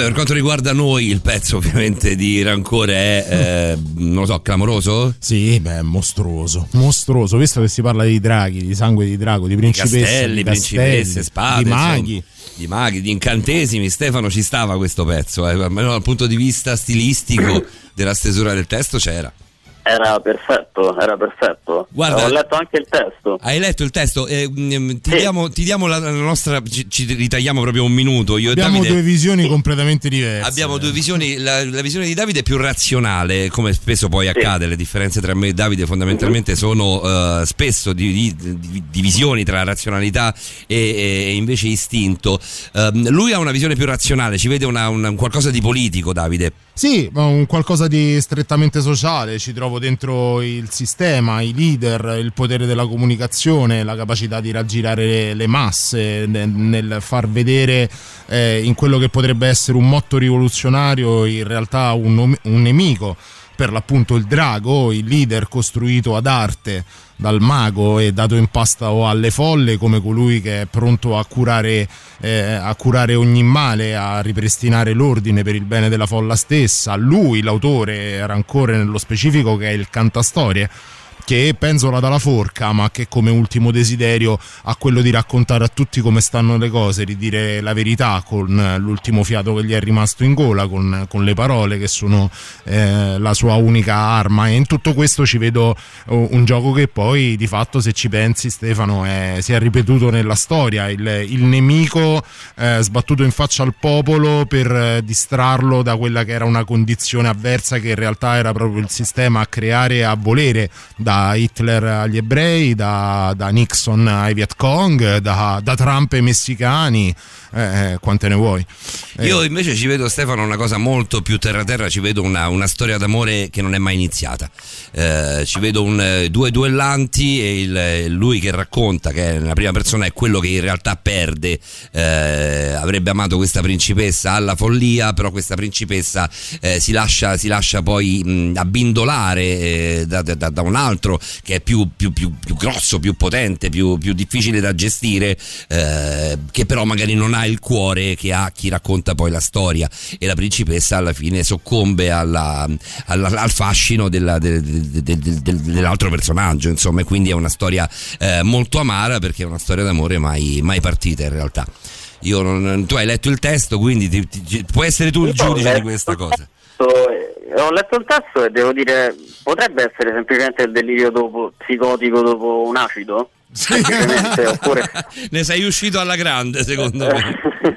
D: Vabbè, per quanto riguarda noi, il pezzo ovviamente di Rancore è, eh, non lo so, clamoroso?
C: Sì, beh, mostruoso, mostruoso, visto che si parla di draghi, di sangue di drago, di principesse,
D: di castelli,
C: di
D: principesse, spade,
C: di maghi.
D: Insomma, di maghi, di incantesimi. Stefano, ci stava questo pezzo, eh, almeno dal punto di vista stilistico della stesura del testo c'era.
N: Era perfetto, era perfetto.
D: Guarda,
N: ho letto anche il testo.
D: Hai letto il testo? Eh, ti, sì. diamo, ti diamo la, la nostra. Ci, ci ritagliamo proprio un minuto. Io
C: abbiamo
D: e Davide,
C: due visioni completamente diverse.
D: Abbiamo due visioni. La, la visione di Davide è più razionale, come spesso poi sì. accade. Le differenze tra me e Davide fondamentalmente sono uh, spesso di, di, di, divisioni tra razionalità e, e invece istinto. Uh, lui ha una visione più razionale, ci vede una, una, qualcosa di politico, Davide.
C: Sì, ma un qualcosa di strettamente sociale. Ci trovo dentro il sistema, i leader, il potere della comunicazione, la capacità di raggirare le, le masse, nel, nel far vedere eh, in quello che potrebbe essere un motto rivoluzionario in realtà un, un nemico, per l'appunto il drago, il leader costruito ad arte dal mago e dato in pasto alle folle come colui che è pronto a curare, eh, a curare ogni male, a ripristinare l'ordine per il bene della folla stessa. Lui, l'autore, Rancore nello specifico, che è il cantastorie, che penzola dalla forca, ma che come ultimo desiderio ha quello di raccontare a tutti come stanno le cose, di dire la verità con l'ultimo fiato che gli è rimasto in gola, con, con le parole che sono eh, la sua unica arma. E in tutto questo ci vedo un gioco che poi di fatto, se ci pensi Stefano, è, si è ripetuto nella storia, il, il nemico eh, sbattuto in faccia al popolo per eh, distrarlo da quella che era una condizione avversa, che in realtà era proprio il sistema a creare e a volere, da Hitler agli ebrei, da, da Nixon ai Viet Cong, da, da Trump ai messicani, eh, quante ne vuoi. Eh.
D: Io invece ci vedo, Stefano, una cosa molto più terra terra, ci vedo una, una storia d'amore che non è mai iniziata. Eh, ci vedo un, due duellanti e il, lui che racconta, che è nella prima persona, è quello che in realtà perde. Eh, avrebbe amato questa principessa alla follia, però questa principessa eh, si lascia, si lascia poi mh, abbindolare eh, da, da, da un altro che è più, più, più, più grosso, più potente, più, più difficile da gestire, eh, che però magari non ha il cuore che ha chi racconta poi la storia, e la principessa alla fine soccombe alla, alla, al fascino della, del, del, del, del, dell'altro personaggio, insomma, e quindi è una storia eh, molto amara, perché è una storia d'amore mai, mai partita in realtà. Io non, tu hai letto il testo, quindi ti, ti, puoi essere tu il giudice di questa cosa.
N: Ho letto il testo e devo dire, potrebbe essere semplicemente il delirio dopo, psicotico dopo un acido? Sì. Oppure...
D: ne sei uscito alla grande, secondo me.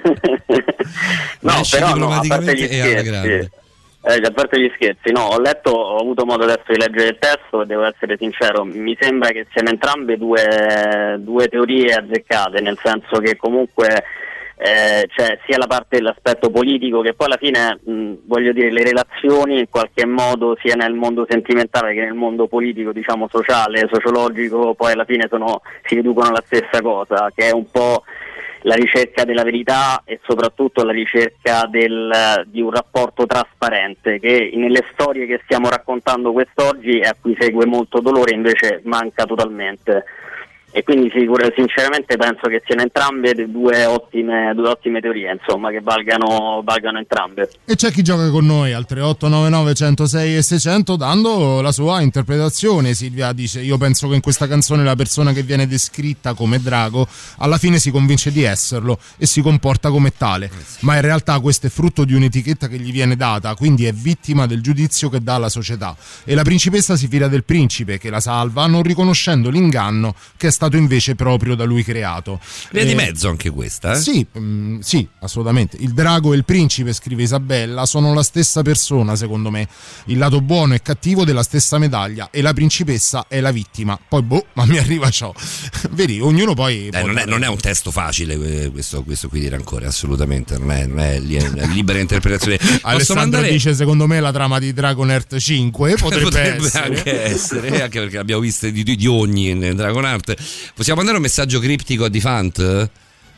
N: No, però no, a parte gli scherzi, eh, a parte gli scherzi, no, ho letto, ho avuto modo adesso di leggere il testo e devo essere sincero, mi sembra che siano entrambe due, due teorie azzeccate, nel senso che comunque Eh, cioè sia la parte dell'aspetto politico, che poi alla fine mh, voglio dire, le relazioni in qualche modo sia nel mondo sentimentale che nel mondo politico, diciamo sociale, sociologico, poi alla fine sono, si riducono alla stessa cosa, che è un po' la ricerca della verità e soprattutto la ricerca del, di un rapporto trasparente, che nelle storie che stiamo raccontando quest'oggi e a cui segue molto dolore invece manca totalmente. E quindi sicur- sinceramente penso che siano entrambe due ottime, due ottime teorie, insomma, che valgano, valgano entrambe.
C: E c'è chi gioca con noi al tre otto nove nove uno zero sei e seicento dando la sua interpretazione. Silvia dice: io penso che in questa canzone la persona che viene descritta come drago alla fine si convince di esserlo e si comporta come tale, ma in realtà questo è frutto di un'etichetta che gli viene data, quindi è vittima del giudizio che dà la società, e la principessa si fida del principe che la salva, non riconoscendo l'inganno che è stato invece proprio da lui creato.
D: Via eh, di mezzo anche questa, eh?
C: Sì, mh, sì, assolutamente. Il drago e il principe, scrive Isabella, sono la stessa persona, secondo me. Il lato buono e cattivo della stessa medaglia, e la principessa è la vittima. Poi boh, ma mi arriva ciò. Vedi, ognuno poi...
D: Eh, non, è, non è un testo facile questo, questo qui di Rancore, assolutamente. Non è, non è libera interpretazione.
C: Alessandro mandare... dice: secondo me la trama di Dragonheart cinque potrebbe,
D: potrebbe
C: essere.
D: anche essere, anche perché abbiamo visto di, di ogni in Dragonheart. Possiamo mandare un messaggio criptico a Difant?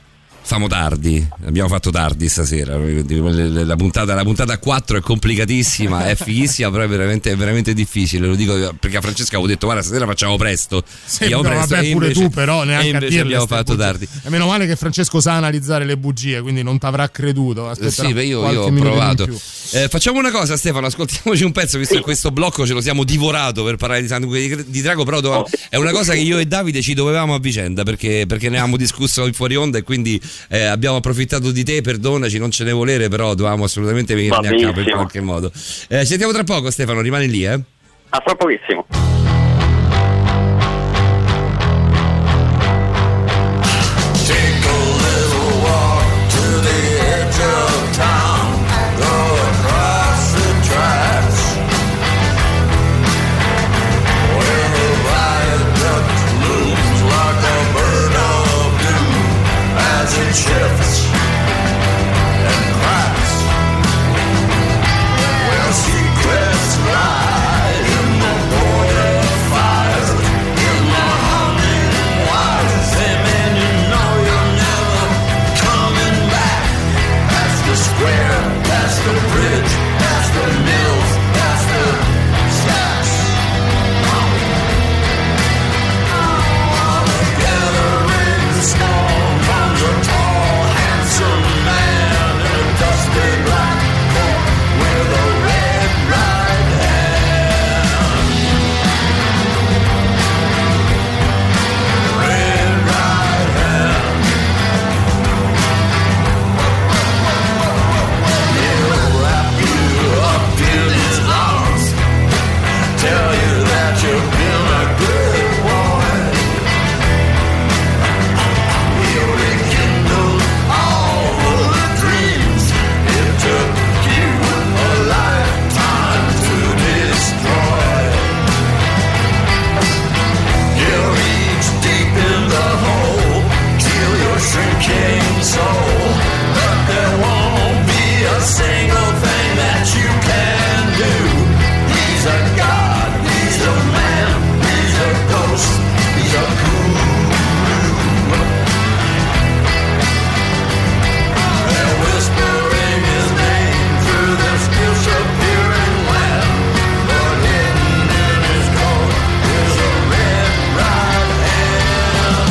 D: famo tardi, abbiamo fatto tardi stasera. La puntata, la puntata quattro è complicatissima, è fighissima, però è veramente, è veramente difficile. Lo dico perché a Francesca avevo detto guarda stasera facciamo presto.
C: Sì, no, presto vabbè, pure
D: invece,
C: tu però neanche a dirle
D: abbiamo fatto
C: bugie.
D: tardi.
C: E meno male che Francesco sa analizzare le bugie, quindi non t'avrà creduto.
D: Sì, beh, io, io ho provato. Eh, facciamo una cosa, Stefano, ascoltiamoci un pezzo, visto sì. che questo blocco ce lo siamo divorato per parlare di Sangue di, di Drago, però dove, è una cosa che io e Davide ci dovevamo a vicenda perché, perché ne avevamo discusso fuori onda e quindi eh, abbiamo approfittato di te, perdonaci, non ce ne volere, però dovevamo assolutamente venirne a capo in qualche modo. Eh, ci sentiamo tra poco, Stefano, rimani lì, eh?
N: A fra pochissimo.
J: Shifts and cracks where secrets lie in the border fire, in the humming wires. Hey man, you know you're never coming back. That's the square, that's the bridge, that's the mills, that's the stacks. All together in the storm comes a tall, handsome man in a dusty black coat with a red right hand. Red right hand. He'll wrap you up in his arms, tell you that you've been a good boy. He'll rekindle all of the dreams it took you a lifetime to destroy. He'll reach deep in the hole, kill your shrinking soul, but there won't be a single thing that you can do. He's a god, he's a man, he's a ghost, he's a guru. They're whispering his name through this disappearing land, but hidden in his coat is a red right hand.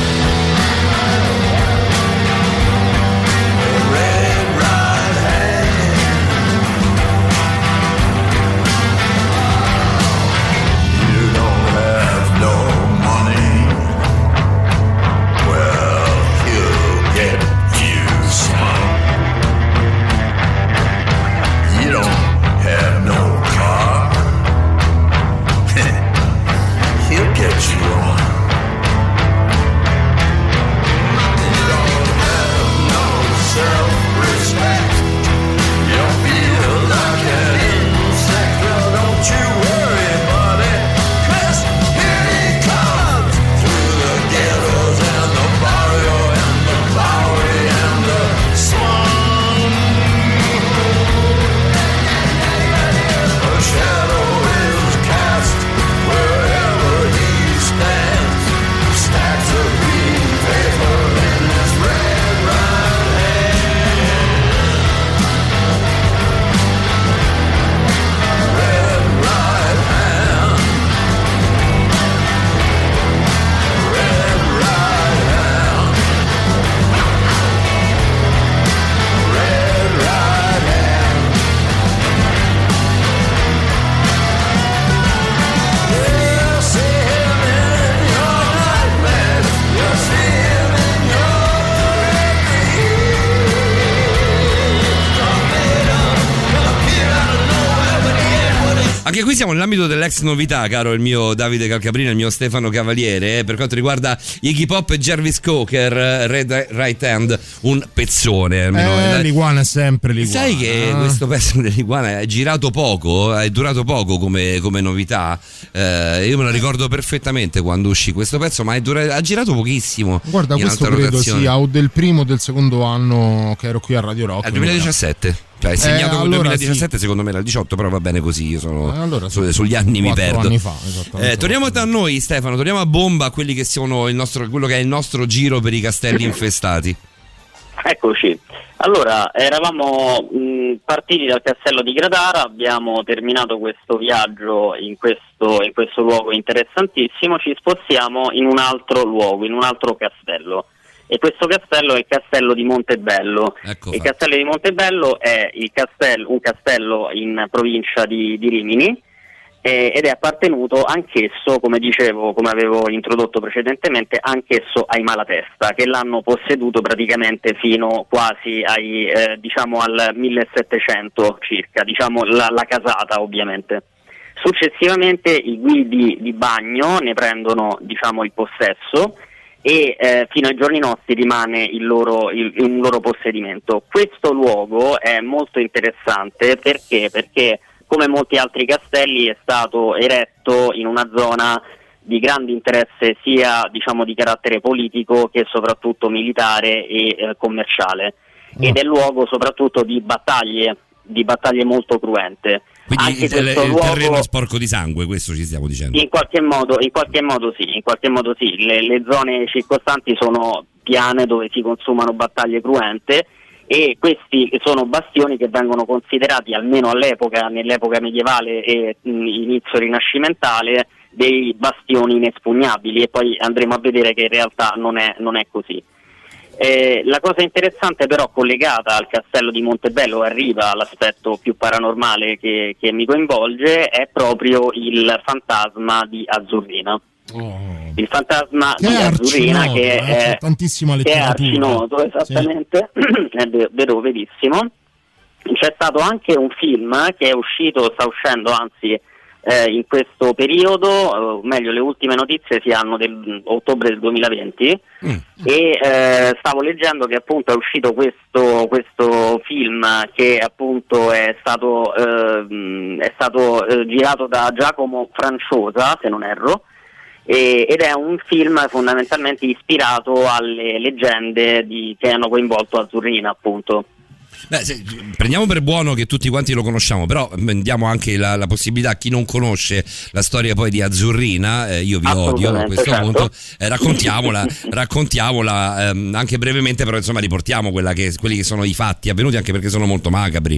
J: A red right hand. You don't have no money. Well, he'll get you some. You don't have no car. He'll get you on. You don't have no self-respect. You feel like an insect. Well, don't you worry, buddy, 'cause here he comes through the ghettos and the barrio and the Bowery and the slum. A shadow is cast wherever he stands. Stacks of green paper in his red right hand. Red right hand. Red right hand. Red right hand. You'll see him in your nightmares. You'll see him in your
D: Anche qui siamo nell'ambito dell'ex novità, caro il mio Davide Calcabrina e il mio Stefano Cavaliere, eh, per quanto riguarda Iggy Pop e Jarvis Cocker, Red Right Hand, un pezzone. Almeno
C: Eh,
D: la-
C: l'iguana è sempre l'iguana.
D: Sai che
C: Ah.
D: questo pezzo dell'iguana è girato poco, è durato poco come, come novità. Eh, io me lo ricordo perfettamente quando uscì questo pezzo, ma è dura- ha girato pochissimo.
C: Guarda,
D: in
C: questo
D: alta
C: credo
D: rotazione.
C: sia o del primo o del secondo anno che ero qui a Radio Rock.
D: È il duemiladiciassette. Cioè, è segnato
C: Eh,
D: con il
C: allora
D: duemiladiciassette, secondo me era il diciotto, però va bene così, io sono
C: Eh, allora
D: su-
C: sì,
D: sugli anni mi
C: quattro
D: perdo.
C: anni fa, esattamente.
D: Eh, torniamo da noi, Stefano, torniamo a bomba a quelli che sono il nostro, quello che è il nostro giro per i castelli infestati.
N: Eccoci. Allora, eravamo mh, partiti dal castello di Gratara, abbiamo terminato questo viaggio in questo, in questo luogo interessantissimo, ci spostiamo in un altro luogo, in un altro castello. E questo castello è il castello di Montebello.
D: Ecco
N: il castello di Montebello è il castello, un castello in provincia di, di Rimini, eh, ed è appartenuto anch'esso, come dicevo, come avevo introdotto precedentemente, anch'esso ai Malatesta, che l'hanno posseduto praticamente fino quasi ai, eh, diciamo al millesettecento circa, diciamo la, la casata ovviamente. Successivamente i guidi di Bagno ne prendono, diciamo, il possesso, e eh, fino ai giorni nostri rimane il loro, il, il loro possedimento. Questo luogo è molto interessante perché, perché come molti altri castelli è stato eretto in una zona di grande interesse sia, diciamo, di carattere politico che soprattutto militare e eh, commerciale, ed è luogo soprattutto di battaglie, di battaglie molto cruente.
D: Quindi
N: Anche
D: il,
N: questo
D: il
N: luogo,
D: terreno è sporco di sangue, questo ci stiamo dicendo.
N: In qualche modo, in qualche modo sì, in qualche modo sì. Le, le zone circostanti sono piane dove si consumano battaglie cruente, e questi sono bastioni che vengono considerati, almeno all'epoca, nell'epoca medievale e mh, inizio rinascimentale, dei bastioni inespugnabili, e poi andremo a vedere che in realtà non è, non è così. Eh, la cosa interessante però collegata al castello di Montebello, arriva all'aspetto più paranormale che, che mi coinvolge, è proprio il fantasma di Azzurrina.
C: Oh.
N: Il fantasma
C: che
N: di
C: è
N: Azzurrina
C: arcinoto,
N: che
C: eh,
N: è,
C: c'è tantissima
N: che è
C: letteratura.
N: arcinoto, esattamente, sì. È vero, vero, verissimo. C'è stato anche un film che è uscito, sta uscendo anzi eh, in questo periodo, o meglio le ultime notizie si hanno del ottobre del duemilaventi, mm. e eh, stavo leggendo che appunto è uscito questo, questo film che appunto è stato, eh, è stato eh, girato da Giacomo Franciosa, se non erro, e, ed è un film fondamentalmente ispirato alle leggende di, che hanno coinvolto Azzurrina, appunto.
D: Beh, se, prendiamo per buono che tutti quanti lo conosciamo, però diamo anche la, la possibilità a chi non conosce la storia poi di Azzurrina, eh, io vi odio a questo
N: certo.
D: punto, eh, raccontiamola, raccontiamola ehm, anche brevemente, però insomma riportiamo quella che, quelli che sono i fatti avvenuti, anche perché sono molto macabri.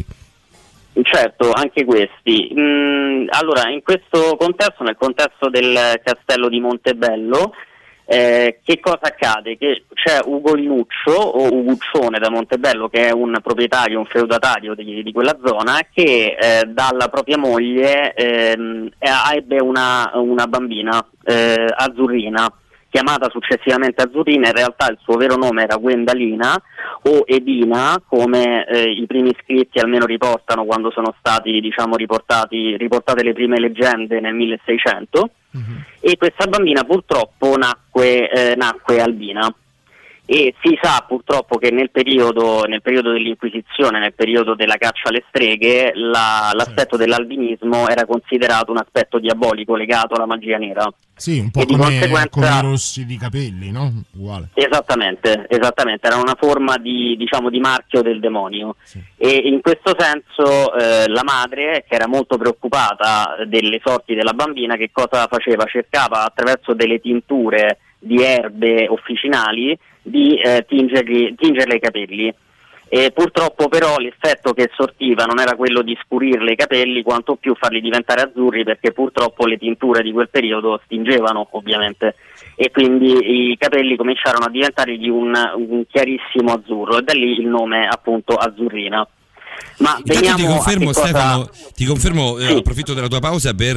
N: Certo, anche questi. Mm, allora, in questo contesto, nel contesto del castello di Montebello, Eh, che cosa accade? Che c'è Ugo Linuccio o Uguccione da Montebello, che è un proprietario, un feudatario di, di quella zona, che eh, dalla propria moglie ehm, ebbe una, una bambina, eh, Azzurrina, chiamata successivamente Azzurrina. In realtà il suo vero nome era Gwendalina o Edina, come eh, i primi scritti almeno riportano, quando sono stati, diciamo, riportati, riportate le prime leggende nel milleseicento. Mm-hmm. E questa bambina purtroppo nacque, eh, nacque albina, e si sa purtroppo che nel periodo, nel periodo dell'Inquisizione, nel periodo della caccia alle streghe, la, l'aspetto dell'albinismo era considerato un aspetto diabolico legato alla magia nera.
C: Sì, un po'
N: e
C: come,
N: di conseguenza,
C: come i rossi di capelli, no? Uguale.
N: Esattamente, esattamente, era una forma di, diciamo, di marchio del demonio. Sì. E in questo senso eh, la madre, che era molto preoccupata delle sorti della bambina, che cosa faceva? Cercava attraverso delle tinture di erbe officinali di eh, tingergli, tingerle i capelli. E purtroppo però l'effetto che sortiva non era quello di scurirle i capelli, quanto più farli diventare azzurri, perché purtroppo le tinture di quel periodo stingevano, ovviamente, e quindi i capelli cominciarono a diventare di un, un chiarissimo azzurro, e da lì il nome appunto Azzurrina. Ma
D: Intanto ti confermo,
N: cosa...
D: Stefano, ti confermo,
N: sì.
D: eh, approfitto della tua pausa per,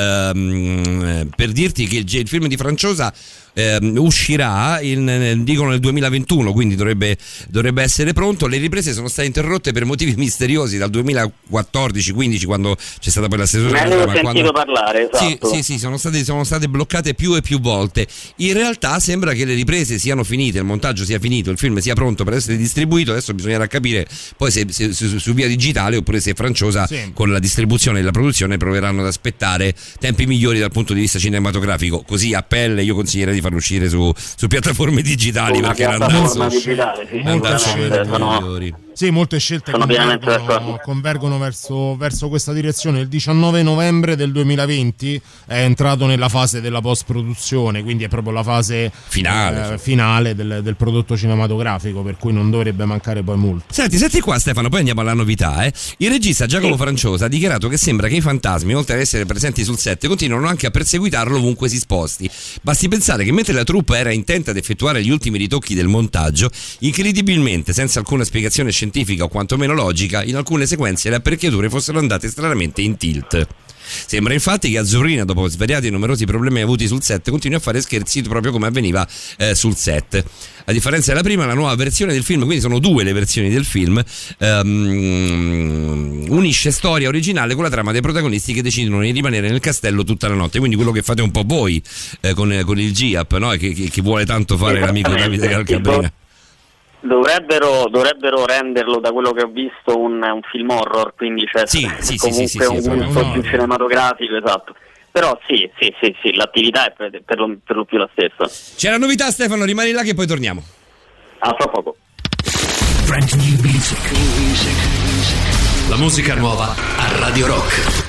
D: ehm, per dirti che il film di Franciosa eh, uscirà in, dicono nel duemilaventuno, quindi dovrebbe, dovrebbe essere pronto. Le riprese sono state interrotte per motivi misteriosi dal duemilaquattordici quindici, quando c'è stata poi la stesura.
N: Me ne ho sentito quando... parlare, esatto.
D: Sì, sì, sì, sono state, sono state bloccate più e più volte. In realtà sembra che le riprese siano finite, il montaggio sia finito, il film sia pronto per essere distribuito. Adesso bisognerà capire poi se, se, se su via digitale, oppure se Franciosa sì. con la distribuzione e la produzione proveranno ad aspettare tempi migliori dal punto di vista cinematografico. Così a pelle io consiglierei di farlo uscire su, su piattaforme digitali,
N: una
D: perché
N: piattaforma digitale, sì,
D: migliori.
C: Sì, molte scelte convergono, convergono verso, verso questa direzione. Il diciannove novembre del duemilaventi è entrato nella fase della post-produzione, quindi è proprio la fase
D: finale,
C: eh, finale del, del prodotto cinematografico, per cui non dovrebbe mancare poi molto.
D: Senti, senti qua Stefano, poi andiamo alla novità. Eh. Il regista Giacomo Franciosa ha dichiarato che sembra che i fantasmi, oltre ad essere presenti sul set, continuano anche a perseguitarlo ovunque si sposti. Basti pensare che mentre la troupe era intenta ad effettuare gli ultimi ritocchi del montaggio, incredibilmente, senza alcuna spiegazione scientifica o quantomeno logica, in alcune sequenze le apparecchiature fossero andate stranamente in tilt. Sembra infatti che Azzurrina, dopo svariati e numerosi problemi avuti sul set, continui a fare scherzi proprio come avveniva eh, sul set. A differenza della prima, la nuova versione del film, quindi sono due le versioni del film, um, unisce storia originale con la trama dei protagonisti che decidono di rimanere nel castello tutta la notte, quindi quello che fate un po' voi eh, con, con il G A P, no? che, che, che vuole tanto fare l'amico Davide Calcabrina.
N: Dovrebbero, dovrebbero renderlo, da quello che ho visto, un, un film horror, quindi c'è
D: sì, sì,
N: comunque
D: sì, sì, sì,
N: un gusto più cinematografico, esatto. Però sì, sì, sì, sì, l'attività è per, per, lo, per lo più la stessa.
D: C'è la novità, Stefano, rimani là che poi torniamo.
N: A fra poco.
A: La musica nuova a Radio Rock.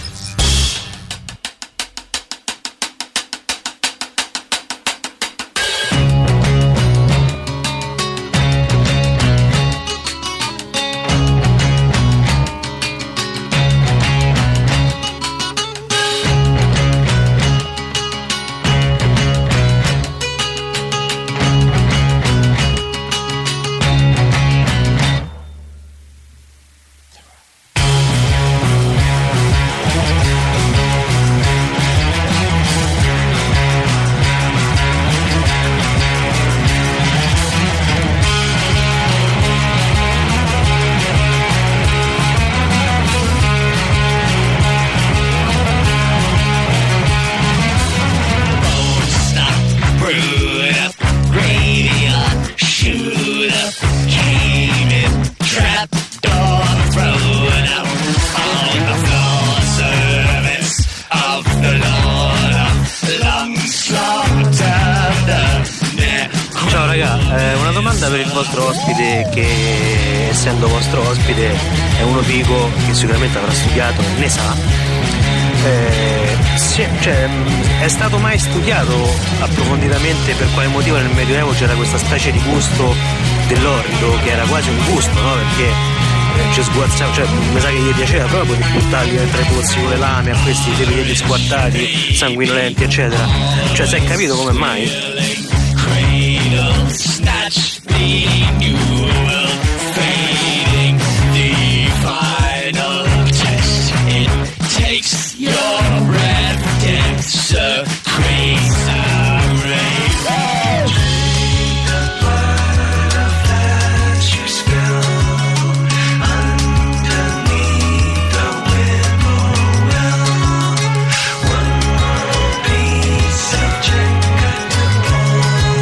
H: Che essendo vostro ospite è uno figo che sicuramente avrà studiato e ne sa, eh, sì, cioè, è stato mai studiato approfonditamente per quale motivo nel Medioevo c'era questa specie di gusto dell'orrido che era quasi un gusto, no? Perché eh, ci sguazzava, cioè mi sa che gli piaceva proprio di buttarli tra i pozzi con le lame a questi degli squartati sanguinolenti eccetera, cioè si è capito come mai?
J: Snatch the new world fading, the final test. It takes your breath, desecrates our rage. The blood of that you spill underneath the whippoorwill. One more piece of chicken to pull.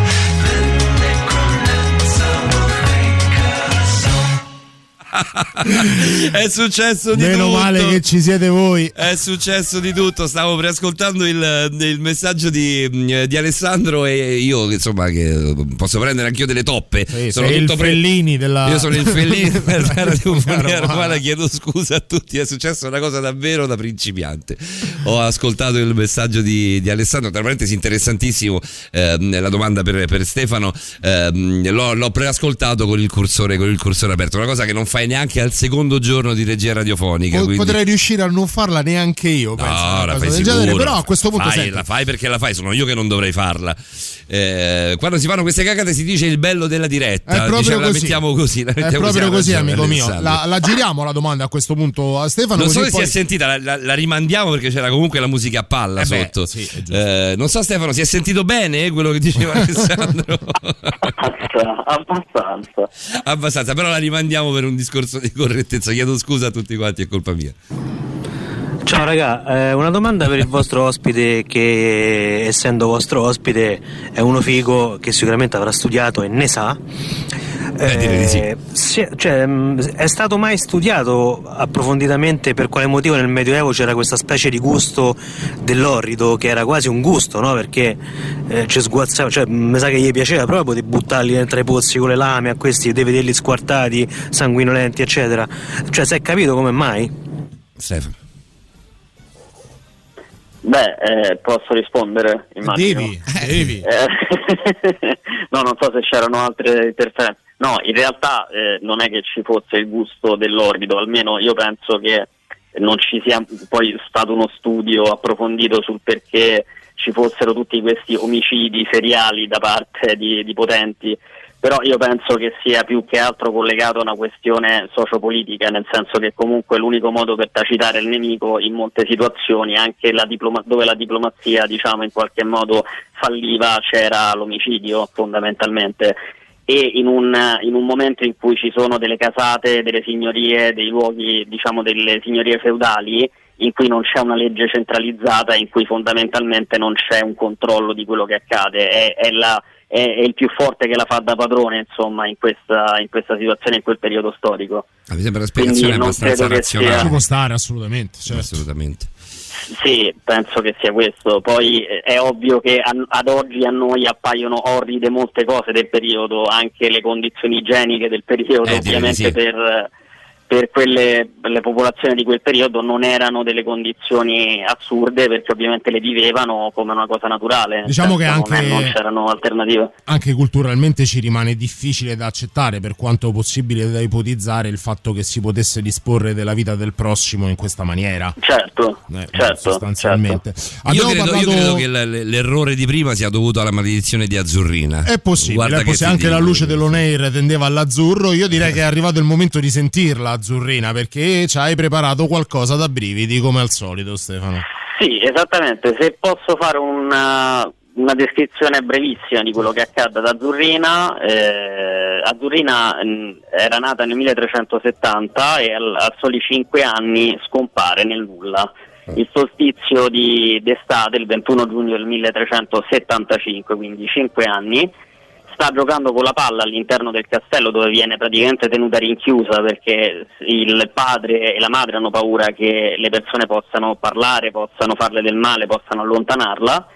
D: È successo di
C: Meno
D: tutto.
C: male che ci siete voi.
D: È successo di tutto. Stavo preascoltando il, il messaggio di, di Alessandro e io, insomma, che posso prendere anch'io delle toppe.
C: Sì,
D: sono
C: sei
D: tutto
C: il
D: pre-
C: Fellini della...
D: Io sono il Fellini della radiofonia romana. Chiedo scusa a tutti. È successa una cosa davvero da principiante. Ho ascoltato il messaggio di, di Alessandro, tra parentesi interessantissimo. Eh, la domanda per, per Stefano. Eh, l'ho, l'ho preascoltato con il cursore, con il cursore aperto. Una cosa che non fai neanche al secondo giorno di regia radiofonica.
C: Po-
D: quindi...
C: Potrei riuscire a non farla neanche io. Penso,
D: no, la fai
C: del
D: sicuro.
C: genere, però a questo punto
D: fai,
C: senti.
D: la fai perché la fai, sono io che non dovrei farla. Eh, quando si fanno queste cagate si dice il bello della diretta.
C: È proprio
D: diciamo,
C: così.
D: La mettiamo così. La mettiamo
C: è proprio così,
D: ragione,
C: amico mio.
D: Alessandro.
C: La, la giriamo la domanda a questo punto a Stefano.
D: Non so
C: così
D: se
C: poi...
D: si è sentita, la, la, la rimandiamo perché c'era comunque la musica a palla
C: eh beh,
D: sotto.
C: Sì,
D: eh, non so, Stefano, si è sentito bene quello che diceva Alessandro?
N: Abbastanza.
D: Abbastanza, però la rimandiamo per un discorso di correttezza. Chiedo scusa a tutti quanti, è colpa mia.
H: Ciao raga, eh, una domanda per il vostro ospite che, essendo vostro ospite, è uno figo che sicuramente avrà studiato e ne sa.
D: Eh, direi di sì.
H: si- cioè, mh, è stato mai studiato approfonditamente per quale motivo nel Medioevo c'era questa specie di gusto dell'orrido, che era quasi un gusto, no? Perché eh, ci sguazzava, cioè mi sa che gli piaceva proprio di buttarli tra i pozzi con le lame a questi, di vederli squartati, sanguinolenti, eccetera. Cioè, si è capito come mai?
D: Stefano.
N: Beh, eh, posso rispondere? Immagino.
C: Devi, devi.
N: Eh, no, non so se c'erano altre interferenze. No, in realtà eh, non è che ci fosse il gusto dell'orbido, almeno io penso che non ci sia poi stato uno studio approfondito sul perché ci fossero tutti questi omicidi seriali da parte di, di potenti. Però io penso che sia più che altro collegato a una questione sociopolitica, nel senso che comunque l'unico modo per tacitare il nemico in molte situazioni, anche la diploma- dove la diplomazia diciamo in qualche modo falliva, c'era l'omicidio fondamentalmente. E in un, in un momento in cui ci sono delle casate, delle signorie, dei luoghi, diciamo delle signorie feudali, in cui non c'è una legge centralizzata, in cui fondamentalmente non c'è un controllo di quello che accade, è, è la è il più forte che la fa da padrone, insomma, in questa, in questa situazione, in quel periodo storico.
D: Ah, mi sembra una spiegazione abbastanza razionale.
C: Ci può stare, assolutamente. Certo.
D: Assolutamente.
N: Sì, penso che sia questo. Poi eh, è ovvio che a, ad oggi a noi appaiono orride molte cose del periodo, anche le condizioni igieniche del periodo,
D: eh,
N: ovviamente
D: sì.
N: per... per quelle le popolazioni di quel periodo non erano delle condizioni assurde, perché ovviamente le vivevano come una cosa naturale.
C: Diciamo che
N: certo,
C: anche
N: non, è, non c'erano alternative.
C: Anche culturalmente ci rimane difficile da accettare, per quanto possibile da ipotizzare, il fatto che si potesse disporre della vita del prossimo in questa maniera.
N: Certo,
C: eh,
N: certo
C: sostanzialmente.
N: certo.
D: Io, credo,
C: parlato...
D: io credo che l- l'errore di prima sia dovuto alla maledizione di Azzurrina.
C: È possibile,
D: Guarda
C: è
D: che
C: possibile.
D: ti
C: Anche
D: dico.
C: la luce dell'Oneir tendeva all'azzurro. Io direi che è arrivato il momento di sentirla, Azzurrina, perché ci hai preparato qualcosa da brividi come al solito, Stefano.
N: Sì, esattamente. Se posso fare una, una descrizione brevissima di quello che accade ad Azzurrina. eh, Azzurrina mh, era nata nel milletrecentosettanta e al, a soli cinque anni scompare nel nulla. Il solstizio di d'estate, il ventuno giugno del milletrecentosettantacinque, quindi cinque anni. Sta giocando con la palla all'interno del castello, dove viene praticamente tenuta rinchiusa perché il padre e la madre hanno paura che le persone possano parlare, possano farle del male, possano allontanarla,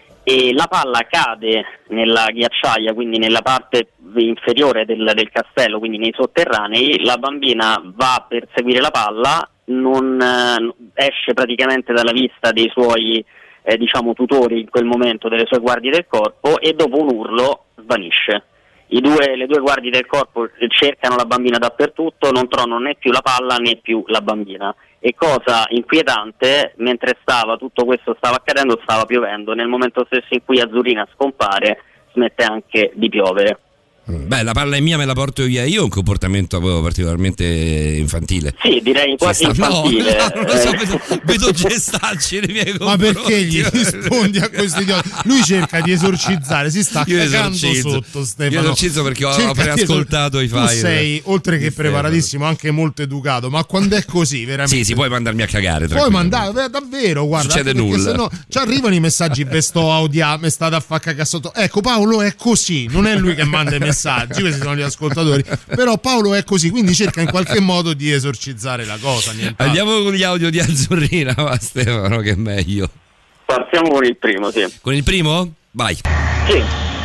N: e la palla cade nella ghiacciaia, quindi nella parte inferiore del, del castello, quindi nei sotterranei. La bambina va per seguire la palla, non eh, esce praticamente dalla vista dei suoi Eh, diciamo tutori in quel momento, delle sue guardie del corpo, e dopo un urlo svanisce. I due, le due guardie del corpo cercano la bambina dappertutto, non trovano né più la palla né più la bambina. E cosa inquietante, mentre stava tutto questo stava accadendo, stava piovendo. Nel momento stesso in cui Azzurrina scompare, smette anche di piovere.
D: Beh, la palla è mia, me la porto via io. Un comportamento avevo particolarmente infantile.
N: Sì, direi quasi infantile.
D: No, no, non lo so, vedo, vedo gestacci nei miei confronti.
C: Ma perché gli rispondi a questo idiota? Lui cerca di esorcizzare, si sta
D: Io
C: cagando
D: esorcizzo.
C: sotto, Stefano.
D: Io esorcizzo perché ho,
C: Cerca
D: ho preascoltato
C: di
D: i
C: tu
D: file.
C: sei, oltre che preparatissimo, anche molto educato, ma quando è così, veramente...
D: Sì, sì, puoi mandarmi a cagare.
C: Puoi mandare, beh, davvero, guarda.
D: Succede nulla.
C: Sennò ci arrivano i messaggi, ve sto a odiare, mi state a far cagare sotto. Ecco, Paolo è così, non è lui che manda i messaggi, questi sono gli ascoltatori, però Paolo è così, quindi cerca in qualche modo di esorcizzare la cosa.
D: Andiamo con gli audio di Azzurrina, va Stefano, che è meglio.
N: Partiamo con il primo, sì.
D: Con il primo? Vai.
N: Sì.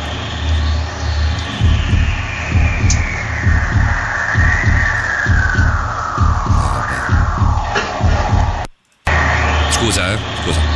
D: Scusa, eh, scusa.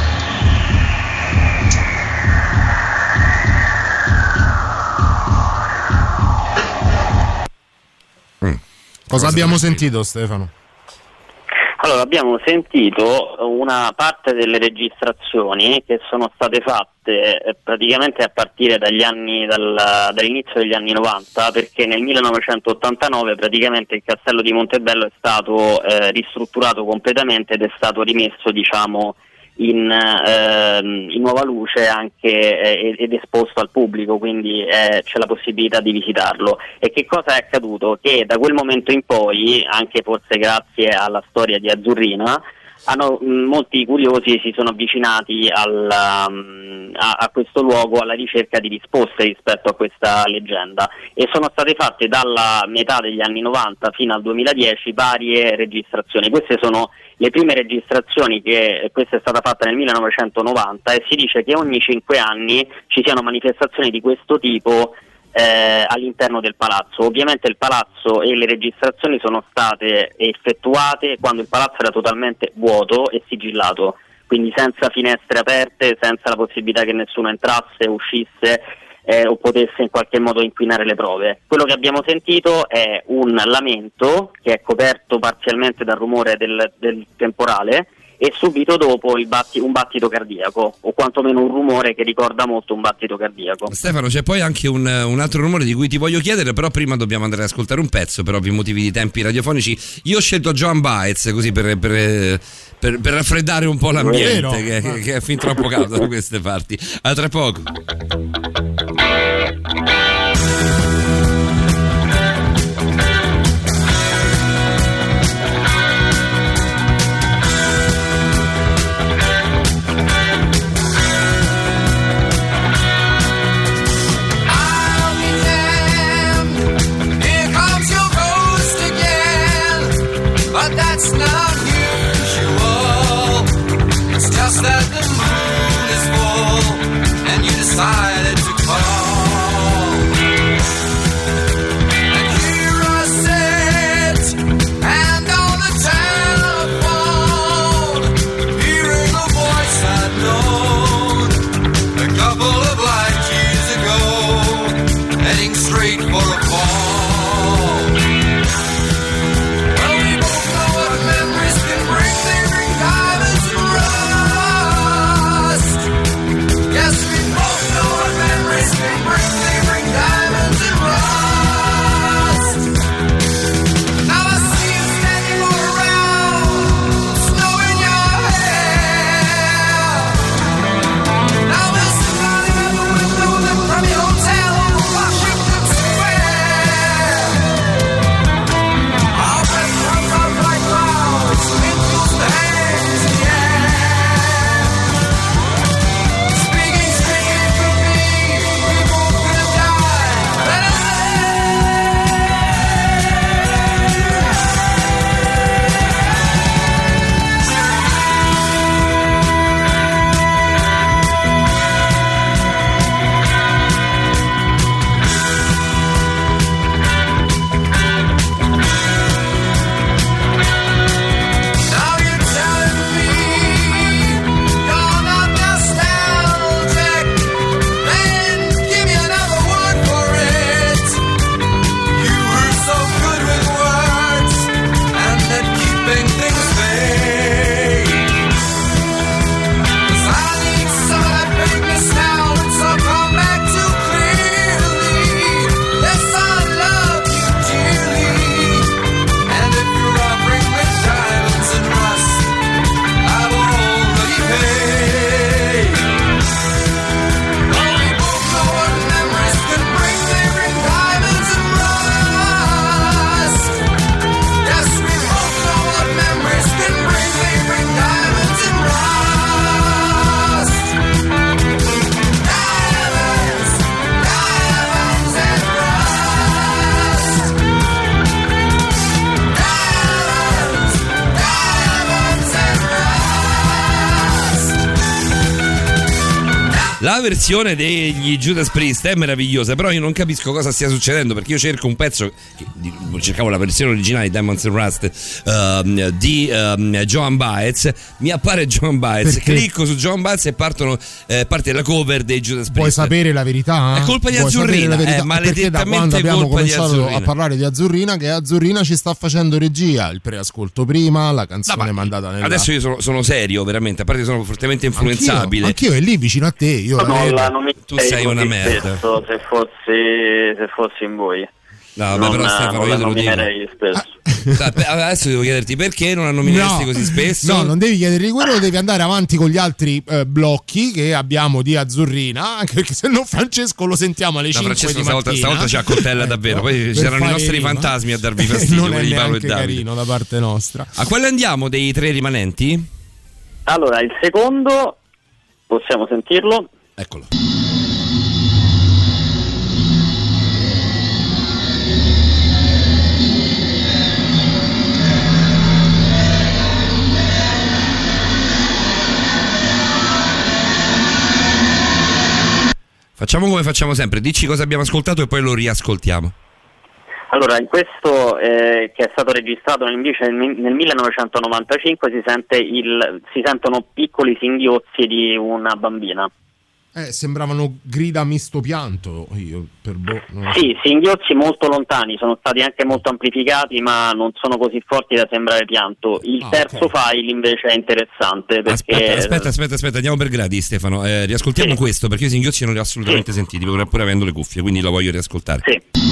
C: Cosa abbiamo sentito, Stefano?
N: Allora, abbiamo sentito una parte delle registrazioni che sono state fatte eh, praticamente a partire dagli anni, dal, dall'inizio degli anni novanta, perché nel millenovecentottantanove praticamente il castello di Montebello è stato eh, ristrutturato completamente ed è stato rimesso, diciamo, in, eh, in nuova luce anche eh, ed esposto al pubblico, quindi eh, c'è la possibilità di visitarlo. E che cosa è accaduto? Che da quel momento in poi, anche forse grazie alla storia di Azzurrina, hanno, mh, molti curiosi si sono avvicinati al, um, a, a questo luogo alla ricerca di risposte rispetto a questa leggenda, e sono state fatte dalla metà degli anni novanta fino al duemiladieci varie registrazioni. Queste sono le prime registrazioni, che questa è stata fatta nel millenovecentonovanta, e si dice che ogni cinque anni ci siano manifestazioni di questo tipo Eh, all'interno del palazzo. Ovviamente il palazzo e le registrazioni sono state effettuate quando il palazzo era totalmente vuoto e sigillato, quindi senza finestre aperte, senza la possibilità che nessuno entrasse, uscisse eh, o potesse in qualche modo inquinare le prove. Quello che abbiamo sentito è un lamento che è coperto parzialmente dal rumore del, del temporale, e subito dopo il batti, un battito cardiaco, o quantomeno un rumore che ricorda molto un battito cardiaco.
D: Stefano, c'è poi anche un, un altro rumore di cui ti voglio chiedere, però prima dobbiamo andare ad ascoltare un pezzo per ovvi motivi di tempi radiofonici. Io ho scelto Joan Baez così per, per, per, per raffreddare un po' l'ambiente, che, che, che è fin troppo caldo da queste parti. A tra poco.
J: That's not usual. It's just that the moon is full and you decided to call. And here I sit and on the telephone, hearing a voice I'd known a couple of light years ago, heading straight for a fall.
D: La versione degli Judas Priest è meravigliosa, però io non capisco cosa stia succedendo, perché io cerco un pezzo che, cercavo la versione originale di Diamonds and Rust uh, di uh, Joan Baez, mi appare Joan Baez, perché? Clicco su Joan Baez e partono eh, parte la cover dei Judas Priest.
C: Puoi sapere la verità?
D: È colpa di
C: Puoi
D: Azzurrina, è
C: maledettamente da quando abbiamo
D: colpa di
C: cominciato
D: Azzurrina.
C: a parlare di Azzurrina, che Azzurrina ci sta facendo regia, il preascolto prima, la canzone
D: no,
C: mandata nella...
D: Adesso io sono, sono serio, veramente, a parte che sono fortemente influenzabile.
C: Anch'io, anch'io è lì vicino a te, io
N: no, la, non mi
D: tu sei una merda.
N: Spesso, se fossi se fossi in voi.
D: No,
N: non,
D: però Stefano, io te lo dico.
C: Ah,
D: Adesso devo chiederti perché non la nomineresti
C: no,
D: così spesso?
C: No, non devi chiedergli quello, devi andare avanti con gli altri eh, blocchi che abbiamo di Azzurrina, anche perché se no Francesco lo sentiamo alle no, cinque
D: Francesco
C: di
D: stavolta,
C: mattina.
D: stavolta ci accoltella davvero, poi ci saranno i nostri rima. fantasmi a darvi fastidio,
C: non è
D: quelli di Paolo e
C: neanche
D: Davide.
C: Carino da parte nostra.
D: A quale andiamo dei tre rimanenti?
N: Allora, il secondo, possiamo sentirlo?
D: Eccolo. Facciamo come facciamo sempre, dici cosa abbiamo ascoltato e poi lo riascoltiamo.
N: Allora, in questo eh, che è stato registrato invece nel, nel millenovecentonovantacinque si, sente il, si sentono piccoli singhiozzi di una bambina.
C: Eh, sembravano grida misto pianto. Io, per boh, non
N: sì, so. Singhiozzi molto lontani, sono stati anche molto amplificati, ma non sono così forti da sembrare pianto. Il ah, terzo okay. file invece è interessante perché...
D: Aspetta, aspetta, aspetta, aspetta andiamo per gradi, Stefano. Eh, riascoltiamo sì. questo, perché io i singhiozzi non li ho assolutamente sì. sentiti, pur avendo le cuffie, quindi lo voglio riascoltare.
N: Sì.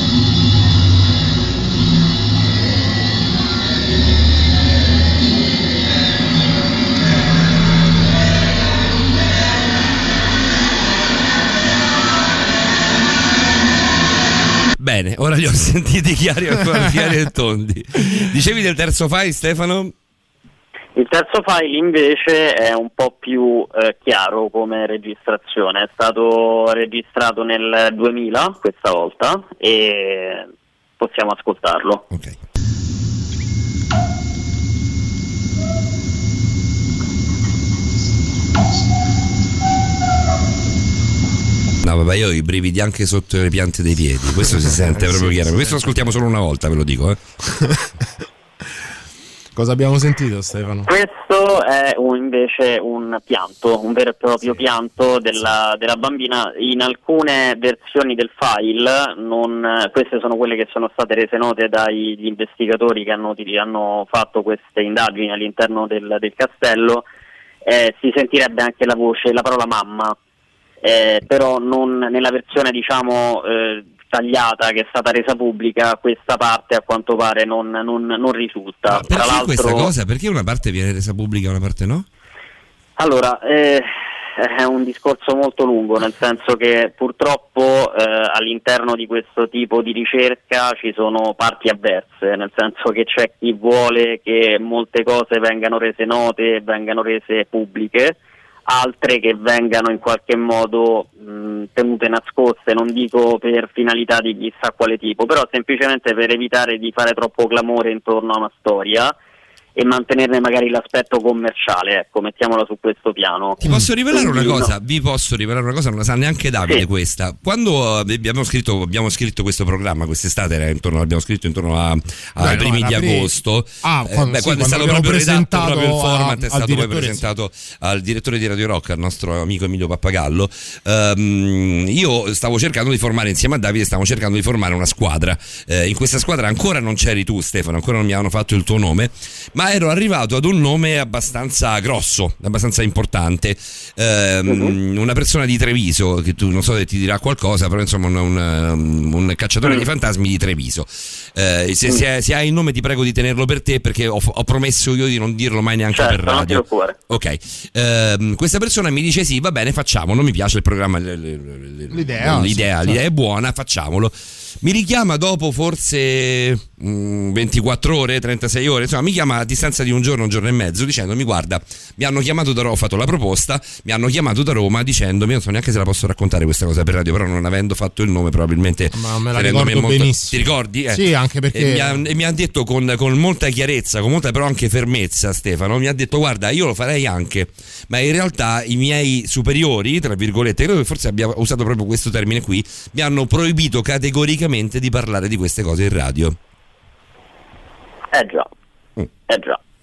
D: Bene, ora li ho sentiti chiari, chiari e tondi. Dicevi del terzo file, Stefano?
N: Il terzo file invece è un po' più eh, chiaro come registrazione, è stato registrato nel duemila questa volta e possiamo ascoltarlo.
D: Ok. No, vabbè, io ho i brividi anche sotto le piante dei piedi, questo si sente proprio
C: sì,
D: chiaro.
C: Sì,
D: questo lo ascoltiamo solo una volta, ve lo dico. Eh.
C: Cosa abbiamo sentito, Stefano?
N: Questo è un, invece un pianto, un vero e proprio sì. pianto della, della bambina. In alcune versioni del file, non, queste sono quelle che sono state rese note dagli investigatori che hanno, hanno fatto queste indagini all'interno del, del castello, eh, si sentirebbe anche la voce, la parola mamma. Eh, però non nella versione diciamo eh, tagliata che è stata resa pubblica, questa parte a quanto pare non, non, non risulta.
D: Ma perché
N: Tra l'altro,
D: questa cosa? Perché una parte viene resa pubblica e una parte no?
N: Allora, eh, è un discorso molto lungo, nel senso che purtroppo eh, all'interno di questo tipo di ricerca ci sono parti avverse, nel senso che c'è chi vuole che molte cose vengano rese note e vengano rese pubbliche, altre che vengano in qualche modo mh, tenute nascoste, non dico per finalità di chissà quale tipo, però semplicemente per evitare di fare troppo clamore intorno a una storia e mantenerne magari l'aspetto commerciale, ecco, mettiamola su questo piano.
D: Ti posso rivelare
N: Quindi,
D: una cosa?
N: no.
D: Vi posso rivelare una cosa, non la sa neanche Davide sì. questa. Quando abbiamo scritto, abbiamo scritto questo programma quest'estate, era intorno, l'abbiamo scritto intorno a, ai
C: Beh,
D: primi
C: no,
D: di
C: pre...
D: agosto.
C: Ah, quando,
D: eh, beh,
C: sì,
D: quando è stato
C: quando
D: proprio redatto proprio il format,
C: a,
D: è stato poi presentato sì. al direttore di Radio Rock, al nostro amico Emilio Pappagallo. Um, io stavo cercando di formare insieme a Davide, stavo cercando di formare una squadra. Eh, in questa squadra ancora non c'eri tu, Stefano, ancora non mi avevano fatto il tuo nome, ma ero arrivato ad un nome abbastanza grosso, abbastanza importante, ehm, uh-huh. una persona di Treviso, che tu non so se ti dirà qualcosa, però insomma un, un, un cacciatore uh-huh. di fantasmi di Treviso. Eh, se, uh-huh. se, se hai il nome ti prego di tenerlo per te, perché ho, ho promesso io di non dirlo mai neanche
N: certo,
D: per radio. Ok, ehm, questa persona mi dice sì, va bene, facciamo, non mi piace il programma,
C: l'idea,
D: l'idea,
C: sì,
D: l'idea è buona, facciamolo. Mi richiama dopo forse mh, ventiquattro ore, trentasei ore, insomma mi chiama a distanza di un giorno, un giorno e mezzo, dicendomi guarda, mi hanno chiamato da Roma, ho fatto la proposta, mi hanno chiamato da Roma dicendomi, non so neanche se la posso raccontare questa cosa per radio, però non avendo fatto il nome probabilmente
C: ma me la ricordo molto... benissimo.
D: Ti ricordi? Eh.
C: Sì, anche perché
D: e mi, ha, e mi ha detto con, con molta chiarezza, con molta però anche fermezza, Stefano, mi ha detto guarda, io lo farei anche, ma in realtà i miei superiori, tra virgolette, credo che forse abbia usato proprio questo termine qui, mi hanno proibito categoricamente di parlare di queste cose in radio.
N: Eh già,
D: mm.
N: eh già.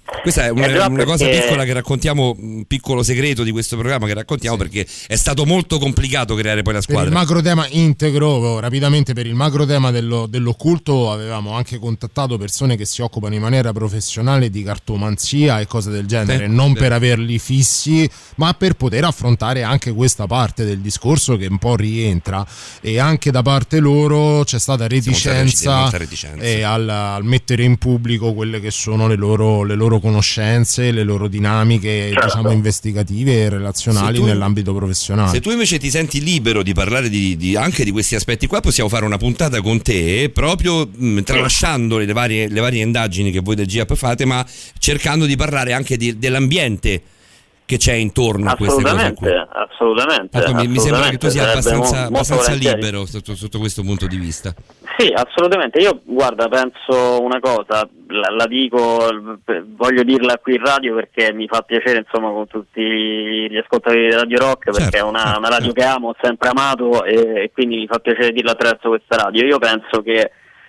D: Questa è una,
N: Eh, già
D: una cosa
N: perché-
D: piccola che raccontiamo, un piccolo segreto di questo programma che raccontiamo, perché è stato molto complicato creare poi la
C: Per il
D: squadra.
C: macro tema integro, rapidamente per il macro tema dello- dell'occulto avevamo anche contattato persone che si occupano in maniera professionale di cartomanzia e cose del genere,
D: Sì,
C: non
D: sì.
C: per averli fissi, ma per poter affrontare anche questa parte del discorso che un po' rientra, e anche da parte loro c'è stata reticenza,
D: molta reticenza.
C: eh, al, al mettere in pubblico quelle che sono le loro, le loro conoscenze, le loro dinamiche,
N: Certo.
C: diciamo, investigative e relazionali
D: Se tu-
C: nell'ambito professionale.
D: Se tu invece ti senti libero di parlare di, di- anche di questi aspetti qua, possiamo fare una puntata con te, proprio mh, tralasciando le varie, le varie indagini che voi del G I A P fate, ma cercando di parlare anche di- dell'ambiente che c'è intorno a queste cose qui.
N: Assolutamente, assolutamente.
D: Tanto mi, mi sembra che tu sia
N: assolutamente, sarebbe
D: abbastanza,
N: mo- molto
D: abbastanza
N: volentieri.
D: libero sotto, sotto questo punto di vista.
N: Sì, assolutamente. Io, guarda, penso una cosa, la, la dico, eh, voglio dirla qui in radio perché mi fa piacere, insomma, con tutti gli ascoltatori di Radio Rock, perché
D: Certo,
N: è una,
D: certo,
N: una radio
D: certo.
N: che amo, ho sempre amato, e, e quindi mi fa piacere dirla attraverso questa radio. Io penso che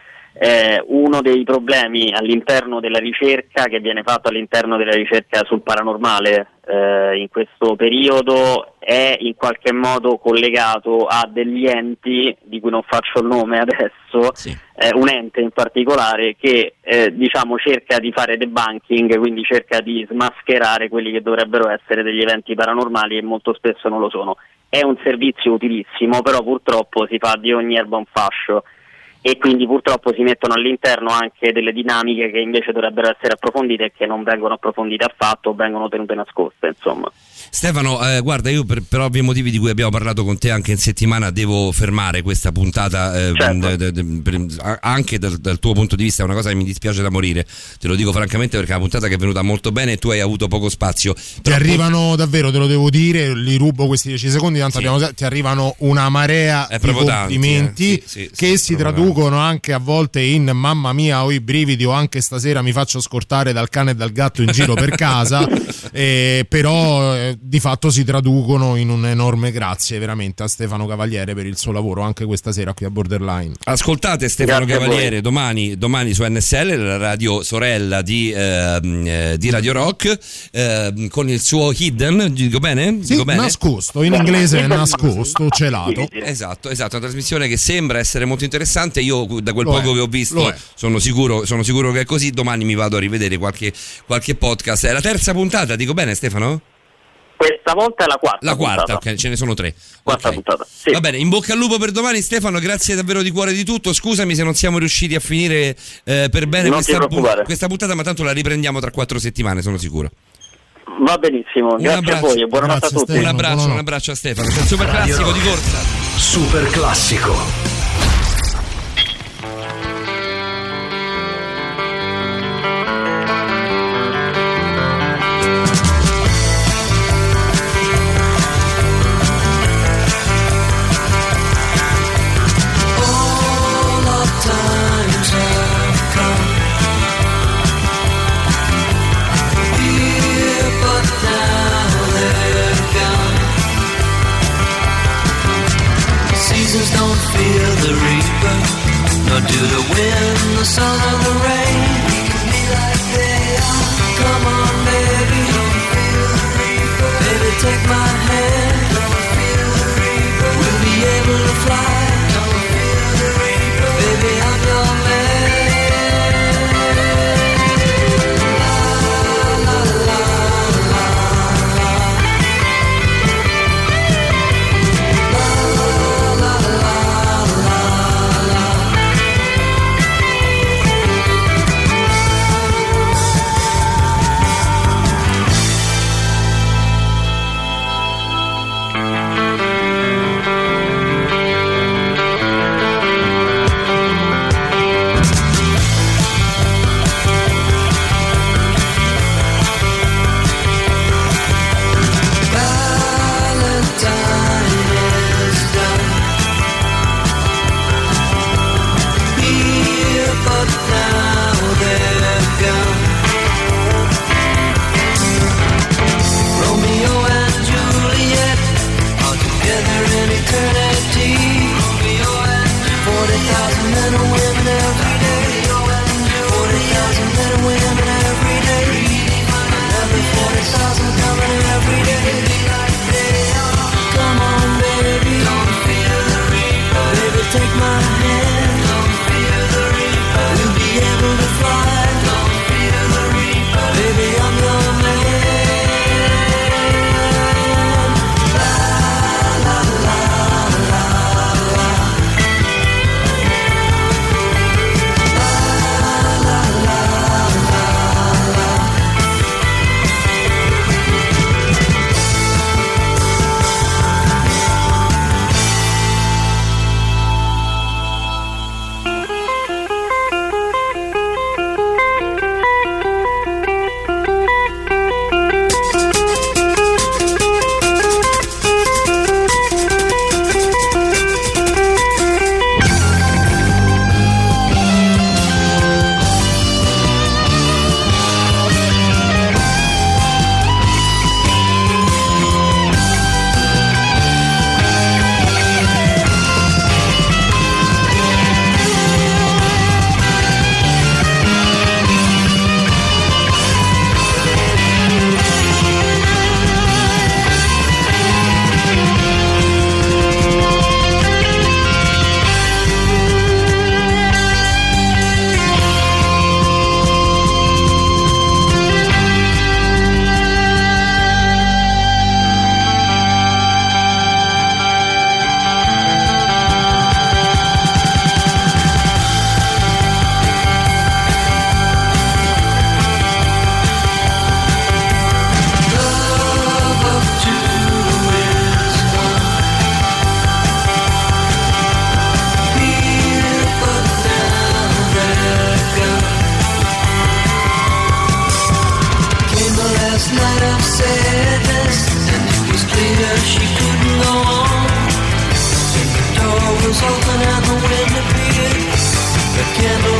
N: eh, uno dei problemi all'interno della ricerca, che viene fatto all'interno della ricerca sul paranormale eh, in questo periodo, è in qualche modo collegato a degli enti di cui non faccio il nome adesso, eh, un ente in particolare che eh, diciamo cerca di fare debunking, quindi cerca di smascherare quelli che dovrebbero essere degli eventi paranormali e molto spesso non lo sono. È un servizio utilissimo, però purtroppo si fa di ogni erba un fascio, e quindi purtroppo si mettono all'interno anche delle dinamiche che invece dovrebbero essere approfondite e che non vengono approfondite affatto o vengono tenute nascoste, insomma.
D: Stefano, eh, guarda, io per, per ovvi motivi di cui abbiamo parlato con te anche in settimana devo fermare questa puntata, eh,
N: Certo.
D: d- d- d- per- a- anche dal, dal tuo punto di vista è una cosa che mi dispiace da morire, te lo dico francamente, perché è una puntata che è venuta molto bene e tu hai avuto poco spazio.
C: Ti arrivano davvero, te lo devo dire, li rubo questi dieci secondi, tanto
D: Sì.
C: abbiamo, ti arrivano una marea
D: È
C: di
D: proprio tanti,
C: complimenti
D: eh. Sì, sì,
C: che
D: sì,
C: si
D: proprio
C: traducono anche a volte in mamma mia ho i brividi, o anche stasera mi faccio scortare dal cane e dal gatto in giro per casa, eh, però eh, di fatto si traducono in un enorme grazie veramente a Stefano Cavaliere per il suo lavoro anche questa sera qui a Borderline.
D: Ascoltate Stefano
N: Grazie a
D: Cavaliere domani, domani su N S L, la radio sorella di, ehm, eh, di Radio Rock, ehm, con il suo Hidden, dico bene?
C: Sì,
D: Dico bene?
C: nascosto, in inglese è nascosto, celato.
D: Esatto, esatto, una trasmissione che sembra essere molto interessante. Io da quel
C: Lo
D: poco
C: è,
D: che ho
C: lo
D: visto
C: è.
D: sono sicuro, sono sicuro che è così. Domani mi vado a rivedere qualche, qualche podcast. È la terza puntata, dico bene Stefano?
N: Questa volta è la quarta.
D: La quarta,
N: puntata.
D: ok, ce ne sono tre.
N: Quarta
D: Ok.
N: puntata. Sì.
D: Va bene, in bocca al lupo per domani Stefano, grazie davvero di cuore di tutto. Scusami se non siamo riusciti a finire eh, per bene
N: Non ti
D: questa,
N: preoccupare.
D: questa puntata, ma tanto la riprendiamo tra quattro settimane, sono sicuro.
N: Va benissimo,
D: Un
N: grazie
D: abbraccio.
N: a voi e buonanotte
C: Grazie,
N: a tutti.
C: Stefano.
D: Un abbraccio,
C: buonanotte.
D: un abbraccio a Stefano. C'è il super classico di corsa.
A: Super classico.
M: All our times have come. Here, but now they're gone. Seasons don't feel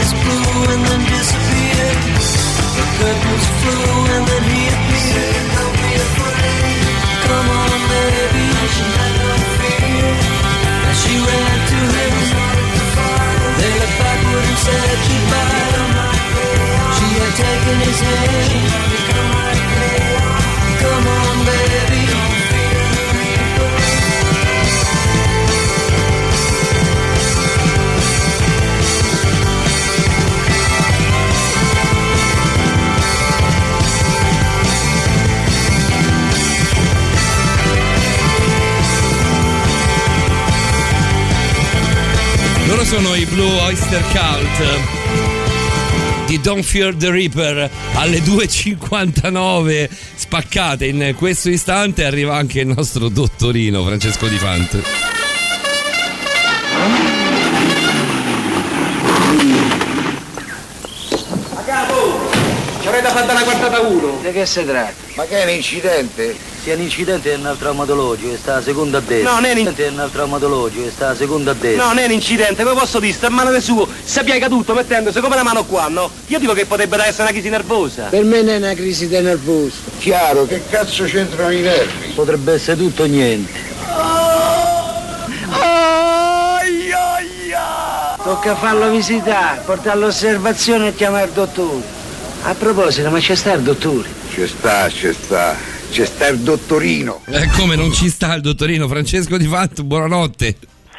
O: was blue and then disappeared. The curtains flew and then he appeared. Don't be afraid, come on baby, she had no fear. And she ran to him, they looked backward and said goodbye. She had taken his hand, come on baby.
D: Loro sono i Blue Oyster Cult di Don't Fear the Reaper. Alle due e cinquantanove spaccate in questo istante arriva anche il nostro dottorino Francesco Di Fante.
Q: A capo! Ci avrei da fare una quartata uno.
R: Di che si tratta? Ma che è un incidente?
Q: Sì, è un incidente è un traumatologico e sta a seconda a destra.
R: No, non è un
Q: incidente, è un traumatologico e sta a seconda a destra.
R: No, non è un incidente, come posso dire? Sta a mano del suo, si piega tutto mettendosi come una mano qua, no? Io dico che potrebbe essere una crisi nervosa.
Q: Per me non è una crisi di nervoso.
R: Chiaro, che cazzo c'entrano i nervi? Potrebbe essere tutto o niente.
Q: Tocca farlo visitare, portarlo all'osservazione e chiamare il dottore. A proposito, ma c'è sta il dottore?
R: C'è sta, c'è sta, c'è sta il dottorino.
D: Eh, come non ci sta il dottorino? Francesco Di Fante, buonanotte.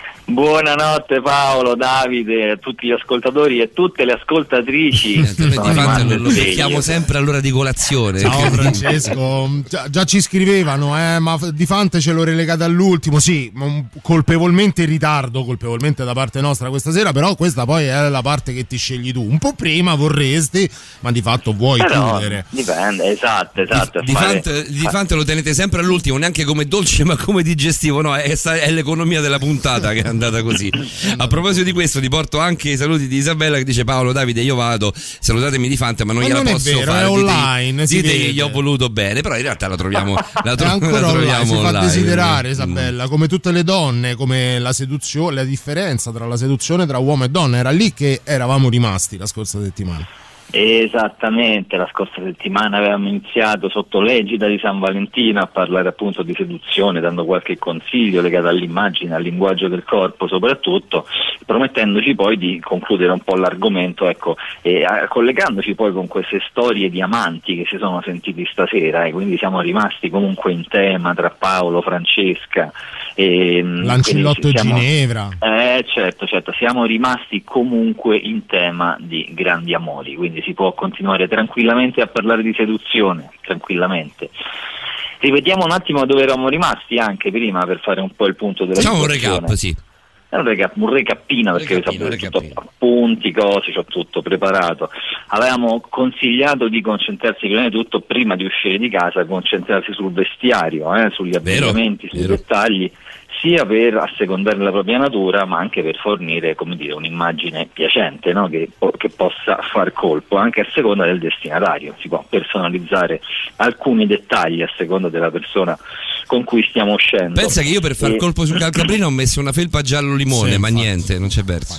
N: Buonanotte Paolo, Davide, a tutti gli ascoltatori e tutte le ascoltatrici.
D: Di Fante lo becchiamo sempre all'ora di colazione.
C: Ciao Francesco, già, già ci scrivevano, eh, ma Di Fante ce l'ho relegata all'ultimo, sì, colpevolmente in ritardo, colpevolmente da parte nostra questa sera, però questa poi è la parte che ti scegli tu. Un po' prima vorresti, ma di fatto vuoi
N: però
C: chiudere.
N: Dipende, esatto, esatto.
D: Di, fare... Fante, di Fante lo tenete sempre all'ultimo, neanche come dolce ma come digestivo, no, è, è l'economia della puntata che è andata così. A proposito di questo ti porto anche i saluti di Isabella che dice: Paolo, Davide, io vado, salutatemi Di Fante, ma non ma gliela non posso
C: è vero,
D: fare,
C: è online,
D: dite,
C: si
D: dite
C: vede.
D: che gli ho voluto bene, però in realtà la troviamo la, tro-
C: ancora
D: la troviamo
C: online, si
D: online.
C: fa desiderare Isabella, come tutte le donne, come la seduzione, la differenza tra la seduzione tra uomo e donna, era lì che eravamo rimasti la scorsa settimana.
N: Esattamente, la scorsa settimana avevamo iniziato sotto l'egida di San Valentino a parlare appunto di seduzione, dando qualche consiglio legato all'immagine, al linguaggio del corpo soprattutto, promettendoci poi di concludere un po' l'argomento, ecco, e a, collegandoci poi con queste storie di amanti che si sono sentiti stasera, e eh, quindi siamo rimasti comunque in tema tra Paolo, Francesca e
C: Lancillotto e
N: siamo,
C: Ginevra.
N: Eh certo, certo, siamo rimasti comunque in tema di grandi amori, quindi si può continuare tranquillamente a parlare di seduzione, tranquillamente. Ripetiamo un attimo dove eravamo rimasti anche prima per fare un po' il punto della
D: Facciamo un
N: situazione.
D: recap, sì.
N: È un recap, un recappino perché
D: Recappino,
N: ho tutto appunti, cose, c'ho tutto preparato. Avevamo consigliato di concentrarsi prima di tutto, prima di uscire di casa, concentrarsi sul vestiario, eh, sugli abbigliamenti, sui
D: vero.
N: dettagli, sia per assecondare la propria natura, ma anche per fornire, come dire, un'immagine piacente, no? che, che possa far colpo anche a seconda del destinatario. Si può personalizzare alcuni dettagli a seconda della persona con cui stiamo uscendo.
D: Pensa che io per far
N: e...
D: colpo sul calcabrino ho messo una felpa giallo limone, sì, ma infatti, niente, non c'è verso.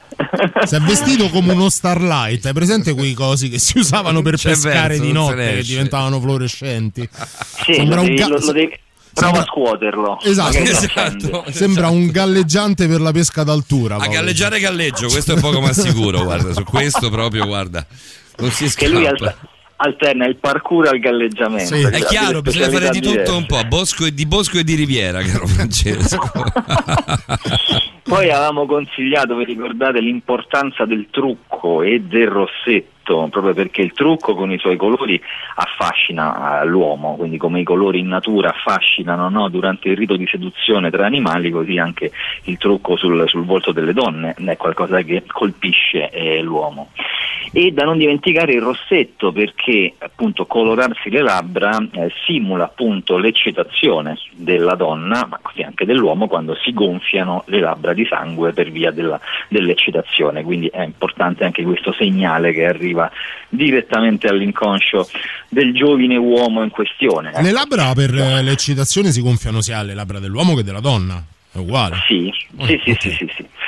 C: Si è vestito come uno Starlight, hai presente quei cosi che si usavano per
D: c'è
C: pescare
D: verso,
C: di
D: non
C: notte, che diventavano fluorescenti?
N: Sì,
C: Sembra
N: lo
C: un
N: devi,
C: ga-
N: lo, lo devi... Prova a scuoterlo.
C: Esatto,
D: esatto.
C: Sembra un galleggiante per la pesca d'altura.
D: A
C: Paolo.
D: galleggiare galleggio, questo è poco ma sicuro, guarda, su questo proprio, guarda, non si scappa.
N: Che lui al- alterna il parkour al galleggiamento.
D: Sì. È chiaro, bisogna fare di tutto
N: diverse.
D: un po', Bosco e di Bosco e di Riviera, caro Francesco.
N: Poi avevamo consigliato, vi ricordate, l'importanza del trucco e del rossetto, proprio perché il trucco con i suoi colori affascina l'uomo, quindi come i colori in natura affascinano, no, durante il rito di seduzione tra animali, così anche il trucco sul, sul volto delle donne è qualcosa che colpisce eh, l'uomo. E da non dimenticare il rossetto, perché appunto colorarsi le labbra eh, simula appunto l'eccitazione della donna, ma così anche dell'uomo, quando si gonfiano le labbra di sangue per via della, dell'eccitazione, quindi è importante anche questo segnale che arriva direttamente all'inconscio del giovine uomo in questione.
C: Le labbra per eh, l'eccitazione si gonfiano sia le labbra dell'uomo che della donna, è uguale?
N: Sì, sì, sì, sì, sì, sì.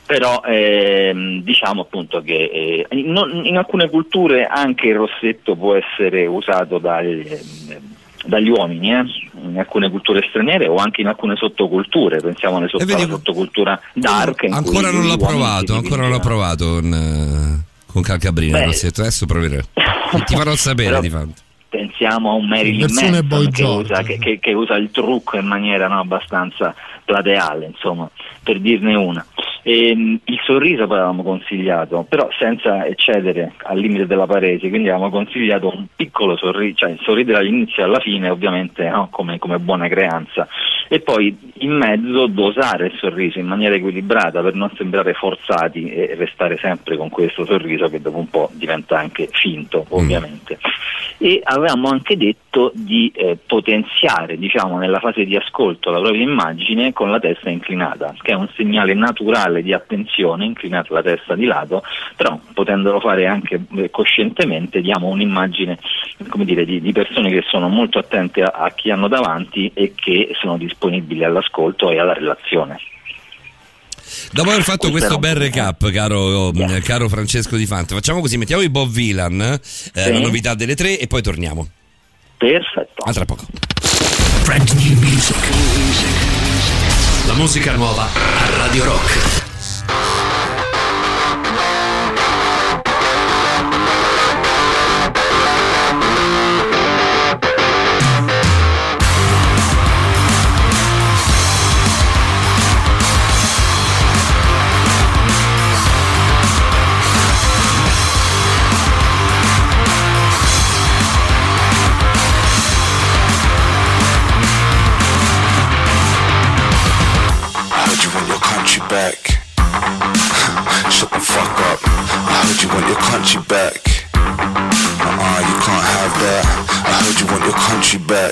S: Però ehm, diciamo appunto che eh, in, in alcune culture anche il rossetto può essere usato dagli, eh, dagli uomini, eh? In alcune culture straniere o anche in alcune sottoculture, pensiamo alle sotto, alla sottocultura dark. In
D: ancora
S: cui
D: non l'ho provato,
S: si
D: ancora non l'ho provato con, con Calcabrina, il rossetto, adesso proverò. Ti farò sapere
S: Però,
D: di fatto.
S: Pensiamo a un Marilyn Manson che usa, che, che, che usa il trucco in maniera no, abbastanza plateale, insomma, per dirne una. E, il sorriso poi avevamo consigliato, però senza eccedere al limite della paresi, quindi avevamo consigliato un piccolo sorriso, cioè sorridere all'inizio e alla fine, ovviamente no, come, come buona creanza, e poi in mezzo dosare il sorriso in maniera equilibrata per non sembrare forzati e restare sempre con questo sorriso che dopo un po' diventa anche finto, ovviamente. Mm. E avevamo anche detto di eh, potenziare, diciamo, nella fase di ascolto la propria immagine con la testa inclinata, che è un segnale naturale di attenzione, inclinata la testa di lato, però potendolo fare anche eh, coscientemente diamo un'immagine, come dire, di, di persone che sono molto attente a, a chi hanno davanti e che sono disponibili all'ascolto e alla relazione.
D: Dopo aver fatto questo bel recap, caro, yeah. caro Francesco Di Fante, facciamo così, mettiamo i Bob Vylan, eh, sì. la novità delle tre, e poi torniamo.
S: Perfetto.
D: A tra poco.
A: La musica nuova a Radio Rock.
K: Back. Shut the fuck up. I heard you want your country back. Uh-uh, you can't have that. I heard you want your country back.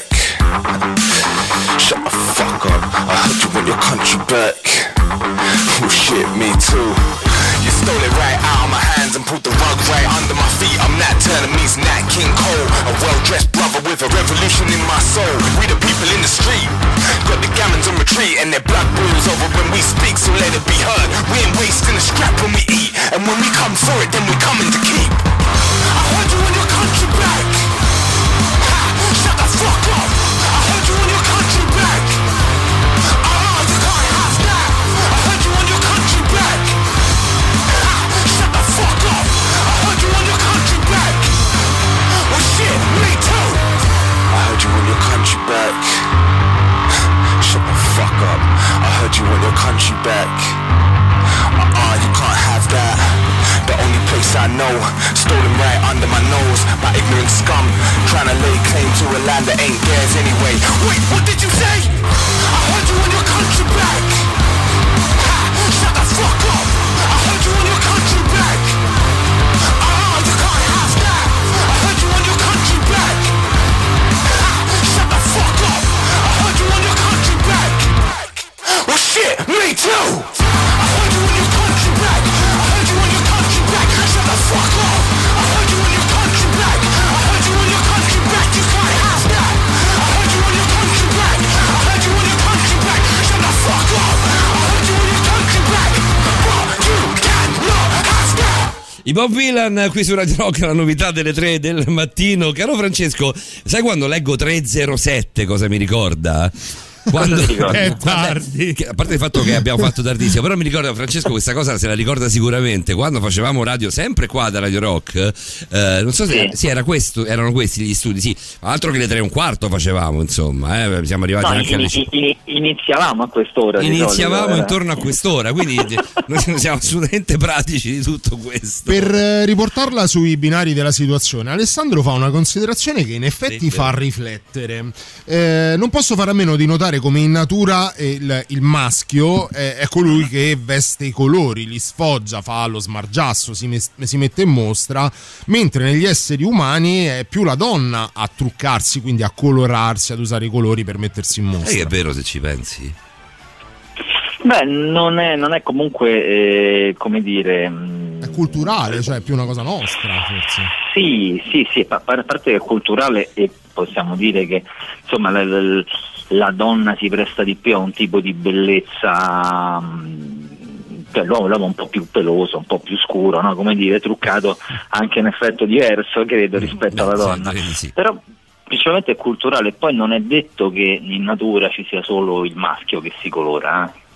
K: Shut the fuck up. I heard you want your country back. Oh shit, me too. You stole it right out of my hands and pulled the rug right under my feet. I'm Nat Turner meets Nat King Cole, a well-dressed brother with a revolution in my soul. We the people in the street, got the gammons on retreat, and their blood boils over when we speak, so let it be heard. We ain't wasting a scrap when we eat, and when we come for it, then we coming to keep. I heard you want your country back. Ha, shut the fuck up. I heard you want your country back. Ah, you can't have that. I heard you want your country back. Shut the fuck up. I heard you want your country back. Well shit, me too. I heard you want your country back. Shut the fuck up. I heard you want your country back. Uh-uh, you can't have that. The only place I know, stolen right under my nose by ignorant scum, trying to lay claim to a land that ain't theirs anyway. Wait, what did you say? I heard you want your country back. Ha, shut the fuck up. I heard you want your country back. Ah, you can't have that. I heard you want your country back. Ha, shut the fuck up. I heard you want your country back. Well shit, me too. I heard you want your country back. I heard you want your country back. Shut the fuck up. I heard you want your country back. I heard you want your country back. You can't have that. I heard you want your country back. I heard you want your country back. Shut the fuck up. I heard you want your country back. But you cannot have that.
D: I Bob Vylan qui su Radio Rock, la novità delle tre del mattino. Caro Francesco, sai quando leggo tre zero sette cosa mi ricorda? Quando
C: è tardi,
D: che, a parte il fatto che abbiamo fatto tardissimo, però mi ricorda, Francesco questa cosa se la ricorda sicuramente, quando facevamo radio sempre qua da Radio Rock, eh, non so se sì. Sì, era questo, erano questi gli studi, sì, altro che le tre e un quarto facevamo, insomma, eh, siamo arrivati
S: no,
D: anche
S: in,
D: alle
S: in, iniziavamo a quest'ora,
D: iniziavamo
S: solito,
D: intorno a quest'ora, quindi noi siamo assolutamente pratici di tutto questo.
C: Per eh, riportarla sui binari della situazione, Alessandro fa una considerazione che in effetti sì, fa riflettere. Eh, non posso fare a meno di notare come in natura il, il maschio è, è colui che veste i colori, li sfoggia, fa lo smargiasso, si, me, si mette in mostra, mentre negli esseri umani è più la donna a truccarsi, quindi a colorarsi, ad usare i colori per mettersi in mostra.
D: E è vero se ci pensi.
S: Beh, non è, non è comunque, eh, come dire...
C: È culturale, cioè è più una cosa nostra, forse.
S: Sì, sì, sì, a parte che è culturale e possiamo dire che, insomma, la, la, la donna si presta di più a un tipo di bellezza, cioè l'uomo, l'uomo un po' più peloso, un po' più scuro, no? Come dire, truccato anche in effetto diverso, credo, rispetto alla donna. Però principalmente è culturale, poi non è detto che in natura ci sia solo il maschio che si colora, eh?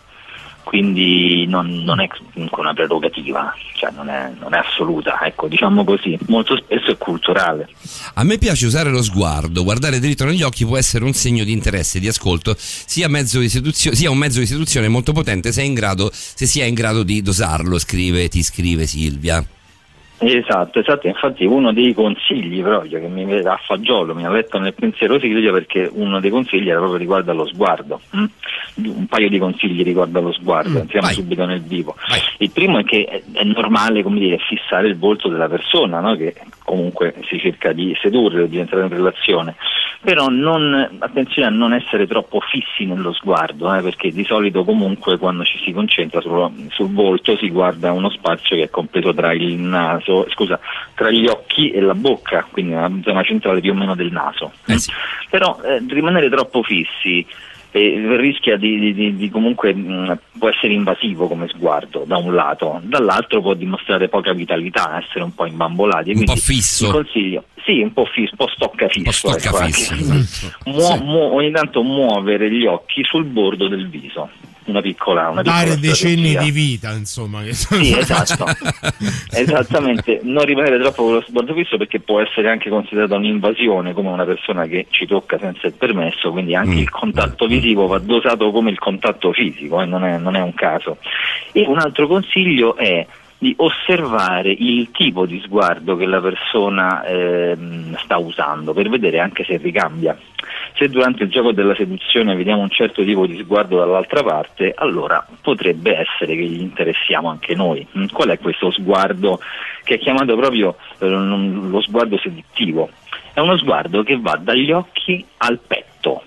S: Quindi non, non è comunque una prerogativa, cioè non è, non è assoluta, ecco, diciamo così, molto spesso è culturale.
D: A me piace usare lo sguardo, guardare dritto negli occhi può essere un segno di interesse, di ascolto, sia, mezzo di seduzio- sia un mezzo di seduzione molto potente se, è in grado, se si è in grado di dosarlo, scrive, ti scrive Silvia.
S: Esatto, esatto, infatti uno dei consigli proprio che mi vede a fagiolo, mi ha letto nel pensiero Silvia, perché uno dei consigli era proprio riguardo allo sguardo, mm? un paio di consigli riguardo allo sguardo, entriamo mm, subito nel vivo. Vai. Il primo è che è, è normale, come dire, fissare il volto della persona, no? Che comunque si cerca di sedurre o di entrare in relazione, però non, attenzione a non essere troppo fissi nello sguardo, eh? Perché di solito comunque quando ci si concentra sul, sul volto si guarda uno spazio che è compreso tra il naso, scusa, tra gli occhi e la bocca, quindi una zona centrale più o meno del naso. Eh sì. Però eh, rimanere troppo fissi eh, rischia di, di, di comunque mh, può essere invasivo come sguardo da un lato, dall'altro può dimostrare poca vitalità, essere un po' imbambolati.
D: Un po' fisso.
S: Il consiglio, sì, un po' fisso, un po' stocca fisso.
D: Un po' stocca fisso.
S: Ecco, Muo- sì. mu- ogni tanto muovere gli occhi sul bordo del viso. Una piccola, una
C: dare
S: piccola
C: decenni di vita, insomma. Che
S: sì, esatto. Esattamente, non rimanere troppo con lo sguardo fisso, perché può essere anche considerata un'invasione, come una persona che ci tocca senza il permesso, quindi anche mm. il contatto visivo va dosato come il contatto fisico, e eh, non è, non è un caso. E un altro consiglio è di osservare il tipo di sguardo che la persona eh, sta usando, per vedere anche se ricambia. Se durante il gioco della seduzione vediamo un certo tipo di sguardo dall'altra parte, allora potrebbe essere che gli interessiamo anche noi. Qual è questo sguardo che è chiamato proprio eh, lo sguardo seduttivo? È uno sguardo che va dagli occhi al petto.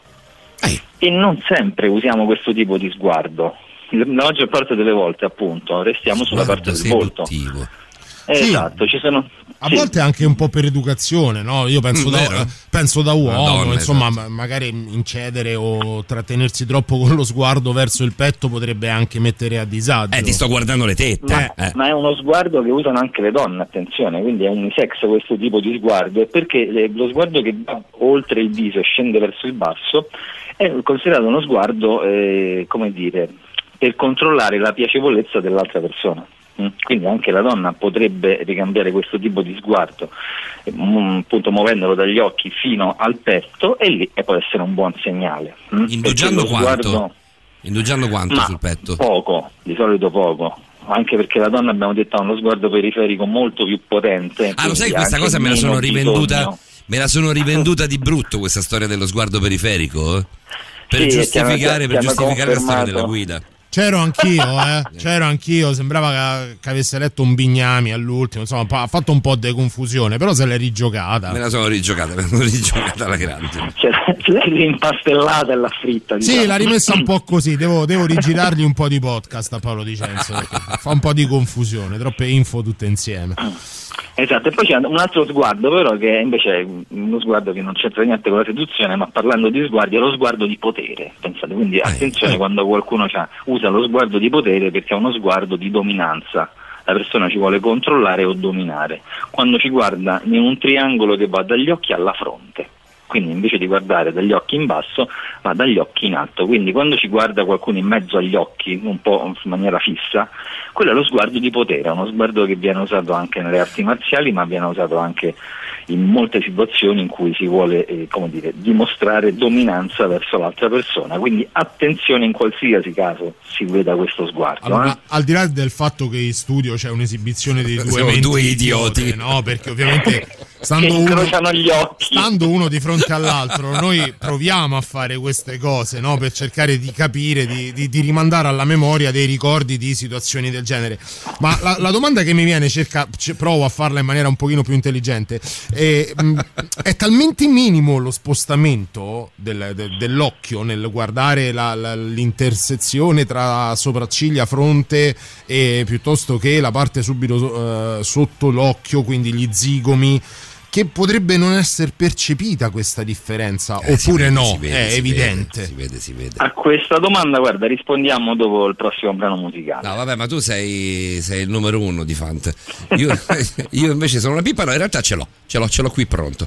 S: E non sempre usiamo questo tipo di sguardo. La maggior parte delle volte, appunto, restiamo sulla parte del volto. Eh,
C: sì.
S: Esatto, ci sono.
C: A
S: sì.
C: volte anche un po' per educazione, no? Io penso,
D: Mm,
C: da,
D: vero.
C: penso da uomo,
D: Madonna,
C: insomma,
D: esatto.
C: ma- magari incedere o trattenersi troppo con lo sguardo verso il petto potrebbe anche mettere a disagio.
D: Eh, ti sto guardando le tette.
S: Ma,
D: Eh.
S: ma è uno sguardo che usano anche le donne, attenzione, quindi è unisex questo tipo di sguardo, e perché le- lo sguardo che va oltre il viso e scende verso il basso è considerato uno sguardo, eh, come dire, per controllare la piacevolezza dell'altra persona. Mm. Quindi anche la donna potrebbe ricambiare questo tipo di sguardo, eh, mm, appunto muovendolo dagli occhi fino al petto, e lì e può essere un buon segnale. Mm.
D: Indugiando
S: Perché lo
D: quanto?
S: sguardo-
D: Indugiando quanto
S: Ma
D: sul petto?
S: Poco, di solito poco. Anche perché la donna, abbiamo detto, ha uno sguardo periferico molto più potente.
D: Ah, lo sai,
S: quindi
D: questa
S: anche
D: cosa me la
S: meno
D: sono rivenduta.
S: bisogno.
D: Me la sono rivenduta di brutto, questa storia dello sguardo periferico, eh? Per
S: Sì,
D: giustificare,
S: ti hanno-
D: per
S: ti hanno
D: giustificare la storia
S: confermato.
D: della guida.
C: C'ero anch'io, eh. C'ero anch'io, sembrava che, che avesse letto un Bignami all'ultimo, insomma, ha fatto un po' di confusione, però se l'è rigiocata.
D: Me la sono rigiocata, me la sono rigiocata alla grande.
S: Cioè, l'hai rimpastellata e l'ha fritta, diciamo.
C: Sì, l'ha rimessa un po' così, devo, devo rigirargli un po' di podcast a Paolo Dicenzo, perché fa un po' di confusione, troppe info tutte insieme.
S: Esatto, e poi c'è un altro sguardo però, che invece è uno sguardo che non c'entra niente con la seduzione, ma parlando di sguardi è lo sguardo di potere, pensate, quindi attenzione quando qualcuno c'ha, usa lo sguardo di potere, perché è uno sguardo di dominanza. La persona ci vuole controllare o dominare, quando ci guarda in un triangolo che va dagli occhi alla fronte. Quindi invece di guardare dagli occhi in basso, va dagli occhi in alto. Quindi quando ci guarda qualcuno in mezzo agli occhi, un po' in maniera fissa, quello è lo sguardo di potere, è uno sguardo che viene usato anche nelle arti marziali, ma viene usato anche in molte situazioni in cui si vuole, eh, come dire, dimostrare dominanza verso l'altra persona. Quindi attenzione in qualsiasi caso si veda questo sguardo.
C: Allora,
S: eh?
C: al di là del fatto che in studio c'è un'esibizione dei due
D: Siamo
C: menti
D: due idioti.
C: idiote, no? Perché ovviamente stando
S: Che
C: uno,
S: incrociano gli occhi.
C: stando uno di fronte all'altro, noi proviamo a fare queste cose, no? Per cercare di capire, di, di, di rimandare alla memoria dei ricordi di situazioni del genere. Ma la, la domanda che mi viene, cerca, c- provo a farla in maniera un pochino più intelligente, è, mh, è talmente minimo lo spostamento del, de, dell'occhio nel guardare la, la, l'intersezione tra sopracciglia, fronte, e piuttosto che la parte subito uh, sotto l'occhio, quindi gli zigomi, che potrebbe non essere percepita questa differenza, eh, oppure
D: vede,
C: no,
D: vede,
C: è evidente.
D: Vede, si vede, si vede.
S: A questa domanda, guarda, rispondiamo dopo il prossimo brano musicale.
D: No, vabbè, ma tu sei, sei il numero uno di Fant. Io, io invece sono una pippa, no, in realtà ce l'ho, ce l'ho, ce l'ho qui pronto.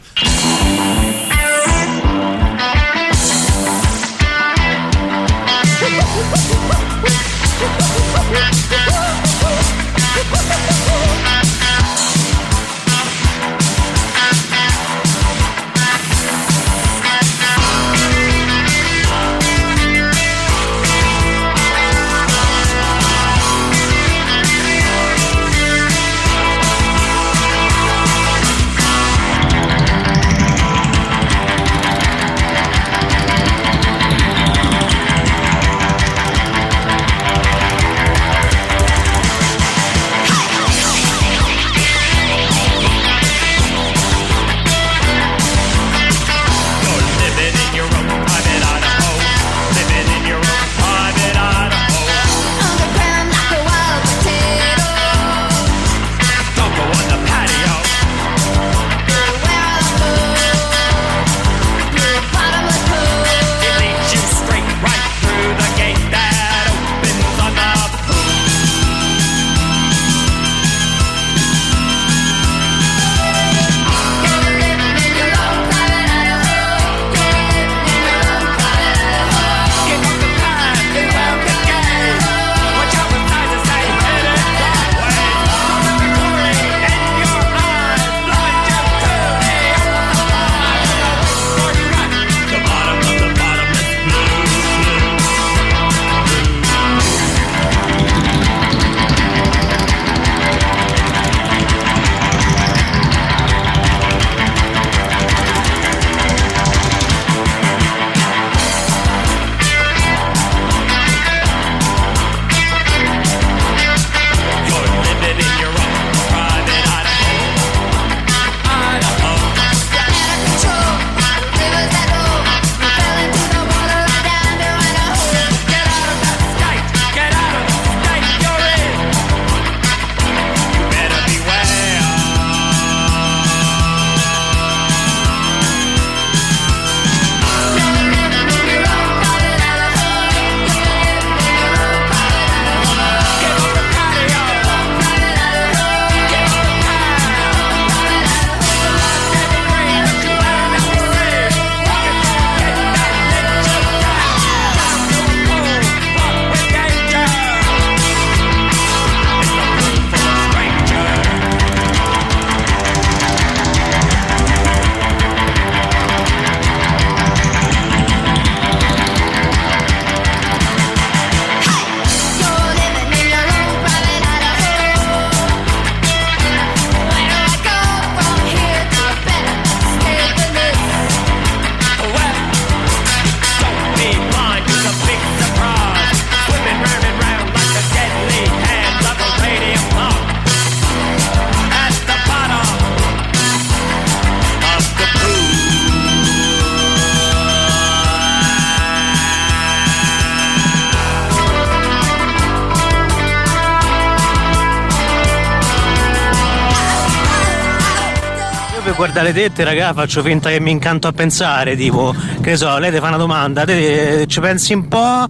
H: Guarda le tette, raga, faccio finta che mi incanto a pensare, tipo, che ne so, lei ti fa una domanda, te ci pensi un po',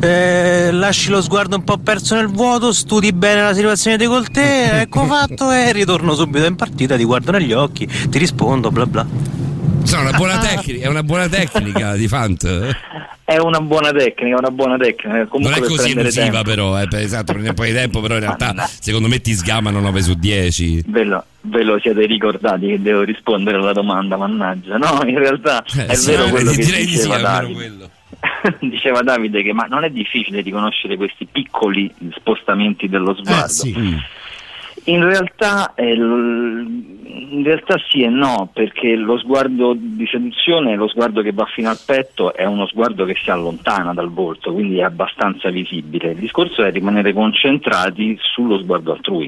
H: eh, lasci lo sguardo un po' perso nel vuoto, studi bene la situazione di col te, ecco fatto, e ritorno subito in partita, ti guardo negli occhi, ti rispondo, bla bla.
D: È una buona tecnica, è una buona tecnica di Fant.
S: È una buona tecnica, una buona tecnica. Comunque
D: non è così elusiva
S: tempo.
D: però, eh, esatto, prende un po' di tempo, però in realtà secondo me ti sgamano nove su dieci.
S: Ve lo, ve lo siete ricordati che devo rispondere alla domanda, mannaggia. No, in realtà eh, è
D: sì,
S: vero
D: eh,
S: quello che
D: direi
S: diceva
D: di sì,
S: Davide.
D: quello.
S: Diceva Davide che ma non è difficile riconoscere questi piccoli spostamenti dello sguardo.
C: Eh, sì.
S: In realtà, eh, in realtà sì e no, perché lo sguardo di seduzione, lo sguardo che va fino al petto, è uno sguardo che si allontana dal volto, quindi è abbastanza visibile. Il discorso è rimanere concentrati sullo sguardo altrui.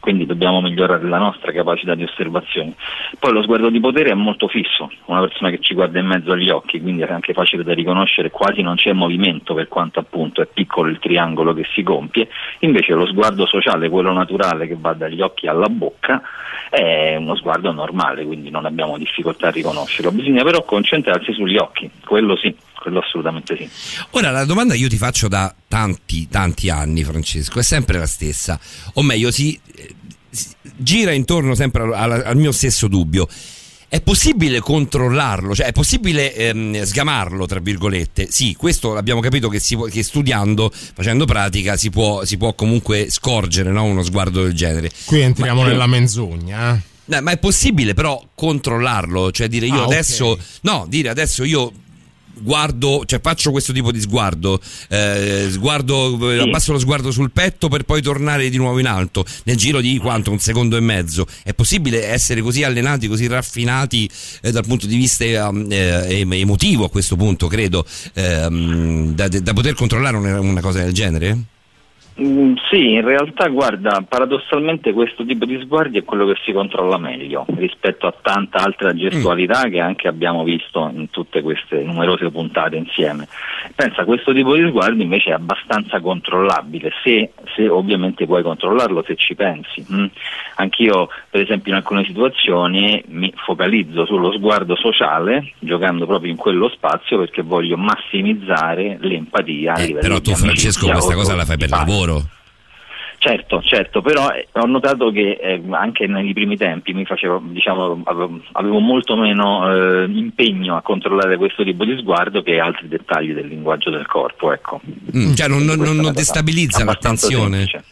S: quindi dobbiamo migliorare la nostra capacità di osservazione. Poi lo sguardo di potere è molto fisso, una persona che ci guarda in mezzo agli occhi, quindi è anche facile da riconoscere, quasi non c'è movimento per quanto appunto è piccolo il triangolo che si compie. Invece lo sguardo sociale, quello naturale che va dagli occhi alla bocca, è uno sguardo normale, quindi non abbiamo difficoltà a riconoscerlo. Bisogna però concentrarsi sugli occhi, quello sì, quello assolutamente sì.
D: Ora la domanda io ti faccio da tanti tanti anni, Francesco, è sempre la stessa, o meglio si, si gira intorno sempre al, al mio stesso dubbio. È possibile controllarlo? Cioè è possibile ehm, sgamarlo, tra virgolette? Sì, questo l'abbiamo capito che, si può, che studiando, facendo pratica, si può, si può comunque scorgere, no? Uno sguardo del genere.
C: Qui entriamo
D: ma,
C: nella menzogna.
D: No, ma è possibile però controllarlo? Cioè dire io
C: ah,
D: adesso...
C: Okay.
D: No, dire adesso io... guardo, cioè faccio questo tipo di sguardo, eh, sguardo sì. abbasso lo sguardo sul petto per poi tornare di nuovo in alto nel giro di quanto? Un secondo e mezzo. È possibile essere così allenati, così raffinati eh, dal punto di vista eh, emotivo a questo punto, credo, ehm, da, da poter controllare una, una cosa del genere?
S: Mm, sì, in realtà guarda, paradossalmente questo tipo di sguardi è quello che si controlla meglio rispetto a tanta altra gestualità mm. che anche abbiamo visto in tutte queste numerose puntate insieme. Pensa, questo tipo di sguardi invece è abbastanza controllabile, se, se ovviamente puoi controllarlo, se ci pensi. Mm. Anch'io per esempio in alcune situazioni mi focalizzo sullo sguardo sociale, giocando proprio in quello spazio, perché voglio massimizzare l'empatia.
D: Eh, però tu Francesco questa cosa la fai per lavoro.
S: Certo, certo, però eh, ho notato che eh, anche nei primi tempi mi facevo, diciamo, avevo, avevo molto meno eh, impegno a controllare questo tipo di sguardo che altri dettagli del linguaggio del corpo, ecco.
D: Mm, cioè non, non, non destabilizza l'attenzione?
S: Semplice.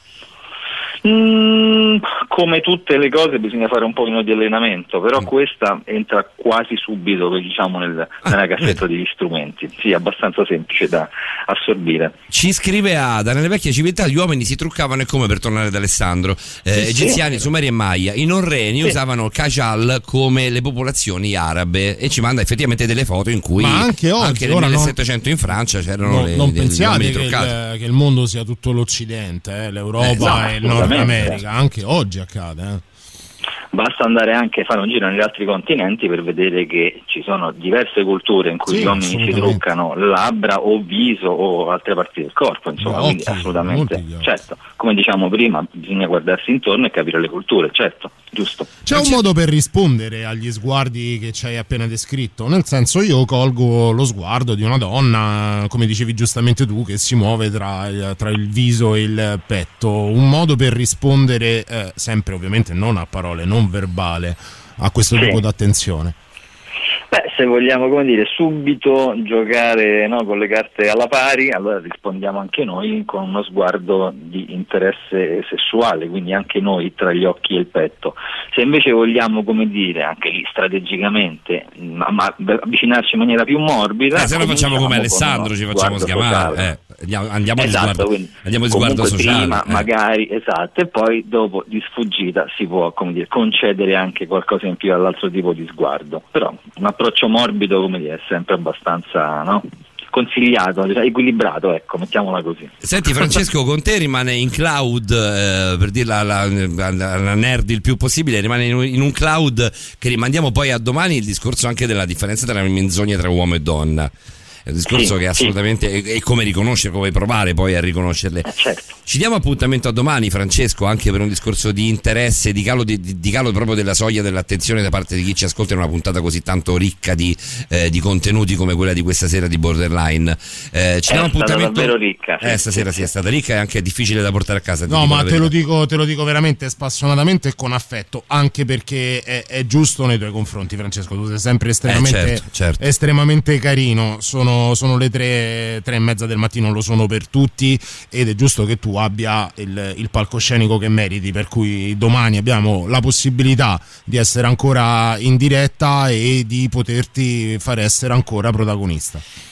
S: Mm, come tutte le cose bisogna fare un pochino di allenamento, però mm. questa entra quasi subito, diciamo, nel, ah, nella cassetta vedi. degli strumenti. Sì, è abbastanza semplice da assorbire.
D: Ci scrive Ada: nelle vecchie civiltà gli uomini si truccavano, e come, per tornare ad Alessandro, eh, sì, egiziani, sì. Sumeri e Maya. I norreni sì. usavano il kajal come le popolazioni arabe, e ci manda effettivamente delle foto in cui
C: ma anche oggi,
D: anche nel millesettecento non, in Francia c'erano
C: no,
D: le,
C: non
D: le,
C: pensiate che il, che il mondo sia tutto l'Occidente, eh, l'Europa eh, no, e il Nord America, anche oggi accade, eh.
S: Basta andare anche a fare un giro negli altri continenti per vedere che ci sono diverse culture in cui sì, gli uomini si truccano labbra o viso o altre parti del corpo, insomma, no, quindi occhi, assolutamente, certo, come diciamo prima, bisogna guardarsi intorno e capire le culture, certo, giusto.
C: C'è un modo per rispondere agli sguardi che ci hai appena descritto, nel senso, io colgo lo sguardo di una donna, come dicevi giustamente tu, che si muove tra, tra il viso e il petto, un modo per rispondere, eh, sempre ovviamente non a parole, non verbale, a questo sì. tipo di attenzione.
S: Beh, se vogliamo, come dire, subito giocare, no, con le carte alla pari, allora rispondiamo anche noi con uno sguardo di interesse sessuale, quindi anche noi tra gli occhi e il petto. Se invece vogliamo, come dire, anche lì strategicamente, ma, ma avvicinarci in maniera più morbida,
D: eh, se no facciamo come Alessandro, ci facciamo sgamare, eh, andiamo, andiamo
S: esatto,
D: di sguardo, andiamo di sguardo sociale.
S: Prima,
D: eh.
S: magari, esatto, e poi dopo di sfuggita si può, come dire, concedere anche qualcosa in più all'altro tipo di sguardo, però un approccio morbido, come dire, è sempre abbastanza, no? consigliato, equilibrato, ecco, mettiamola così.
D: Senti Francesco, con te rimane in cloud, eh, per dirla alla, alla, alla nerd il più possibile, rimane in un, in un cloud che rimandiamo poi a domani, il discorso anche della differenza tra le menzogne tra uomo e donna. È un discorso
S: sì,
D: che assolutamente sì. è, è come riconoscere, come provare poi a riconoscerle.
S: Eh, certo.
D: Ci diamo appuntamento a domani, Francesco, anche per un discorso di interesse, di calo, di, di calo proprio della soglia dell'attenzione da parte di chi ci ascolta in una puntata così tanto ricca di, eh, di contenuti come quella di questa sera di Borderline. Eh, ci
S: è
D: diamo appuntamento.
S: Davvero ricca.
D: Eh, stasera sì, è stata ricca e anche difficile da portare a casa.
C: No, ma te lo dico, te lo dico veramente spassionatamente e con affetto, anche perché è, è giusto nei tuoi confronti, Francesco. Tu sei sempre estremamente,
D: eh, certo, certo.
C: estremamente carino. Sono, sono le tre. tre e mezza del mattino, lo sono per tutti, ed è giusto che tu abbia il, il palcoscenico che meriti, per cui domani abbiamo la possibilità di essere ancora in diretta e di poterti fare essere ancora protagonista.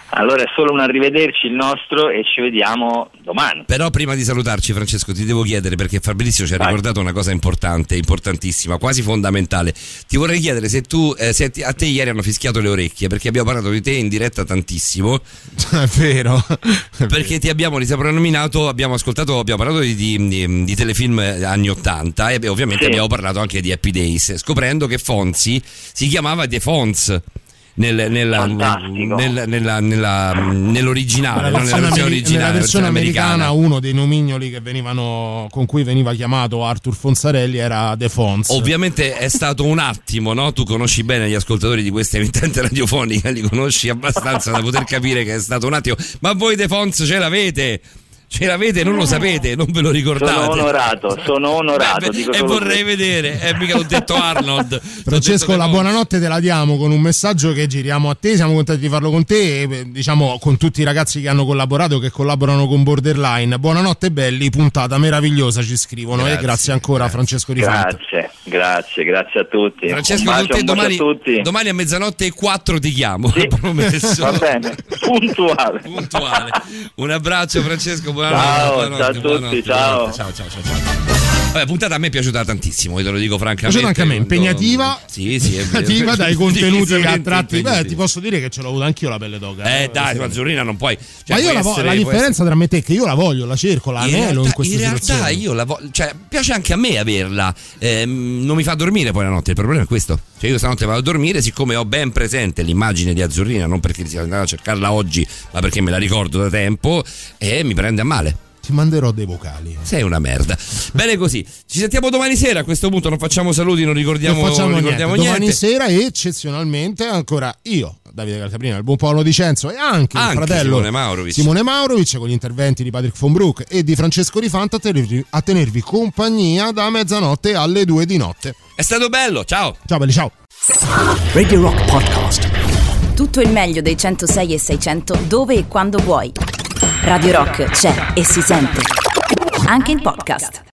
S: Allora è solo un arrivederci il nostro e ci vediamo domani.
D: Però prima di salutarci, Francesco, ti devo chiedere, perché Fabrizio ci ha
S: Vai.
D: ricordato una cosa importante, importantissima, quasi fondamentale. Ti vorrei chiedere se tu eh, se a te ieri hanno fischiato le orecchie, perché abbiamo parlato di te in diretta tantissimo.
C: È vero.
D: Perché ti abbiamo risoprannominato, abbiamo ascoltato, abbiamo parlato di, di, di telefilm anni ottanta e ovviamente
S: Sì.
D: abbiamo parlato anche di Happy Days, scoprendo che Fonzi si chiamava De Fonz. Nel, nella, nel, nella, nella, nell'originale,
C: Nella
D: non
C: versione,
D: nella versione
C: ameri-
D: originale,
C: nella versione americana,
D: americana.
C: uno dei nomignoli che venivano, con cui veniva chiamato Arthur Fonzarelli era De Fonz.
D: Ovviamente è stato un attimo, no? Tu conosci bene gli ascoltatori di questa emittente radiofonica, li conosci abbastanza da poter capire che è stato un attimo. Ma voi De Fonz ce l'avete? Ce l'avete, non lo sapete, non ve lo ricordate.
S: Sono onorato, sono onorato.
D: Beh,
S: dico
D: e
S: solo
D: vorrei
S: questo.
D: vedere, eh, mica l'ho detto Arnold.
C: Francesco, la buonanotte te la diamo con un messaggio che giriamo a te, siamo contenti di farlo con te e diciamo con tutti i ragazzi che hanno collaborato, che collaborano con Borderline. Buonanotte belli, puntata meravigliosa ci scrivono
D: Grazie,
C: e grazie ancora
D: grazie.
C: Francesco Di Fanta.
S: Grazie, grazie, grazie a tutti.
D: Francesco,
S: un
D: con
S: bacio,
D: te
S: un bacio
D: domani,
S: a tutti.
D: domani a mezzanotte e quattro ti chiamo, promesso.
S: Va bene, puntuale.
D: Puntuale. Un abbraccio Francesco, buonanotte.
S: Ciao,
D: buonanotte,
S: ciao a tutti,
D: buonanotte,
S: ciao.
D: buonanotte. Ciao, ciao, ciao, ciao. Vabbè, puntata a me è piaciuta tantissimo, io te lo dico francamente.
C: Piaciuta anche a me,
D: quando-
C: impegnativa,
D: Sì, sì, è vero.
C: impegnativa dai contenuti a
D: Decisamente
C: tratti. Beh,
D: impegnativa.
C: ti posso dire che ce l'ho avuta anch'io la pelle d'oca.
D: Eh dai, ma Azzurrina non puoi. Cioè,
C: ma io
D: puoi
C: la, vo-
D: essere-
C: la
D: puoi
C: differenza tra me e te è che io la voglio, la cerco, la
D: In
C: anelo in,
D: realtà,
C: queste
D: in realtà
C: situazioni.
D: io la voglio, cioè piace anche a me averla, ehm, non mi fa dormire poi la notte, il problema è questo, cioè io stanotte vado a dormire, siccome ho ben presente l'immagine di Azzurrina, non perché sia andato a cercarla oggi, ma perché me la ricordo da tempo e mi prende a male.
C: Ti manderò dei vocali.
D: Sei una merda. Bene così. Ci sentiamo domani sera. A questo punto non facciamo saluti, non ricordiamo,
C: non facciamo
D: non
C: niente.
D: ricordiamo
C: Domani
D: niente.
C: sera eccezionalmente ancora io, Davide Calcaprina, il buon Paolo Di Cenzo e anche,
D: Anche
C: il fratello
D: Simone Maurovic.
C: Simone Maurovic con gli interventi di Patrick von Broek e di Francesco Di Fanta a tenervi, a tenervi compagnia da mezzanotte alle due di notte.
D: È stato bello, ciao.
C: Ciao belli, ciao.
A: Radio Rock Podcast.
B: Tutto il meglio dei centosei e seicento dove e quando vuoi. Radio Rock c'è e si sente. Anche in podcast.